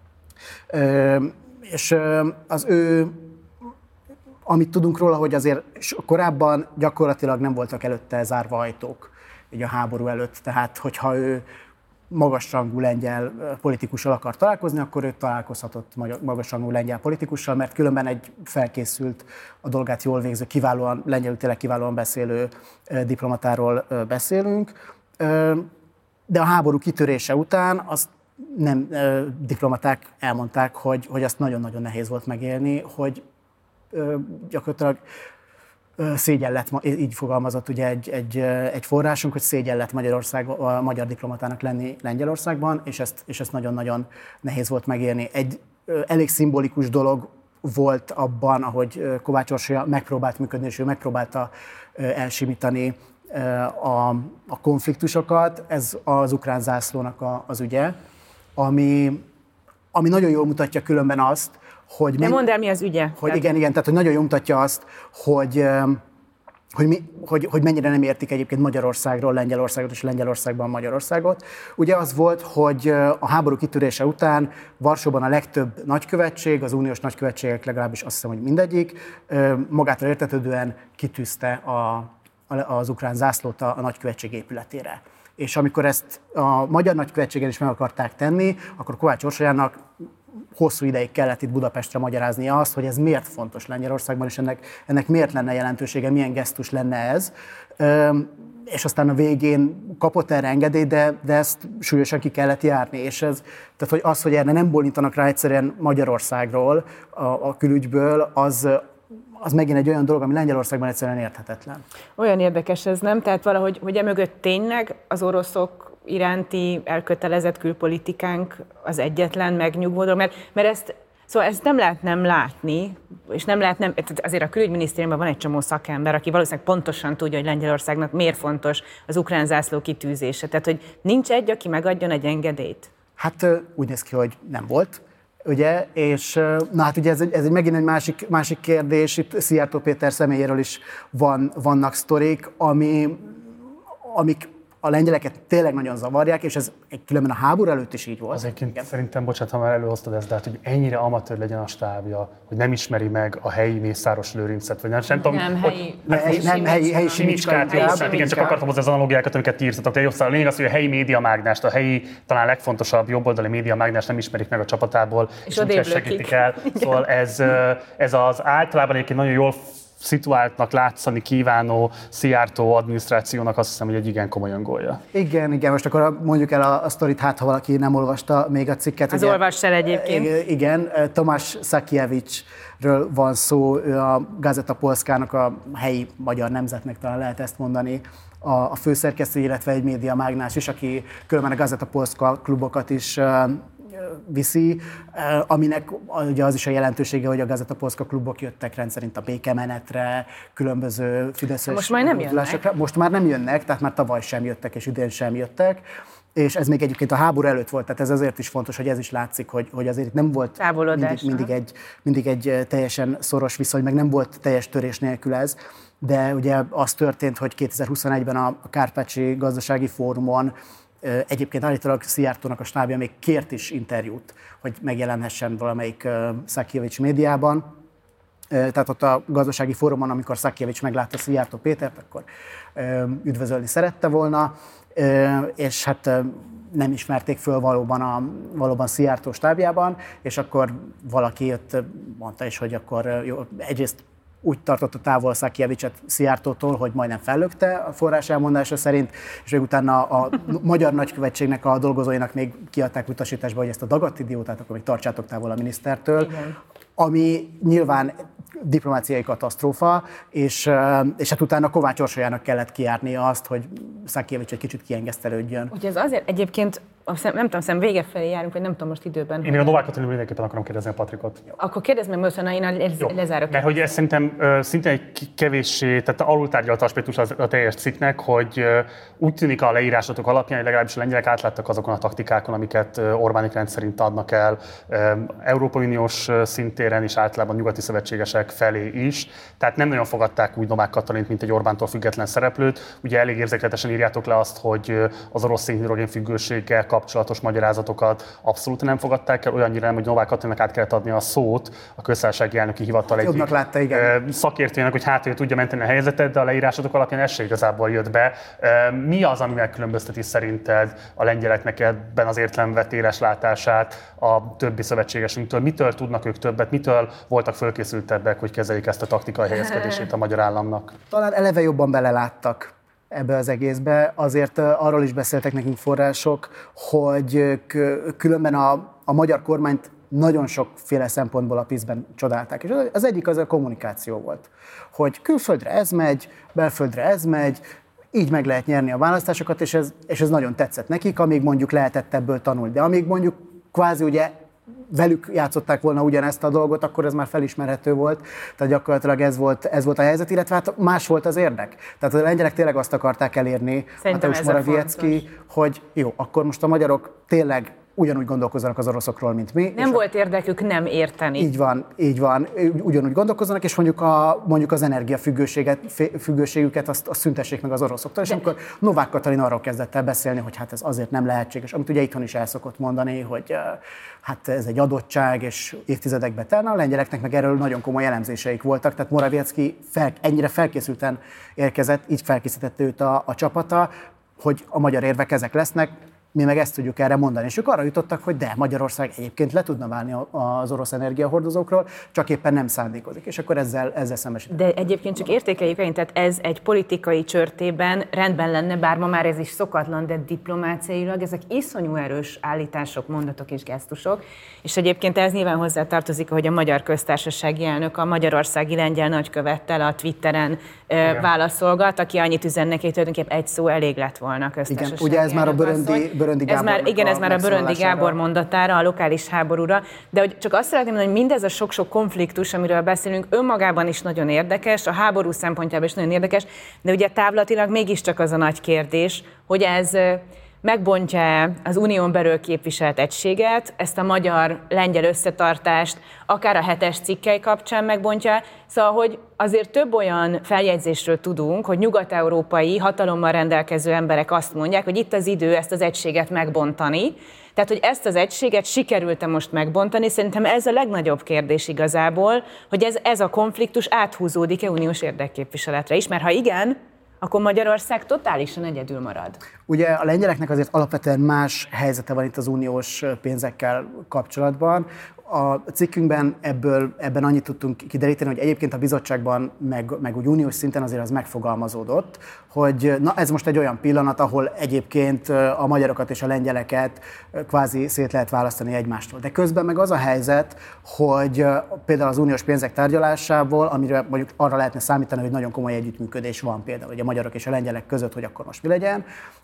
És az ő, amit tudunk róla, hogy azért korábban gyakorlatilag nem voltak előtte zárva ajtók így a háború előtt, tehát hogyha ő magasrangú lengyel politikussal akar találkozni, akkor ő találkozhatott magasrangú lengyel politikussal, mert különben egy felkészült, a dolgát jól végző, lengyelül tényleg kiválóan beszélő diplomatáról beszélünk. De a háború kitörése után azt nem diplomaták elmondták, hogy azt nagyon-nagyon nehéz volt megélni, hogy gyakorlatilag szégyen lett, így fogalmazott ugye egy forrásunk, hogy szégyen lett a magyar diplomatának lenni Lengyelországban, és ezt nagyon-nagyon nehéz volt megérni. Egy elég szimbolikus dolog volt abban, ahogy Kovács Orsolya megpróbált működni, és ő megpróbálta elsimítani a konfliktusokat. Ez az ukrán zászlónak az ügye, ami nagyon jól mutatja különben azt, hogy... De mondd el, mi az ügye. Igen, tehát hogy nagyon jól mutatja azt, hogy mennyire nem értik egyébként Magyarországról Lengyelországot és Lengyelországban Magyarországot. Ugye az volt, hogy a háború kitörése után Varsóban a legtöbb nagykövetség, az uniós nagykövetségek legalábbis azt hiszem, hogy mindegyik, magától értetődően kitűzte az ukrán zászlót a nagykövetség épületére. És amikor ezt a magyar nagykövetségen is meg akarták tenni, akkor Kovács Orsolyának hosszú ideig kellett itt Budapestre magyaráznia azt, hogy ez miért fontos Lengyelországban, és ennek miért lenne jelentősége, milyen gesztus lenne ez. És aztán a végén kapott erre engedélyt, de ezt súlyosan ki kellett járni. És tehát hogy az, hogy erre nem bólintanak rá egyszerűen Magyarországról, a külügyből, az megint egy olyan dolog, ami Lengyelországban egyszerűen érthetetlen. Olyan érdekes ez, nem? Tehát valahogy, hogy emögött tényleg az oroszok iránti elkötelezett külpolitikánk az egyetlen megnyugvó, mert ezt nem lehet nem látni, és nem lehet nem, azért a külügyminisztériumban van egy csomó szakember, aki valószínűleg pontosan tudja, hogy Lengyelországnak miért fontos az ukrán zászló kitűzése. Tehát, hogy nincs egy, aki megadjon egy engedélyt? Hát úgy néz ki, hogy nem volt. Ugye, és na hát ugye ez egy megint egy másik kérdés, itt Szijjártó Péter személyéről is vannak sztorik, amik a lengyeleket tényleg nagyon zavarják, és ez különben a háború előtt is így volt. Azért szerintem, bocsánat, ha már előhoztad ezt, de hát, hogy ennyire amatőr legyen a stábja, hogy nem ismeri meg a helyi Mészáros Lőrincet, vagy nem tudom. Helyi Simicskát, igen, csak akartam hozzá az analógiákat, amiket írtatok. De a lényeg az, hogy a helyi médiamágnást, a helyi, talán legfontosabb jobboldali médiamágnást nem ismerik meg a csapatából, és úgy segítik el. Szóval ez az általában egyébként nagyon jól szituáltnak látszani kívánó Szijjártó adminisztrációnak azt hiszem, hogy egy igen komoly öngólja. Igen, most akkor mondjuk el a sztorit, hát ha valaki nem olvasta még a cikket. Az olvass el egyébként. Igen, Tomasz Szakievicsről van szó, ő a Gazeta Polskának, a helyi magyar nemzetnek talán lehet ezt mondani, a főszerkesztő, illetve egy médiamágnás is, aki különben a Gazeta Polska klubokat is viszi, aminek ugye az is a jelentősége, hogy a Gazeta Polska klubok jöttek rendszerint a békemenetre, különböző fideszes... Most már nem jönnek. Most már nem jönnek, tehát már tavaly sem jöttek, és idén sem jöttek. És ez még egyébként a háború előtt volt, tehát ez azért is fontos, hogy ez is látszik, hogy azért nem volt mindig egy teljesen szoros viszony, meg nem volt teljes törés nélkül ez. De ugye az történt, hogy 2021-ben a Kárpácsi Gazdasági Fórumon egyébként állítólag Szijjártónak a stábja még kért is interjút, hogy megjelenhessen valamelyik Szakievics médiában. Tehát ott a gazdasági fórumon, amikor Szakievics meglátta Szijjártó Pétert, akkor üdvözölni szerette volna, és hát nem ismerték föl valóban Szijjártó stábjában, és akkor valaki jött, mondta is, hogy akkor jó, egyrészt úgy tartotta távol Szakievicsot Szijjártótól, hogy majdnem fellökte a forrás elmondása szerint, és még utána a magyar nagykövetségnek a dolgozóinak még kiadták utasításba, hogy ezt a dagadt idiótát akkor még tartsátok távol a minisztertől. Igen. Ami nyilván diplomáciai katasztrófa, és hát utána Kovács Orsolyának kellett kijárnia azt, hogy Szakievics egy kicsit kiengesztelődjön. Ugye ez azért egyébként, nem tudom, vége felé járunk, vagy nem tudom most időben. Én még a Novák Katalin mindenképpen akarom kérdezni a Patrikot. Akkor kérdezd meg most, én lezárok. Mert hogy ez szerintem szintén egy kevéssé, tehát alultárgyalt aspektus a teljes cikknek, hogy úgy tűnik a leírásatok alapján, hogy legalábbis a lengyelek átláttak azokon a taktikákon, amiket Orbánik rendszerint adnak el Európai Uniós szintéren és általában nyugati szövetségesek felé is. Tehát nem nagyon fogadták úgy Novák Katalint, mint egy Orbántól független szereplőt. Ugye elég érzékletesen írjátok le azt, hogy az orosz szénhidrogén függőséggel kapcsolatos magyarázatokat abszolút nem fogadták el, olyannyira nem, hogy Novák Katalinnak át kellett adni a szót a köztársasági elnöki hivatal egyik szakértőjének, hogy hát ő tudja menteni a helyzetet, de a leírásatok alapján ez se igazából jött be. Mi az, ami megkülönbözteti szerinted a lengyeleknek ebben az értelemben vett éles látását a többi szövetségesünktől? Mitől tudnak ők többet, mitől voltak fölkészültebbek, hogy kezeljék ezt a taktikai helyezkedését a magyar államnak? Talán eleve jobban beleláttak ebbe az egészbe. Azért arról is beszéltek nekünk források, hogy különben a magyar kormányt nagyon sokféle szempontból a PiS-ben csodálták. És az egyik az a kommunikáció volt, hogy külföldre ez megy, belföldre ez megy, így meg lehet nyerni a választásokat, és ez nagyon tetszett nekik, amíg mondjuk lehetett ebből tanulni. De amíg mondjuk kvázi ugye velük játszották volna ugyanezt a dolgot, akkor ez már felismerhető volt. Tehát gyakorlatilag ez volt a helyzet, illetve hát más volt az érdek. Tehát a lengyelek tényleg azt akarták elérni, Mateusz Morawiecki, hogy jó, akkor most a magyarok tényleg ugyanúgy gondolkozzanak az oroszokról, mint mi. Nem volt érdekük nem érteni. Így van, ugyanúgy gondolkozzanak, és mondjuk az energiafüggőségüket azt szüntessék meg az oroszoktól. És amikor Novák Katalin arról kezdett el beszélni, hogy hát ez azért nem lehetséges, amit ugye itthon is el szokott mondani, hogy hát ez egy adottság, és évtizedekbe telne, a lengyeleknek meg erről nagyon komoly elemzéseik voltak, tehát Morawiecki ennyire felkészülten érkezett, így felkészítette őt a csapata, hogy a magyar érvek ezek lesznek, mi meg ezt tudjuk erre mondani. És ők arra jutottak, hogy de, Magyarország egyébként le tudna válni az orosz energiahordozókról, csak éppen nem szándékozik. És akkor ezzel szembesítünk. De egyébként csak értékeljük el, tehát ez egy politikai csörtében rendben lenne, bár ma már ez is szokatlan, de diplomáciailag ezek iszonyú erős állítások, mondatok és gesztusok. És egyébként ez nyilván hozzá tartozik, hogy a Magyar Köztársasági Elnök a magyarországi lengyel nagykövettel a Twitteren válaszolgat, aki annyit üzen neki, hogy tulajdonképpen egy szó elég lett volna köztársasági. Igen, ugye ez már a Böröndi Gábor. Ez már a Böröndi Gábor mondatára, a lokális háborúra, de hogy csak azt szeretném mondani, hogy mindez a sok-sok konfliktus, amiről beszélünk, önmagában is nagyon érdekes, a háború szempontjából is nagyon érdekes, de ugye távlatilag mégiscsak az a nagy kérdés, hogy ez megbontja az unión belül képviselt egységet, ezt a magyar-lengyel összetartást, akár a 7-es cikkely kapcsán megbontja, szóval, hogy azért több olyan feljegyzésről tudunk, hogy nyugat-európai hatalommal rendelkező emberek azt mondják, hogy itt az idő ezt az egységet megbontani, tehát, hogy ezt az egységet sikerült-e most megbontani, szerintem ez a legnagyobb kérdés igazából, hogy ez a konfliktus áthúzódik-e uniós érdekképviseletre is, mert ha igen, akkor Magyarország totálisan egyedül marad. Ugye a lengyeleknek azért alapvetően más helyzete van itt az uniós pénzekkel kapcsolatban. A cikkünkben ebben annyit tudtunk kideríteni, hogy egyébként a bizottságban, meg úgy uniós szinten azért az megfogalmazódott, hogy na ez most egy olyan pillanat, ahol egyébként a magyarokat és a lengyeleket kvázi szét lehet választani egymástól. De közben meg az a helyzet, hogy például az uniós pénzek tárgyalásából, amire mondjuk arra lehetne számítani, hogy nagyon komoly együttműködés van például hogy a magyarok és a lengyelek között, hogy akkor most mi legyen,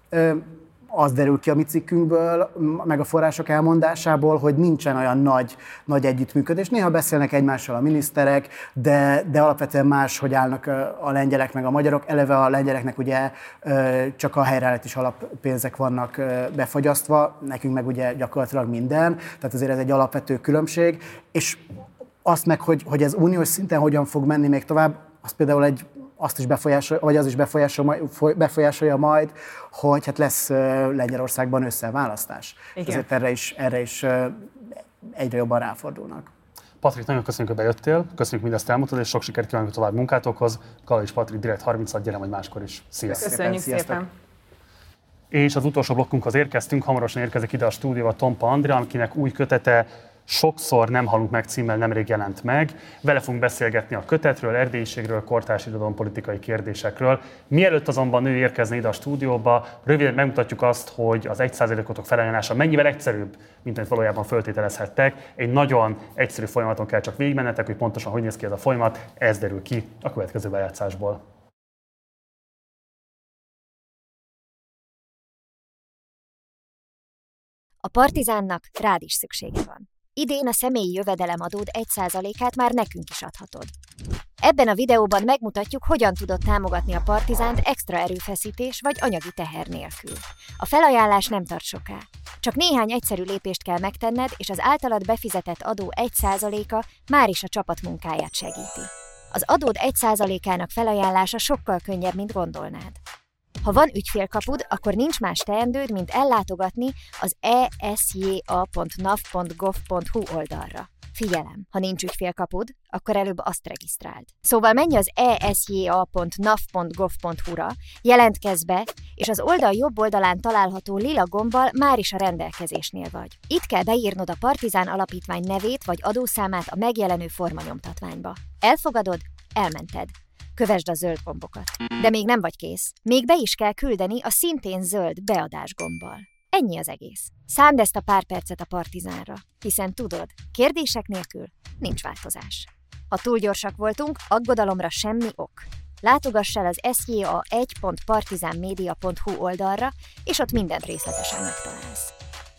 az derül ki a mi cikkünkből, meg a források elmondásából, hogy nincsen olyan nagy együttműködés. Néha beszélnek egymással a miniszterek, de alapvetően más, hogy állnak a lengyelek meg a magyarok. Eleve a lengyeleknek ugye csak a helyreállítási alappénzek vannak befagyasztva, nekünk meg ugye gyakorlatilag minden, tehát azért ez egy alapvető különbség. És azt meg, hogy ez uniós szinten hogyan fog menni még tovább, az például azt is befolyásolja, vagy az is befolyásolja majd, hogy hát lesz Lengyelországban összeválasztás. Ezért erre is egyre jobban ráfordulnak. Patrik, nagyon köszönjük, hogy bejöttél, köszönjük mindezt elmondtad, és sok sikert kívánunk tovább munkátokhoz. Kala és Patrik, Direkt 36, gyere majd máskor is. Sziasztok! Köszönjük szépen! És az utolsó blokkunkhoz érkeztünk, hamarosan érkezik ide a stúdióba Tompa Andrea, akinek új kötete Sokszor nem halunk meg címmel nemrég jelent meg. Vele fogunk beszélgetni a kötetről, erdélyiségről, kortárs irodalompolitikai kérdésekről. Mielőtt azonban ő érkezne ide a stúdióba, röviden megmutatjuk azt, hogy az 1%-otok felajánlása mennyivel egyszerűbb, mint amit valójában föltételezhettek. Egy nagyon egyszerű folyamaton kell csak végigmennetek, hogy pontosan hogy néz ki ez a folyamat, ez derül ki a következő bejátszásból. A Partizánnak rád is szüksége van. Idén a személyi jövedelemadód 1%-át már nekünk is adhatod. Ebben a videóban megmutatjuk, hogyan tudod támogatni a Partizánt extra erőfeszítés vagy anyagi teher nélkül. A felajánlás nem tart soká. Csak néhány egyszerű lépést kell megtenned, és az általad befizetett adó 1%-a már is a csapat munkáját segíti. Az adód 1%-ának felajánlása sokkal könnyebb, mint gondolnád. Ha van ügyfélkapud, akkor nincs más teendőd, mint ellátogatni az esja.nav.gov.hu oldalra. Figyelem, ha nincs ügyfélkapud, akkor előbb azt regisztráld. Szóval menj az esja.nav.gov.hu-ra, jelentkezz be, és az oldal jobb oldalán található lila gombbal már is a rendelkezésnél vagy. Itt kell beírnod a Partizán Alapítvány nevét vagy adószámát a megjelenő formanyomtatványba. Elfogadod? Elmented. Kövesd a zöld gombokat. De még nem vagy kész. Még be is kell küldeni a szintén zöld beadás gombbal. Ennyi az egész. Szánd ezt a pár percet a Partizánra, hiszen tudod, kérdések nélkül nincs változás. Ha túl gyorsak voltunk, aggodalomra semmi ok. Látogass el az sja1.partizanmedia.hu oldalra, és ott mindent részletesen megtalálsz.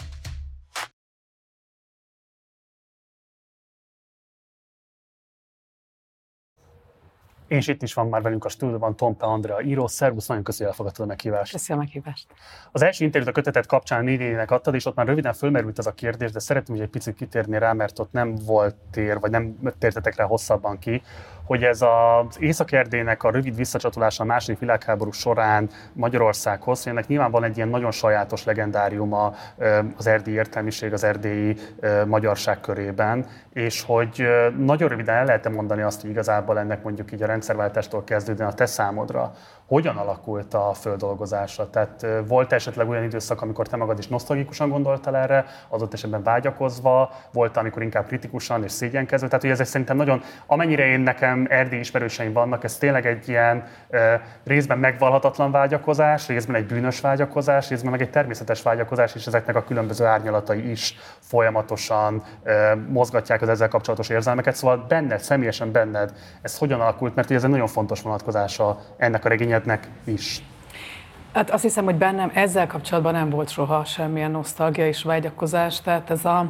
És itt is van már velünk a stúdióban Tompe Andrea író. Szervusz, nagyon köszönjük, hogy elfogadtad a meghívást. Köszönöm a meghívást. Az első interjút a kötetet kapcsán 4-nek adtad, és ott már röviden fölmerült ez a kérdés, de szeretném, hogy egy picit kitérni rá, mert ott nem volt tér, vagy nem tértetek rá hosszabban ki, hogy ez az Észak-Erdélynek a rövid visszacsatolása a második világháború során Magyarországhoz, hogy ennek nyilván van egy ilyen nagyon sajátos legendáriuma az erdélyi értelmiség, az erdélyi magyarság körében, és hogy nagyon röviden el lehet mondani azt, hogy igazából ennek mondjuk így a rendszerváltástól kezdődően a te számodra hogyan alakult a földolgozása? Tehát volt esetleg olyan időszak, amikor te magad is nosztalgikusan gondoltál erre, adott esetben vágyakozva, volt, amikor inkább kritikusan és szégyenkezve? Tehát, hogy ez szerintem nagyon, amennyire én nekem erdélyi ismerőseim vannak, ez tényleg egy ilyen részben megvalhatatlan vágyakozás, részben egy bűnös vágyakozás, részben meg egy természetes vágyakozás, és ezeknek a különböző árnyalatai is folyamatosan mozgatják az ezzel kapcsolatos érzelmeket. Szóval benned, személyesen benned, ez hogyan alakult? Mert ez egy nagyon fontos vonatkozása ennek a regényednek is. Hát azt hiszem, hogy bennem ezzel kapcsolatban nem volt soha semmilyen nosztalgia és vágyakozás, tehát ez a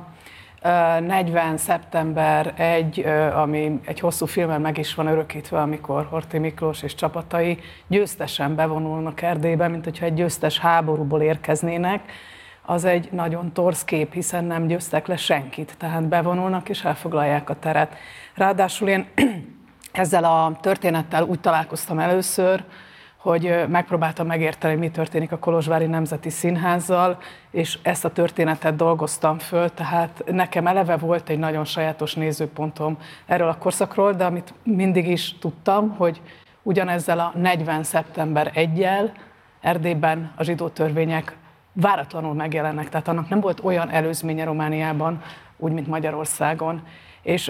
40. szeptember 1, ami egy hosszú filmen meg is van örökítve, amikor Horthy Miklós és csapatai győztesen bevonulnak Erdélybe, mint hogyha egy győztes háborúból érkeznének, az egy nagyon torz kép, hiszen nem győztek le senkit, tehát bevonulnak és elfoglalják a teret. Ráadásul én ezzel a történettel úgy találkoztam először, hogy megpróbáltam megérteni, mi történik a Kolozsvári Nemzeti Színházzal, és ezt a történetet dolgoztam föl, tehát nekem eleve volt egy nagyon sajátos nézőpontom erről a korszakról, de amit mindig is tudtam, hogy ugyanezzel a 40. szeptember 1-jel Erdélyben a zsidó törvények váratlanul megjelennek, tehát annak nem volt olyan előzménye Romániában, úgy, mint Magyarországon. És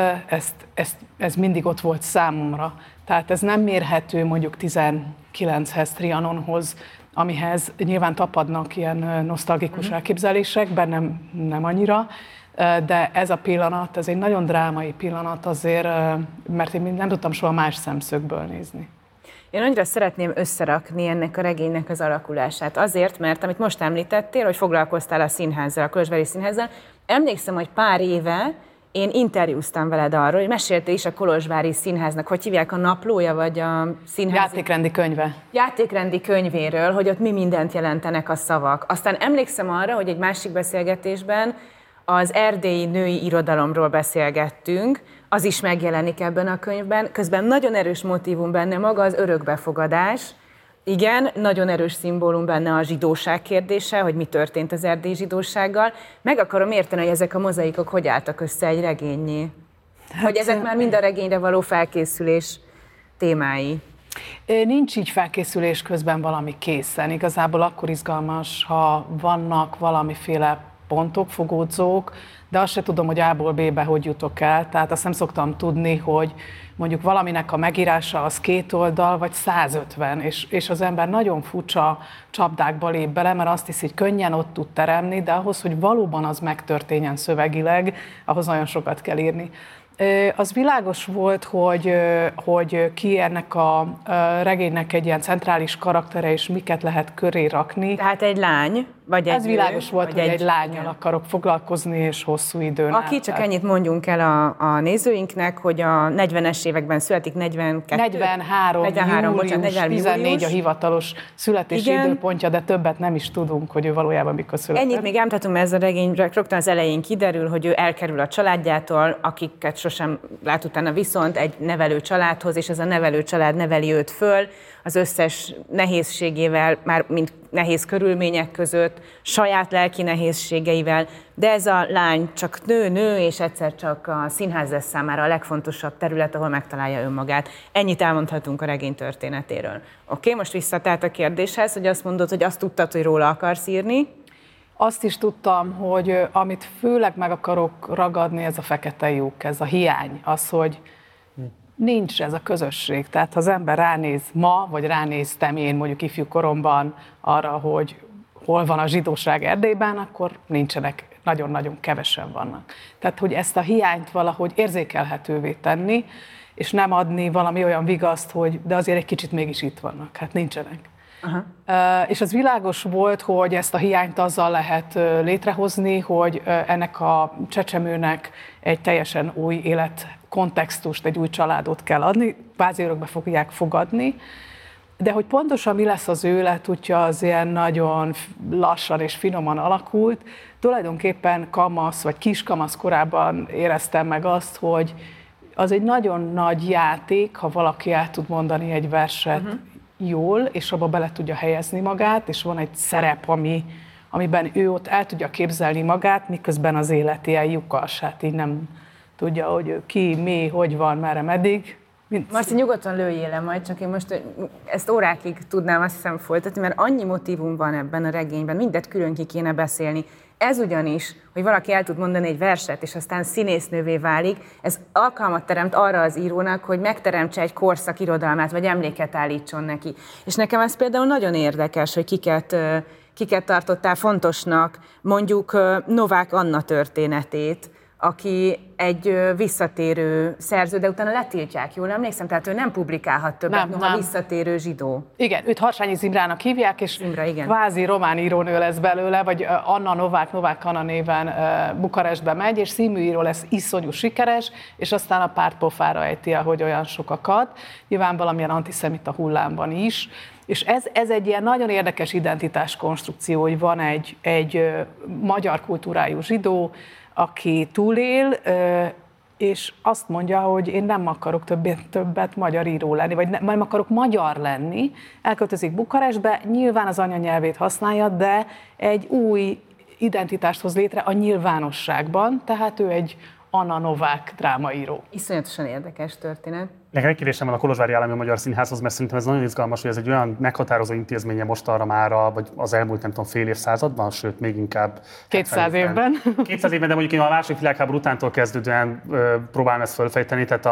ez mindig ott volt számomra. Tehát ez nem mérhető mondjuk 19-hez, Trianonhoz, amihez nyilván tapadnak ilyen nosztalgikus elképzelések, bennem nem annyira, de ez a pillanat, ez egy nagyon drámai pillanat azért, mert én nem tudtam soha más szemszögből nézni. Én annyira szeretném összerakni ennek a regénynek az alakulását. Azért, mert amit most említettél, hogy foglalkoztál a színházzal, a Kolozsvári Színházzal, emlékszem, hogy pár éve én interjúztam veled arról, hogy meséltél is a Kolozsvári Színháznak, hogy hívják, a naplója, vagy a színház... Játékrendi könyve. Játékrendi könyvéről, hogy ott mi mindent jelentenek a szavak. Aztán emlékszem arra, hogy egy másik beszélgetésben az erdélyi női irodalomról beszélgettünk, az is megjelenik ebben a könyvben. Közben nagyon erős motívum benne maga az örökbefogadás. Igen, nagyon erős szimbólum benne a zsidóság kérdése, hogy mi történt az erdélyi zsidósággal. Meg akarom érteni, hogy ezek a mozaikok hogy álltak össze egy regénnyé. Hogy ezek már mind a regényre való felkészülés témái. Nincs így felkészülés közben valami készen. Igazából akkor izgalmas, ha vannak valamiféle pontok, fogódzók, de azt se tudom, hogy A-ból B-be hogy jutok el. Tehát azt nem szoktam tudni, hogy mondjuk valaminek a megírása az 2 oldal, vagy 150, és az ember nagyon furcsa csapdákba lép bele, mert azt hiszi, hogy könnyen ott tud teremni, de ahhoz, hogy valóban az megtörténjen szövegileg, ahhoz nagyon sokat kell írni. Az világos volt, hogy ki ennek a regénynek egy ilyen centrális karaktere, és miket lehet köré rakni. Tehát egy lány, vagy egy Ez világos volt, hogy egy lánnyal akarok foglalkozni, és hosszú időn Aki csak ennyit mondjunk el a nézőinknek, hogy a 40-es években születik, 43 július, 14 a hivatalos születési időpontja, de többet nem is tudunk, hogy ő valójában mikor született. Ennyit még említettem, ez a regény rögtön az elején kiderül, hogy ő elkerül a családjától, akiket sosem lát utána, viszont egy nevelő családhoz, és ez a nevelő család neveli őt föl, az összes nehézségével, már mint nehéz körülmények között, saját lelki nehézségeivel, de ez a lány csak nő, és egyszer csak a színház lesz számára a legfontosabb terület, ahol megtalálja önmagát. Ennyit elmondhatunk a regény történetéről. Oké, most visszatért a kérdéshez, hogy azt mondod, hogy azt tudtad, hogy róla akarsz írni. Azt is tudtam, hogy amit főleg meg akarok ragadni, ez a fekete lyuk, ez a hiány, az, hogy nincs ez a közösség. Tehát ha az ember ránéz ma, vagy ránéztem én mondjuk ifjú koromban arra, hol van a zsidóság Erdélyben, akkor nincsenek, nagyon-nagyon kevesen vannak. Tehát, hogy ezt a hiányt valahogy érzékelhetővé tenni, és nem adni valami olyan vigaszt, hogy de azért egy kicsit mégis itt vannak, hát nincsenek. Aha. És az világos volt, hogy ezt a hiányt azzal lehet létrehozni, hogy ennek a csecsemőnek egy teljesen új életkontextust, egy új családot kell adni, kvázi örökbe fogják fogadni, de hogy pontosan mi lesz az ő életútja, az ilyen nagyon lassan és finoman alakult. Tulajdonképpen kamasz vagy kiskamasz korában éreztem meg azt, hogy az egy nagyon nagy játék, ha valaki el tud mondani egy verset jól, és abba bele tudja helyezni magát, és van egy szerep, amiben ő ott el tudja képzelni magát, miközben az élet ilyen lyukas, hát így nem tudja, hogy ő ki, mi, hogy van, merre, meddig. Marci, nyugodtan lőjél le majd, csak én most ezt órákig tudnám azt hiszem folytatni, mert annyi motívum van ebben a regényben, mindet külön ki kéne beszélni. Ez ugyanis, hogy valaki el tud mondani egy verset, és aztán színésznővé válik, ez alkalmat teremt arra az írónak, hogy megteremtse egy korszak irodalmát, vagy emléket állítson neki. És nekem ez például nagyon érdekes, hogy kiket tartottál fontosnak, mondjuk Novák Anna történetét, aki egy visszatérő szerző, de utána letiltják, jól emlékszem? Tehát ő nem publikálhat többet, noha visszatérő zsidó. Igen, őt Harsányi Zimrának hívják, és Zimra, igen. Kvázi román írónő lesz belőle, vagy Anna Novák Anna néven Bukarestbe megy, és színműíró lesz, iszonyú sikeres, és aztán a párt pofára ejti, ahogy olyan sokakat. Nyilván valamilyen antiszemita hullámban is. És ez egy ilyen nagyon érdekes identitáskonstrukció, hogy van egy magyar kultúrájú zsidó, aki túlél, és azt mondja, hogy én nem akarok többet magyar író lenni, vagy nem akarok magyar lenni, elköltözik Bukarestbe, nyilván az anyanyelvét használja, de egy új identitást hoz létre a nyilvánosságban, tehát ő egy Anna Novák drámaíró. Iszonyatosan érdekes történet. Nekem egy kérdésem van a Kolozsvári Állami Magyar Színházhoz, mert szerintem ez nagyon izgalmas, hogy ez egy olyan meghatározó intézménye most arra vagy az elmúlt, nem tudom, fél évszázadban, sőt, még inkább 200 évben. 200 évben, de mondjuk én a második világháború utántól kezdődően próbálom ezt fölfejteni, tehát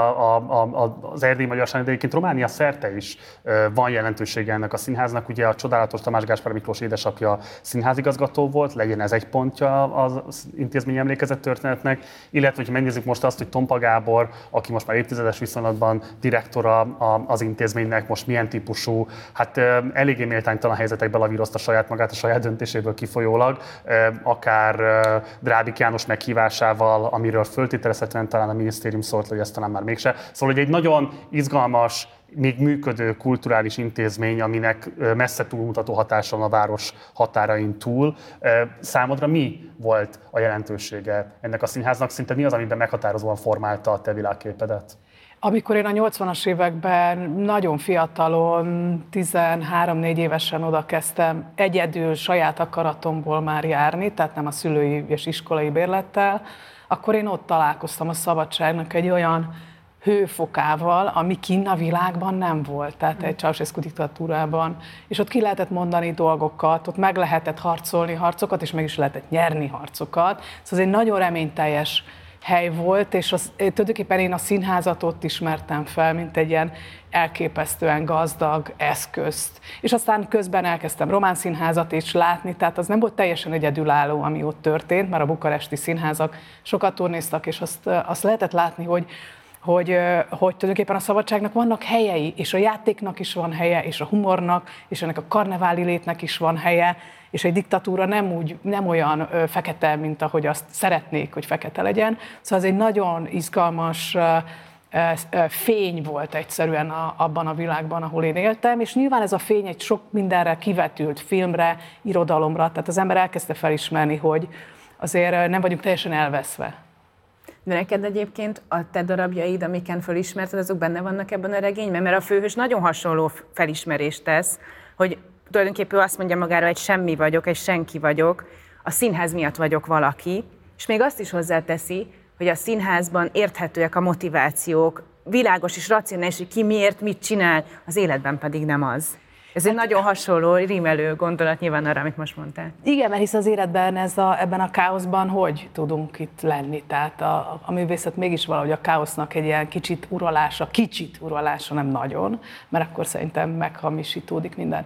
az erdélyi magyarság, de egyébként Románia szerte is van jelentősége ennek a színháznak. Ugye a csodálatos Tamás Gáspár Miklós édesapja színházigazgató volt, legyen ez egy pontja az intézmény emlékezett történetnek, illetve, hogyha megnézzük most azt, hogy Tompa Gábor, aki most már évtizedes viszonylatban direktora az intézménynek, most milyen típusú, hát eléggé méltánytalan helyzetekben lavírozta saját magát a saját döntéséből kifolyólag, akár Drábik János meghívásával, amiről föltételezhetően talán a minisztérium szólt, hogy ez talán már mégse. Szóval, hogy egy nagyon izgalmas, még működő kulturális intézmény, aminek messze túlmutató hatása van a város határain túl. Számodra mi volt a jelentősége ennek a színháznak? Szinte mi az, amiben meghatározóan formálta a te világképedet? Amikor én a 80-as években nagyon fiatalon, 13-4 évesen oda kezdtem egyedül saját akaratomból már járni, tehát nem a szülői és iskolai bérlettel, akkor én ott találkoztam a szabadságnak egy olyan hőfokával, ami kinn a világban nem volt, tehát egy Ceausescu diktatúrában. És ott ki lehetett mondani dolgokat, ott meg lehetett harcolni harcokat, és meg is lehetett nyerni harcokat. Szóval ez egy nagyon reményteljes hely volt, és tulajdonképpen én a színházat ott ismertem fel, mint egy ilyen elképesztően gazdag eszközt. És aztán közben elkezdtem román színházat is látni, tehát az nem volt teljesen egyedülálló, ami ott történt, mert a bukaresti színházak sokat turnéztak, és azt lehetett látni, hogy tulajdonképpen a szabadságnak vannak helyei, és a játéknak is van helye, és a humornak, és ennek a karneváli létnek is van helye, és egy diktatúra nem olyan fekete, mint ahogy azt szeretnék, hogy fekete legyen. Szóval ez egy nagyon izgalmas fény volt egyszerűen abban a világban, ahol én éltem, és nyilván ez a fény egy sok mindenre kivetült, filmre, irodalomra, tehát az ember elkezdte felismerni, hogy azért nem vagyunk teljesen elveszve. De neked egyébként a te darabjaid, amiken felismerted, azok benne vannak ebben a regényben? Mert a főhős nagyon hasonló felismerést tesz, hogy tulajdonképpen azt mondja magára, hogy semmi vagyok, egy senki vagyok, a színház miatt vagyok valaki, és még azt is hozzáteszi, hogy a színházban érthetőek a motivációk, világos és racionális, hogy ki miért, mit csinál, az életben pedig nem az. Ez egy nagyon hasonló, rímelő gondolat nyilván arra, amit most mondtál. Igen, mert hisz az életben ebben a káoszban hogy tudunk itt lenni? Tehát a művészet mégis valahogy a káosznak egy ilyen kicsit uralása, nem nagyon, mert akkor szerintem meghamisítódik minden.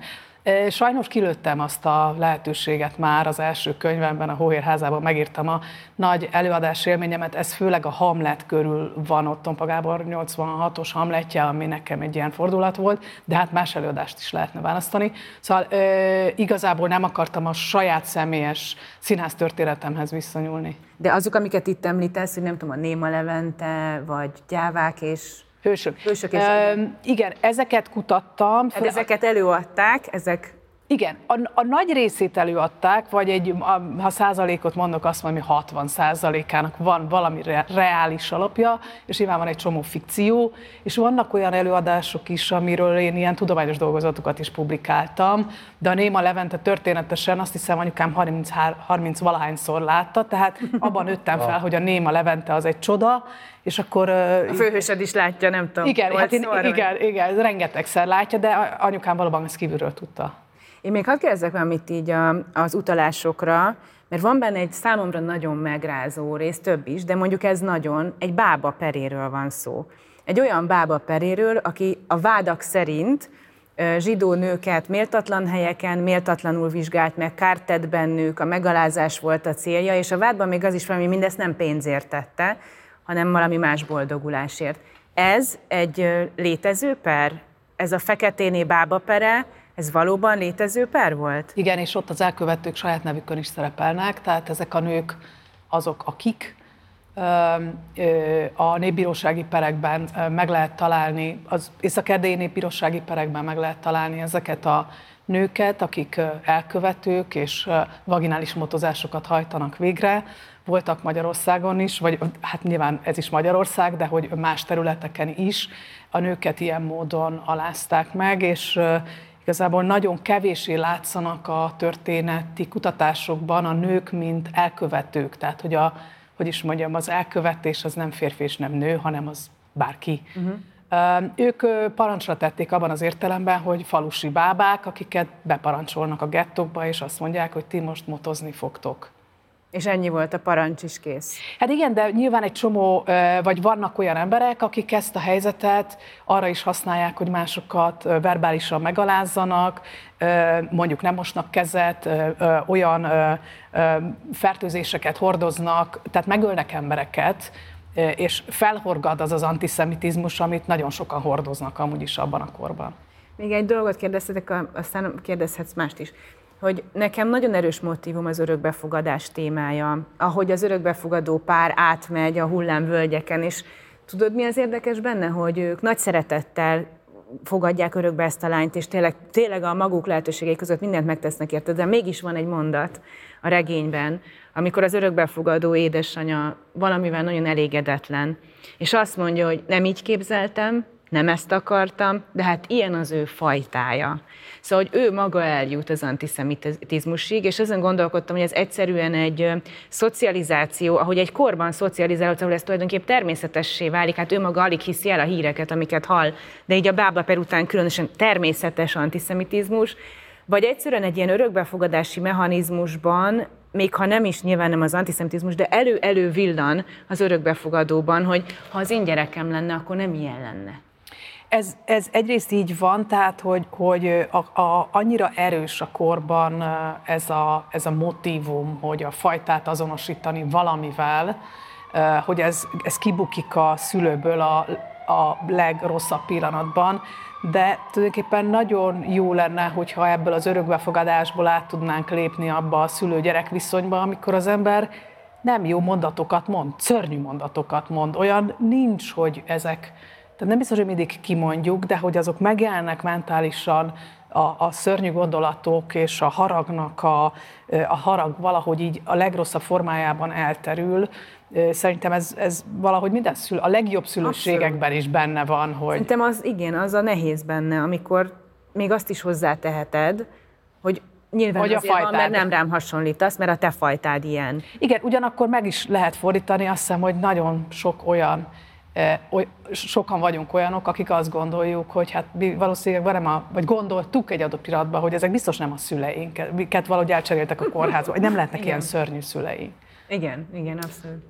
Sajnos kilőttem azt a lehetőséget már az első könyvemben, a Hóhérházában megírtam a nagy előadás élményemet, ez főleg a Hamlet körül van ott, Tompa Gábor 86-os Hamletje, ami nekem egy ilyen fordulat volt, de hát más előadást is lehetne választani. Szóval igazából nem akartam a saját személyes színház történetemhez visszanyúlni. De azok, amiket itt említesz, hogy nem tudom, a Néma Levente, vagy Gyávák és... Hősök. És igen, ezeket kutattam. Hát ezeket előadták, ezek... Igen, a nagy részét előadták, vagy ha százalékot mondok, azt mondom, hogy 60%-ának van valami reális alapja, és nyilván van egy csomó fikció, és vannak olyan előadások is, amiről én ilyen tudományos dolgozatokat is publikáltam, de a Néma Levente történetesen azt hiszem anyukám 30-valahányszor látta, tehát abban nőttem fel, hogy a Néma Levente az egy csoda, és akkor... A főhősöd is látja, nem tudom. Igen, rengetegszer látja, de anyukám valóban ezt kívülről tudta. Én még hadd kérdezzek valamit így az utalásokra, mert van benne egy számomra nagyon megrázó rész, több is, de mondjuk ez nagyon, egy bába peréről van szó. Egy olyan bába peréről, aki a vádak szerint zsidó nőket méltatlan helyeken, méltatlanul vizsgált meg, kárt tett bennük, a megalázás volt a célja, és a vádban még az is valami, mindezt nem pénzért tette, hanem valami más boldogulásért. Ez egy létező per? Ez a Feketéné bába pere, ez valóban létező per volt? Igen, és ott az elkövetők saját nevükön is szerepelnek, tehát ezek a nők azok, akik a népbírósági perekben meg lehet találni, az észak-erdélyi népbírósági perekben meg lehet találni ezeket a nőket, akik elkövetők és vaginális motozásokat hajtanak végre. Voltak Magyarországon is, vagy hát nyilván ez is Magyarország, de hogy más területeken is a nőket ilyen módon alázták meg, és igazából nagyon kevéssé látszanak a történeti kutatásokban a nők, mint elkövetők. Tehát, hogy az elkövetés az nem férfi és nem nő, hanem az bárki. Ők parancsra tették abban az értelemben, hogy falusi bábák, akiket beparancsolnak a gettókba, és azt mondják, hogy ti most motozni fogtok. És ennyi volt, a parancs is kész. Hát igen, de nyilván egy csomó, vagy vannak olyan emberek, akik ezt a helyzetet arra is használják, hogy másokat verbálisan megalázzanak, mondjuk nem mosnak kezet, olyan fertőzéseket hordoznak, tehát megölnek embereket, és felhorgad az antiszemitizmus, amit nagyon sokan hordoznak amúgy is abban a korban. Még egy dolgot kérdeztetek, aztán kérdezhetsz mást is, hogy nekem nagyon erős motívum az örökbefogadás témája, ahogy az örökbefogadó pár átmegy a hullámvölgyeken, és tudod, mi az érdekes benne, hogy ők nagy szeretettel fogadják örökbe ezt a lányt, és tényleg a maguk lehetőségei között mindent megtesznek érte, de mégis van egy mondat a regényben, amikor az örökbefogadó édesanyja valamivel nagyon elégedetlen, és azt mondja, hogy nem így képzeltem, nem ezt akartam, de hát ilyen az ő fajtája. Szóval, hogy ő maga eljut az antiszemitizmusig, és ezen gondolkodtam, hogy ez egyszerűen egy szocializáció, ahogy egy korban szocializálódsz, ahol ez tulajdonképpen természetessé válik, hát ő maga alig hiszi el a híreket, amiket hall, de így a bábaper után különösen természetes antiszemitizmus, vagy egyszerűen egy ilyen örökbefogadási mechanizmusban, még ha nem is nyilván nem az antiszemitizmus, de elő villan az örökbefogadóban, hogy ha az én gyerekem lenne, akkor nem ilyen lenne. Ez egyrészt így van, tehát hogy annyira erős a korban ez a motívum, hogy a fajtát azonosítani valamivel, hogy ez kibukik a szülőből a legrosszabb pillanatban, de tulajdonképpen nagyon jó lenne, hogyha ebből az örökbefogadásból át tudnánk lépni abba a szülő-gyerek viszonyba, amikor az ember nem jó mondatokat mond, szörnyű mondatokat mond. Olyan nincs, hogy ezek, tehát nem biztos, hogy mindig kimondjuk, de hogy azok megjelennek mentálisan, a szörnyű gondolatok és a haragnak a harag valahogy így a legrosszabb formájában elterül. Szerintem ez valahogy minden a legjobb szülőségekben is benne van, hogy... Szerintem az a nehéz benne, amikor még azt is hozzáteheted, hogy nyilván hogy azért van, mert nem rám hasonlítasz, mert a te fajtád ilyen. Igen, ugyanakkor meg is lehet fordítani, azt hiszem, hogy nagyon sok olyan, sokan vagyunk olyanok, akik azt gondoljuk, hogy hát valószínűleg vagy gondoltuk egy adott pillanatban, hogy ezek biztos nem a szüleink, amiket valahogy elcseréltek a kórházba, hogy nem lehetnek ilyen szörnyű szüleink. Igen, abszolút.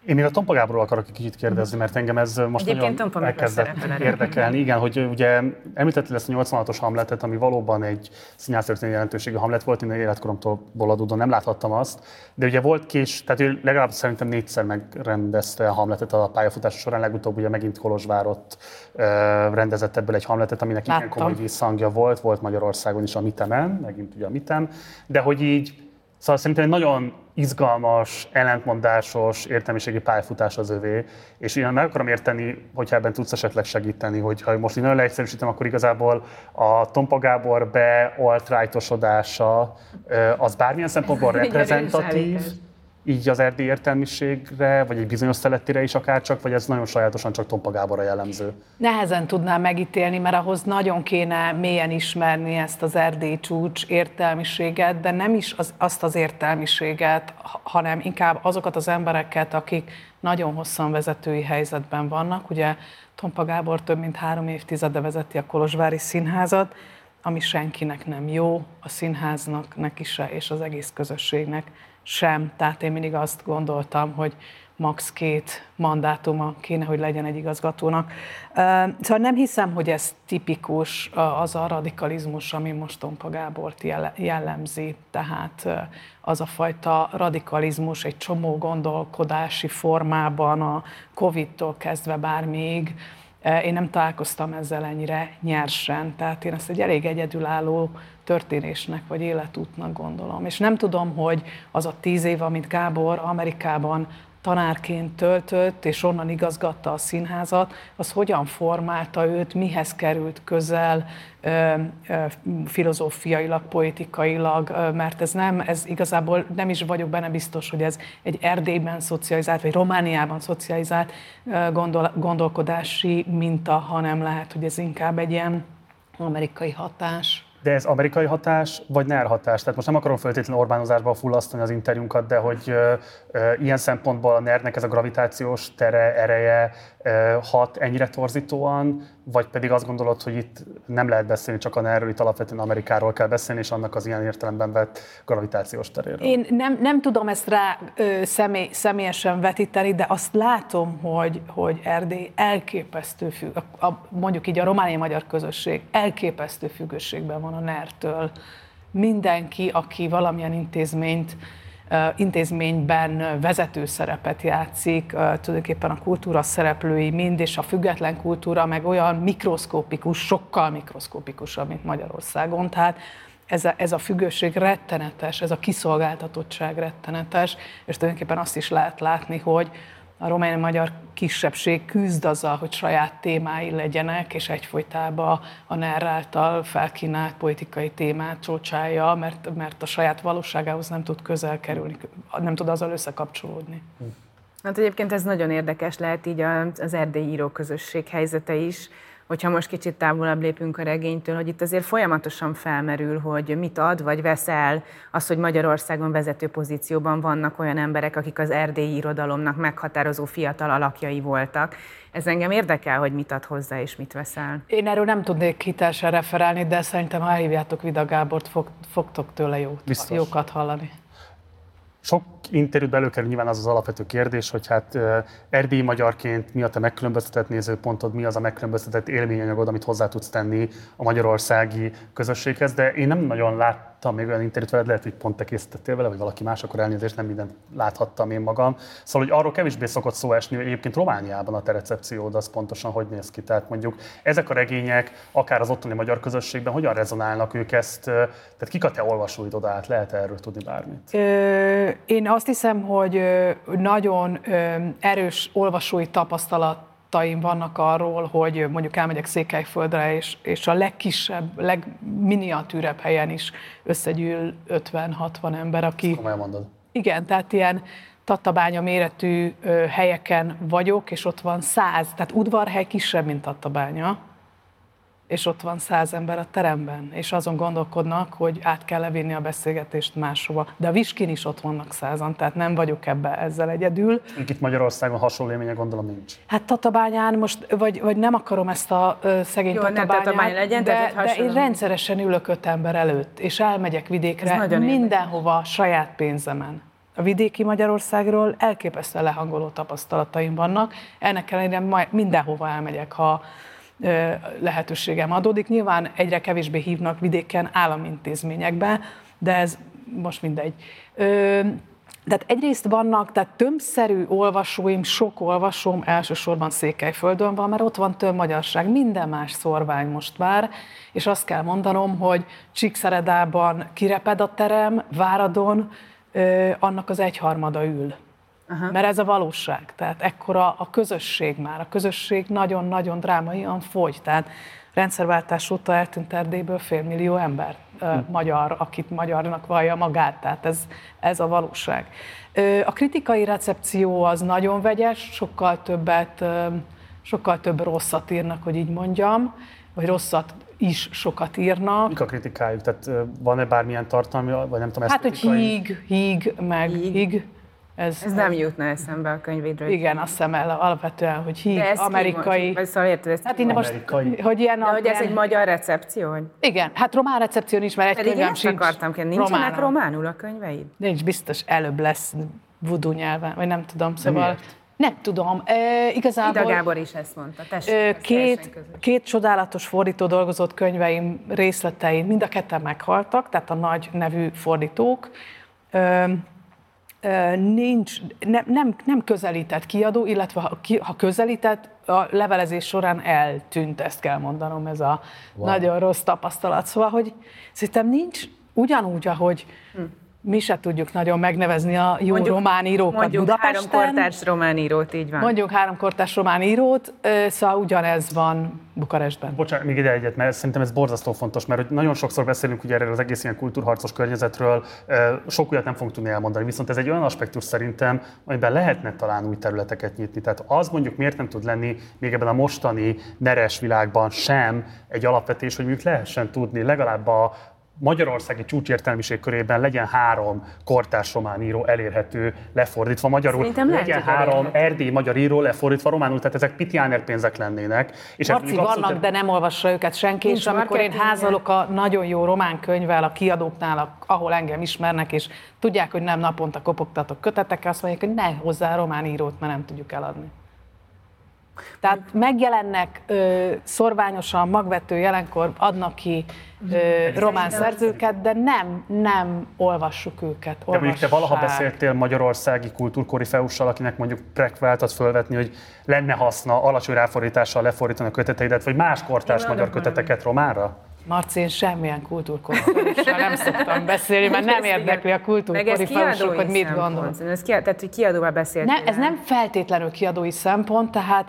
Én még a Tompa Gáborról akarok egy kicsit kérdezni, mert engem ez most Egyébként nagyon elkezdett érdekelni. Igen, hogy ugye említetted ezt a 86-os Hamletet, ami valóban egy színháztörténeti jelentőségű Hamlet volt, én életkoromtól adódóan nem láthattam azt, de ugye volt tehát ő legalább szerintem 4-szer megrendezte a Hamletet a pályafutása során, legutóbb ugye megint Kolozsvárott rendezett ebből egy Hamletet, aminek igen komoly visszhangja volt Magyarországon is a Mitemen, megint ugye a Mitem, de hogy így szóval szerintem egy nagyon izgalmas, ellentmondásos értelmiségi pályafutás az övé, és én meg akarom érteni, hogyha ebben tudsz esetleg segíteni, hogyha most én nagyon leegyszerűsítem, akkor igazából a Tompa Gábor alt-rightosodása az bármilyen szempontból reprezentatív, így az erdélyi értelmiségre, vagy egy bizonyos szelettére is akárcsak, vagy ez nagyon sajátosan csak Tompa Gáborra jellemző? Nehezen tudnám megítélni, mert ahhoz nagyon kéne mélyen ismerni ezt az erdélyi csúcs értelmiséget, de nem is azt az értelmiséget, hanem inkább azokat az embereket, akik nagyon hosszan vezetői helyzetben vannak. Ugye Tompa Gábor több mint 3 évtizede vezeti a Kolozsvári Színházat, ami senkinek nem jó, a színháznak neki se, és az egész közösségnek sem. Tehát én mindig azt gondoltam, hogy max 2 mandátuma kéne, hogy legyen egy igazgatónak. Szóval nem hiszem, hogy ez tipikus az a radikalizmus, ami most Tompa Gábort jellemzi. Tehát az a fajta radikalizmus egy csomó gondolkodási formában, a Covid-tól kezdve bármíg. Én nem találkoztam ezzel ennyire nyersen, tehát én ezt egy elég egyedülálló történésnek vagy életútnak gondolom. És nem tudom, hogy az a 10 év, amit Gábor Amerikában tanárként töltött, és onnan igazgatta a színházat, az hogyan formálta őt, mihez került közel filozófiailag, politikailag, mert ez igazából nem is vagyok benne biztos, hogy ez egy Erdélyben szocializált, vagy Romániában szocializált gondolkodási minta, hanem lehet, hogy ez inkább egy ilyen amerikai hatás. De ez amerikai hatás, vagy NER hatás? Tehát most nem akarom feltétlenül Orbánozásba fullasztani az interjúnkat, de hogy ilyen szempontból a NER-nek ez a gravitációs tere, ereje hat ennyire torzítóan, vagy pedig azt gondolod, hogy itt nem lehet beszélni csak a NER-ről, itt alapvetően Amerikáról kell beszélni, és annak az ilyen értelemben vett gravitációs teréről? Én nem tudom ezt rá személyesen vetíteni, de azt látom, hogy Erdély elképesztő mondjuk így a romániai-magyar közösség elképesztő függőségben van a NER-től. Mindenki, aki valamilyen intézményben vezető szerepet játszik, tulajdonképpen a kultúra szereplői mind, és a független kultúra meg olyan mikroszkópikus, sokkal mikroszkópikusabb, mint Magyarországon. Tehát ez a függőség rettenetes, ez a kiszolgáltatottság rettenetes, és tulajdonképpen azt is lehet látni, hogy a román-magyar kisebbség küzd azzal, hogy saját témái legyenek, és egyfolytában a NER által felkínált politikai témát csócsálja, mert a saját valóságához nem tud közel kerülni, nem tud azzal összekapcsolódni. Hát egyébként ez nagyon érdekes lehet így az erdélyi íróközösség helyzete is, hogyha most kicsit távolabb lépünk a regénytől, hogy itt azért folyamatosan felmerül, hogy mit ad vagy vesz el az, hogy Magyarországon vezető pozícióban vannak olyan emberek, akik az erdélyi irodalomnak meghatározó fiatal alakjai voltak. Ez engem érdekel, hogy mit ad hozzá és mit vesz el. Én erről nem tudnék hitelesen referálni, de szerintem, ha elhívjátok Vida Gábort, fogtok tőle jókat hallani. Sok interjút előkerül nyilván az alapvető kérdés, hogy hát erdélyi magyarként mi a te megkülönböztetett nézőpontod, mi az a megkülönböztetett élményanyagod, amit hozzá tudsz tenni a magyarországi közösséghez, de én nem nagyon láttam még olyan interjút veled, lehet, hogy pont te készítettél vele, vagy valaki más, akkor elnézést, nem mindent láthattam én magam. Szóval, hogy arról kevésbé szokott szó esni, hogy egyébként Romániában a te recepciód az pontosan hogy néz ki. Tehát mondjuk ezek a regények, akár az ottani magyar közösségben, hogyan rezonálnak ők ezt, tehát kik a te olvasóid oda át, lehet erről tudni bármit? Én azt hiszem, hogy nagyon erős olvasói tapasztalataim vannak arról, hogy mondjuk elmegyek Székelyföldre, és a legkisebb, legminiatűrebb helyen is összegyűl 50-60 ember, aki... Komolyan mondod. Igen, tehát ilyen Tatabánya méretű helyeken vagyok, és ott van 100, tehát udvarhely kisebb, mint Tatabánya, és ott van 100 ember a teremben, és azon gondolkodnak, hogy át kell levinni a beszélgetést máshova. De a Viskin is ott vannak 100-an, tehát nem vagyok ezzel egyedül. Itt Magyarországon hasonló élménye gondolom nincs. Hát Tatabányán most, vagy nem akarom ezt a szegény Tatabányát, de én rendszeresen ülök 5 ember előtt, és elmegyek vidékre mindenhova saját pénzemen. a vidéki Magyarországról elképesztően lehangoló tapasztalataim vannak. Ennek ellenére mindenhova elmegyek, ha lehetőségem adódik. Nyilván egyre kevésbé hívnak vidéken állami intézményekbe, de ez most mindegy. Tehát egyrészt vannak, tehát tömbszerű olvasóim, sok olvasóm elsősorban Székelyföldön van, mert ott van több magyarság, minden más szorvány most már, és azt kell mondanom, hogy Csíkszeredában kireped a terem, Váradon annak az 1/3 ül. Aha. Mert ez a valóság, tehát ekkora a közösség már, a közösség nagyon-nagyon drámaian fogy, tehát rendszerváltás óta eltűnt Erdélyből 500 000 ember magyar, akit magyarnak vallja magát, tehát ez a valóság. A kritikai recepció az nagyon vegyes, sokkal több rosszat írnak, hogy így mondjam, vagy rosszat is sokat írnak. Mik a kritikájuk? Tehát van-e bármilyen tartalmi, vagy nem tudom, hát, hogy híg. Ez nem jutna eszembe a könyvédről. Igen, azt hiszem alapvetően, hogy híg, amerikai. Vagy szóval érted, ezt hát innen most, hogy ilyen de hogy ez egy magyar recepció? Hogy... Igen, hát román recepción is, mert egy könyvem sincs. Akartam kérni, nincsenek románul a könyveid? Nincs, biztos előbb lesz voodoo nyelven, vagy nem tudom, szóval... Nem tudom, igazából... Ida Gábor is ezt mondta, két csodálatos fordító dolgozott könyveim részletein, mind a ketten meghaltak, tehát a nagy nevű fordítók. Nem közelített kiadó, illetve ha közelített, a levelezés során eltűnt, ezt kell mondanom, ez a nagyon rossz tapasztalat. Szóval, hogy szerintem nincs ugyanúgy, ahogy mi se tudjuk nagyon megnevezni a jó román írókat Budapesten. Mondjuk 3 kortárs román írót, így van. Mondjuk 3 kortárs román írót, szóval ugyanez van Bukarestben. Bocsánat, még ide egyet, mert szerintem ez borzasztó fontos, mert hogy nagyon sokszor beszélünk ugye erről az egész ilyen kultúrharcos környezetről, sok újat nem fogunk tudni elmondani, viszont ez egy olyan aspektus szerintem, amiben lehetne talán új területeket nyitni. Tehát az mondjuk miért nem tud lenni még ebben a mostani neres világban sem egy alapvetés, hogy mondjuk lehessen tudni legalább a magyarországi csúcsértelmiség körében legyen 3 kortárs román író elérhető, lefordítva magyarul, szerintem legyen 3 erdélyi magyar író lefordítva románul, tehát ezek pitiáner pénzek lennének. És Marci, vannak, de nem olvassa őket senki, és amikor én házalok a nagyon jó román könyvvel a kiadóknál, ahol engem ismernek, és tudják, hogy nem naponta kopogtatok kötetekkel, azt mondják, hogy ne hozzá román írót, mert nem tudjuk eladni. Tehát megjelennek szorványosan, magvető jelenkor, adnak ki román szerzőket, de nem olvassuk őket. De mondjuk te valaha beszéltél magyarországi kultúrkorifeussal, akinek mondjuk prekváltat fölvetni, hogy lenne haszna alacsony ráfordítással lefordítani a köteteidet, vagy más kortárs magyar köteteket románra? Marci, én semmilyen kultúrkorifeussal nem szoktam beszélni, mert nem érdekli a kultúrkorifeusok, hogy mit gondol. Tehát, hogy kiadóval beszéltél. Ez nem feltétlenül kiadói szempont, tehát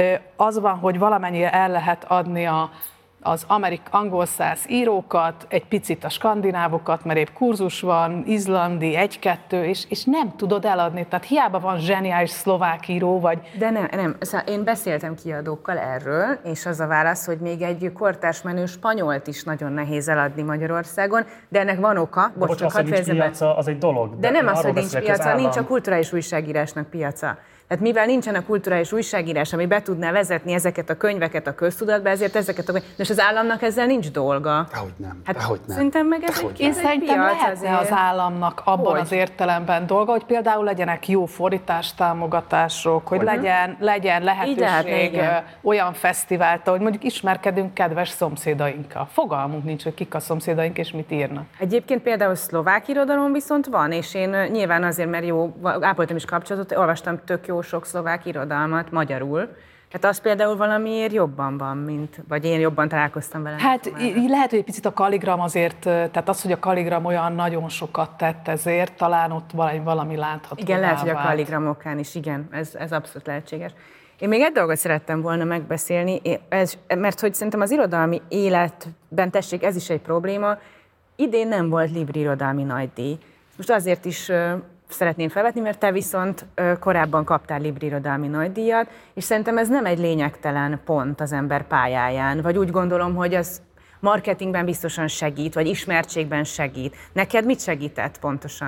az van, hogy valamennyire el lehet adni az angol száz írókat, egy picit a skandinávokat, mert épp kurzus van, izlandi, 1-2, és nem tudod eladni. Tehát hiába van zseniális szlovák író, vagy... De nem. Szóval én beszéltem kiadókkal erről, és az a válasz, hogy még egy kortárs menő spanyolt is nagyon nehéz eladni Magyarországon, de ennek van oka. Bocs, hogy nincs piaca, az egy dolog. De nem az, hogy nincs piaca, nincs a kulturális újságírásnak piaca. Tehát mivel nincsen a kulturális újságírás, ami be tudná vezetni ezeket a könyveket a köztudatba, ezért ezeket a könyveket... És az államnak ezzel nincs dolga. Dehogy nem. Szerintem meg ez Én szerintem lehetne az államnak abban az értelemben dolga, hogy például legyenek jó fordítástámogatások, hogy legyen lehetőség olyan fesztivált, hogy mondjuk ismerkedünk kedves szomszédainkkal. Fogalmunk nincs, hogy kik a szomszédaink és mit írnak. Egyébként például szlovák irodalom viszont van, és én nyilván azért, mert ápoltam is kapcsolatot, olvastam tök jó sok szlovák irodalmat magyarul. Hát az például valamiért jobban van, vagy én jobban találkoztam vele. Hát lehet, hogy egy picit a Kalligram azért, tehát az, hogy a Kalligram olyan nagyon sokat tett ezért, talán ott valami látható. Igen, lehet, hogy a Kalligram okán is, igen, ez abszolút lehetséges. Én még egy dolgot szerettem volna megbeszélni, mert hogy szerintem az irodalmi életben, tessék, ez is egy probléma, idén nem volt Libri irodalmi nagydíj. Most azért is szeretném felvetni, mert te viszont korábban kaptál Libri irodalmi nagydíjat, és szerintem ez nem egy lényegtelen pont az ember pályáján, vagy úgy gondolom, hogy az marketingben biztosan segít, vagy ismertségben segít. Neked mit segített pontosan?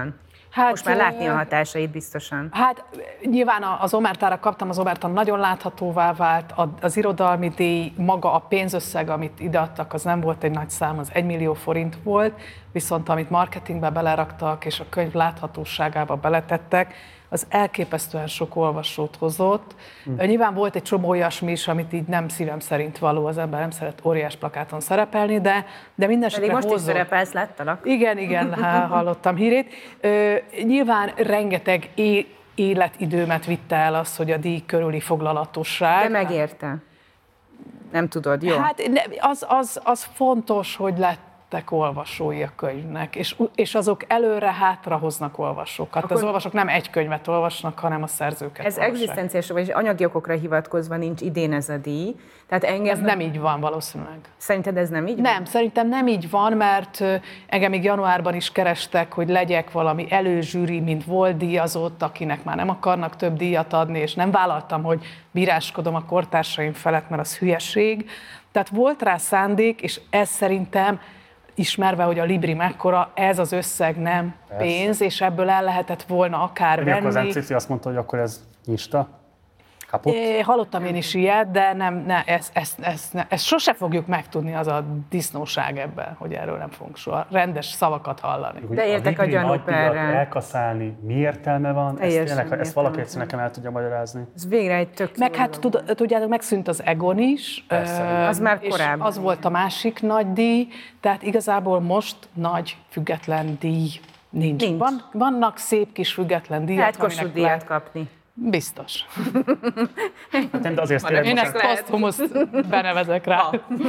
Hát, most már látni a hatásait biztosan. Hát nyilván az Omertára kaptam, az Omerta nagyon láthatóvá vált, az irodalmi díj, maga a pénzösszeg, amit ideadtak, az nem volt egy nagy szám, az 1 millió forint volt, viszont amit marketingbe beleraktak, és a könyv láthatóságába beletettek, az elképesztően sok olvasót hozott. Nyilván volt egy csomó olyasmi is, amit így nem szívem szerint való, az ember nem szeret óriás plakáton szerepelni, de minden esetre most is szerepelsz, láttalak? Igen, hallottam hírét. Nyilván rengeteg életidőmet vitte el az, hogy a díj körüli foglalatosság. De megérte. Nem tudod, jó? Hát az fontos, hogy lettek olvasói a könyvnek, és azok előre-hátra hoznak olvasókat. Akkor az olvasók nem egy könyvet olvasnak, hanem a szerzőket. Ez egzisztenciális, vagy anyagi okokra hivatkozva nincs idén ez a díj. Tehát engem... Ez nem így van valószínűleg. Szerinted ez nem így van? Nem, szerintem nem így van, mert engem még januárban is kerestek, hogy legyek valami előzsűri, mint volt díjazott, akinek már nem akarnak több díjat adni, és nem vállaltam, hogy bíráskodom a kortársaim felett, mert az hülyeség. Tehát volt rá szándék, és ez szerintem ismerve, hogy a Libri mekkora, ez az összeg nem pénz, és ebből el lehetett volna akár venni. Akkor az MCC azt mondta, hogy akkor ez nyista? Kapott? Hallottam én is ilyet, de ezt sose fogjuk megtudni, az a disznóság ebben, hogy erről nem fogunk soha rendes szavakat hallani. De értek a gyanúperrel. Elkaszálni, mi értelme van? Ezt valaki egyszer nekem el tudja magyarázni? Ez végre egy tök. Meg hát tudjátok, megszűnt az Egon is. Az már korábban. Az volt a másik nagy díj, tehát igazából most nagy független díj nincs. Vannak szép kis független díjak. Lehet Kossuth díjat kapni. Biztos. Hát de azért én ezt posztumuszt benevezek rá.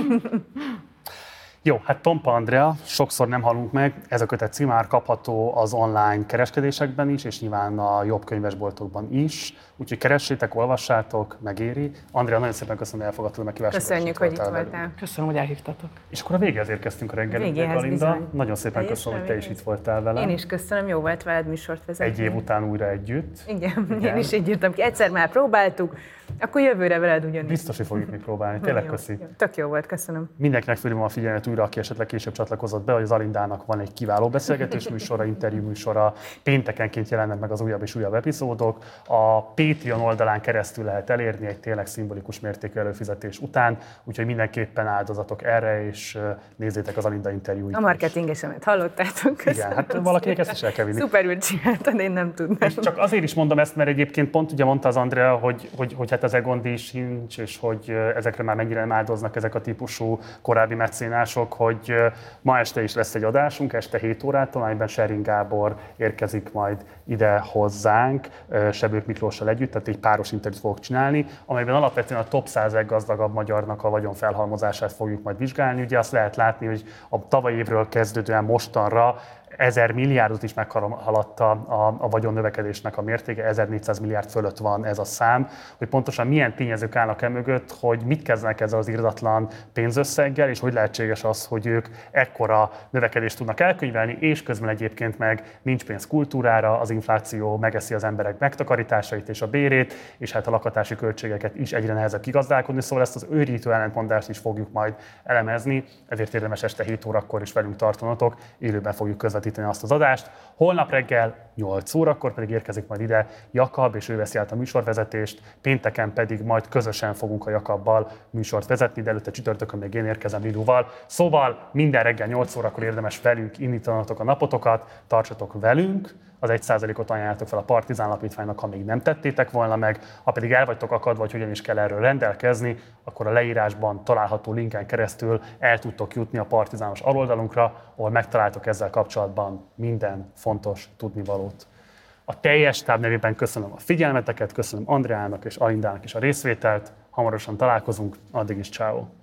Jó, hát Tompa Andrea, sokszor nem hallunk meg, ez a kötet címár kapható az online kereskedésekben is, és nyilván a jobb könyvesboltokban is, úgyhogy keressétek, olvassátok, megéri. Andrea, nagyon szépen köszönöm, hogy elfogadtad a meghívást. Köszönjük, hogy itt voltál. Köszönöm, hogy elhívtatok. És akkor a végéhez érkeztünk a reggelünknek, Linda. Nagyon szépen köszönöm, hogy te is itt voltál velem. Én is köszönöm, jó volt veled műsort vezetni. Egy év után újra együtt. Igen. Én is így írtam ki. Egyszer már próbáltuk, akkor jövőre veled ugyanígy. Biztos, hogy fogjuk még próbálni. Tényleg köszi. Tök jó volt, köszönöm. Mindenkinek fölhívom a figyelmet újra, aki esetleg később csatlakozott be, hogy az Alindának van egy kiváló beszélgetős műsora, interjú műsora. Péntekenként jelennek meg az újabb és újabb epizódok. A Patreon oldalán keresztül lehet elérni egy tényleg szimbolikus mértékű előfizetés után, úgyhogy mindenképpen áldozatok erre, és nézzétek az Alinda interjúit. A marketingesemet hallottátok. Köszönöm. Igen, hát valakinek ezt is el kell vinni. Szuperül csináltad, én nem tudnám. És csak azért is mondom ezt, mert egyébként pont ugye mondta az Andrea, hogy hát az Egon díj sincs, és hogy ezekre már mennyire nem áldoznak ezek a típusú korábbi mecénások, hogy ma este is lesz egy adásunk, este 7 órától, amiben Schering Gábor érkezik majd ide hozzánk, Sebők Miklóssal együtt, tehát egy páros interjút fogok csinálni, amelyben alapvetően a top 100 leggazdagabb magyarnak a vagyonfelhalmozását fogjuk majd vizsgálni. Ugye azt lehet látni, hogy a tavaly évről kezdődően mostanra 1000 milliárdot is meghaladta a vagyon növekedésnek a mértéke, 1400 milliárd fölött van ez a szám, hogy pontosan milyen tényezők állnak mögött, hogy mit kezdenek ezzel az irdatlan pénzösszeggel, és hogy lehetséges az, hogy ők ekkora növekedést tudnak elkönyvelni, és közben egyébként meg nincs pénz kultúrára, az infláció megeszi az emberek megtakarításait és a bérét, és hát a lakhatási költségeket is egyre nehezebb kigazdálkodni, szóval ezt az őrítő ellentmondást is fogjuk majd elemezni, ezért érdemes este 7 órakor is velünk tartanatok, élőben fogjuk közvetíteni azt az adást. Holnap reggel 8 órakor pedig érkezik majd ide Jakab, és ő veszi át a műsorvezetést, pénteken pedig majd közösen fogunk a Jakabbal műsort vezetni, de előtte csütörtökön még én érkezem Liluval. Szóval minden reggel 8 órakor érdemes velünk indítanatok a napotokat, tartsatok velünk, az 1%-ot ajánljátok fel a Partizán Alapítványnak, ha még nem tettétek volna meg, ha pedig el vagytok akadva, hogy hogyan is kell erről rendelkezni, akkor a leírásban található linken keresztül el tudtok jutni a Partizános aloldalunkra, ahol megtaláltok ezzel kapcsolatban minden fontos tudnivalót. A teljes stáb nevében köszönöm a figyelmeteket, köszönöm Andreának és Alindának is a részvételt, hamarosan találkozunk, addig is ciao.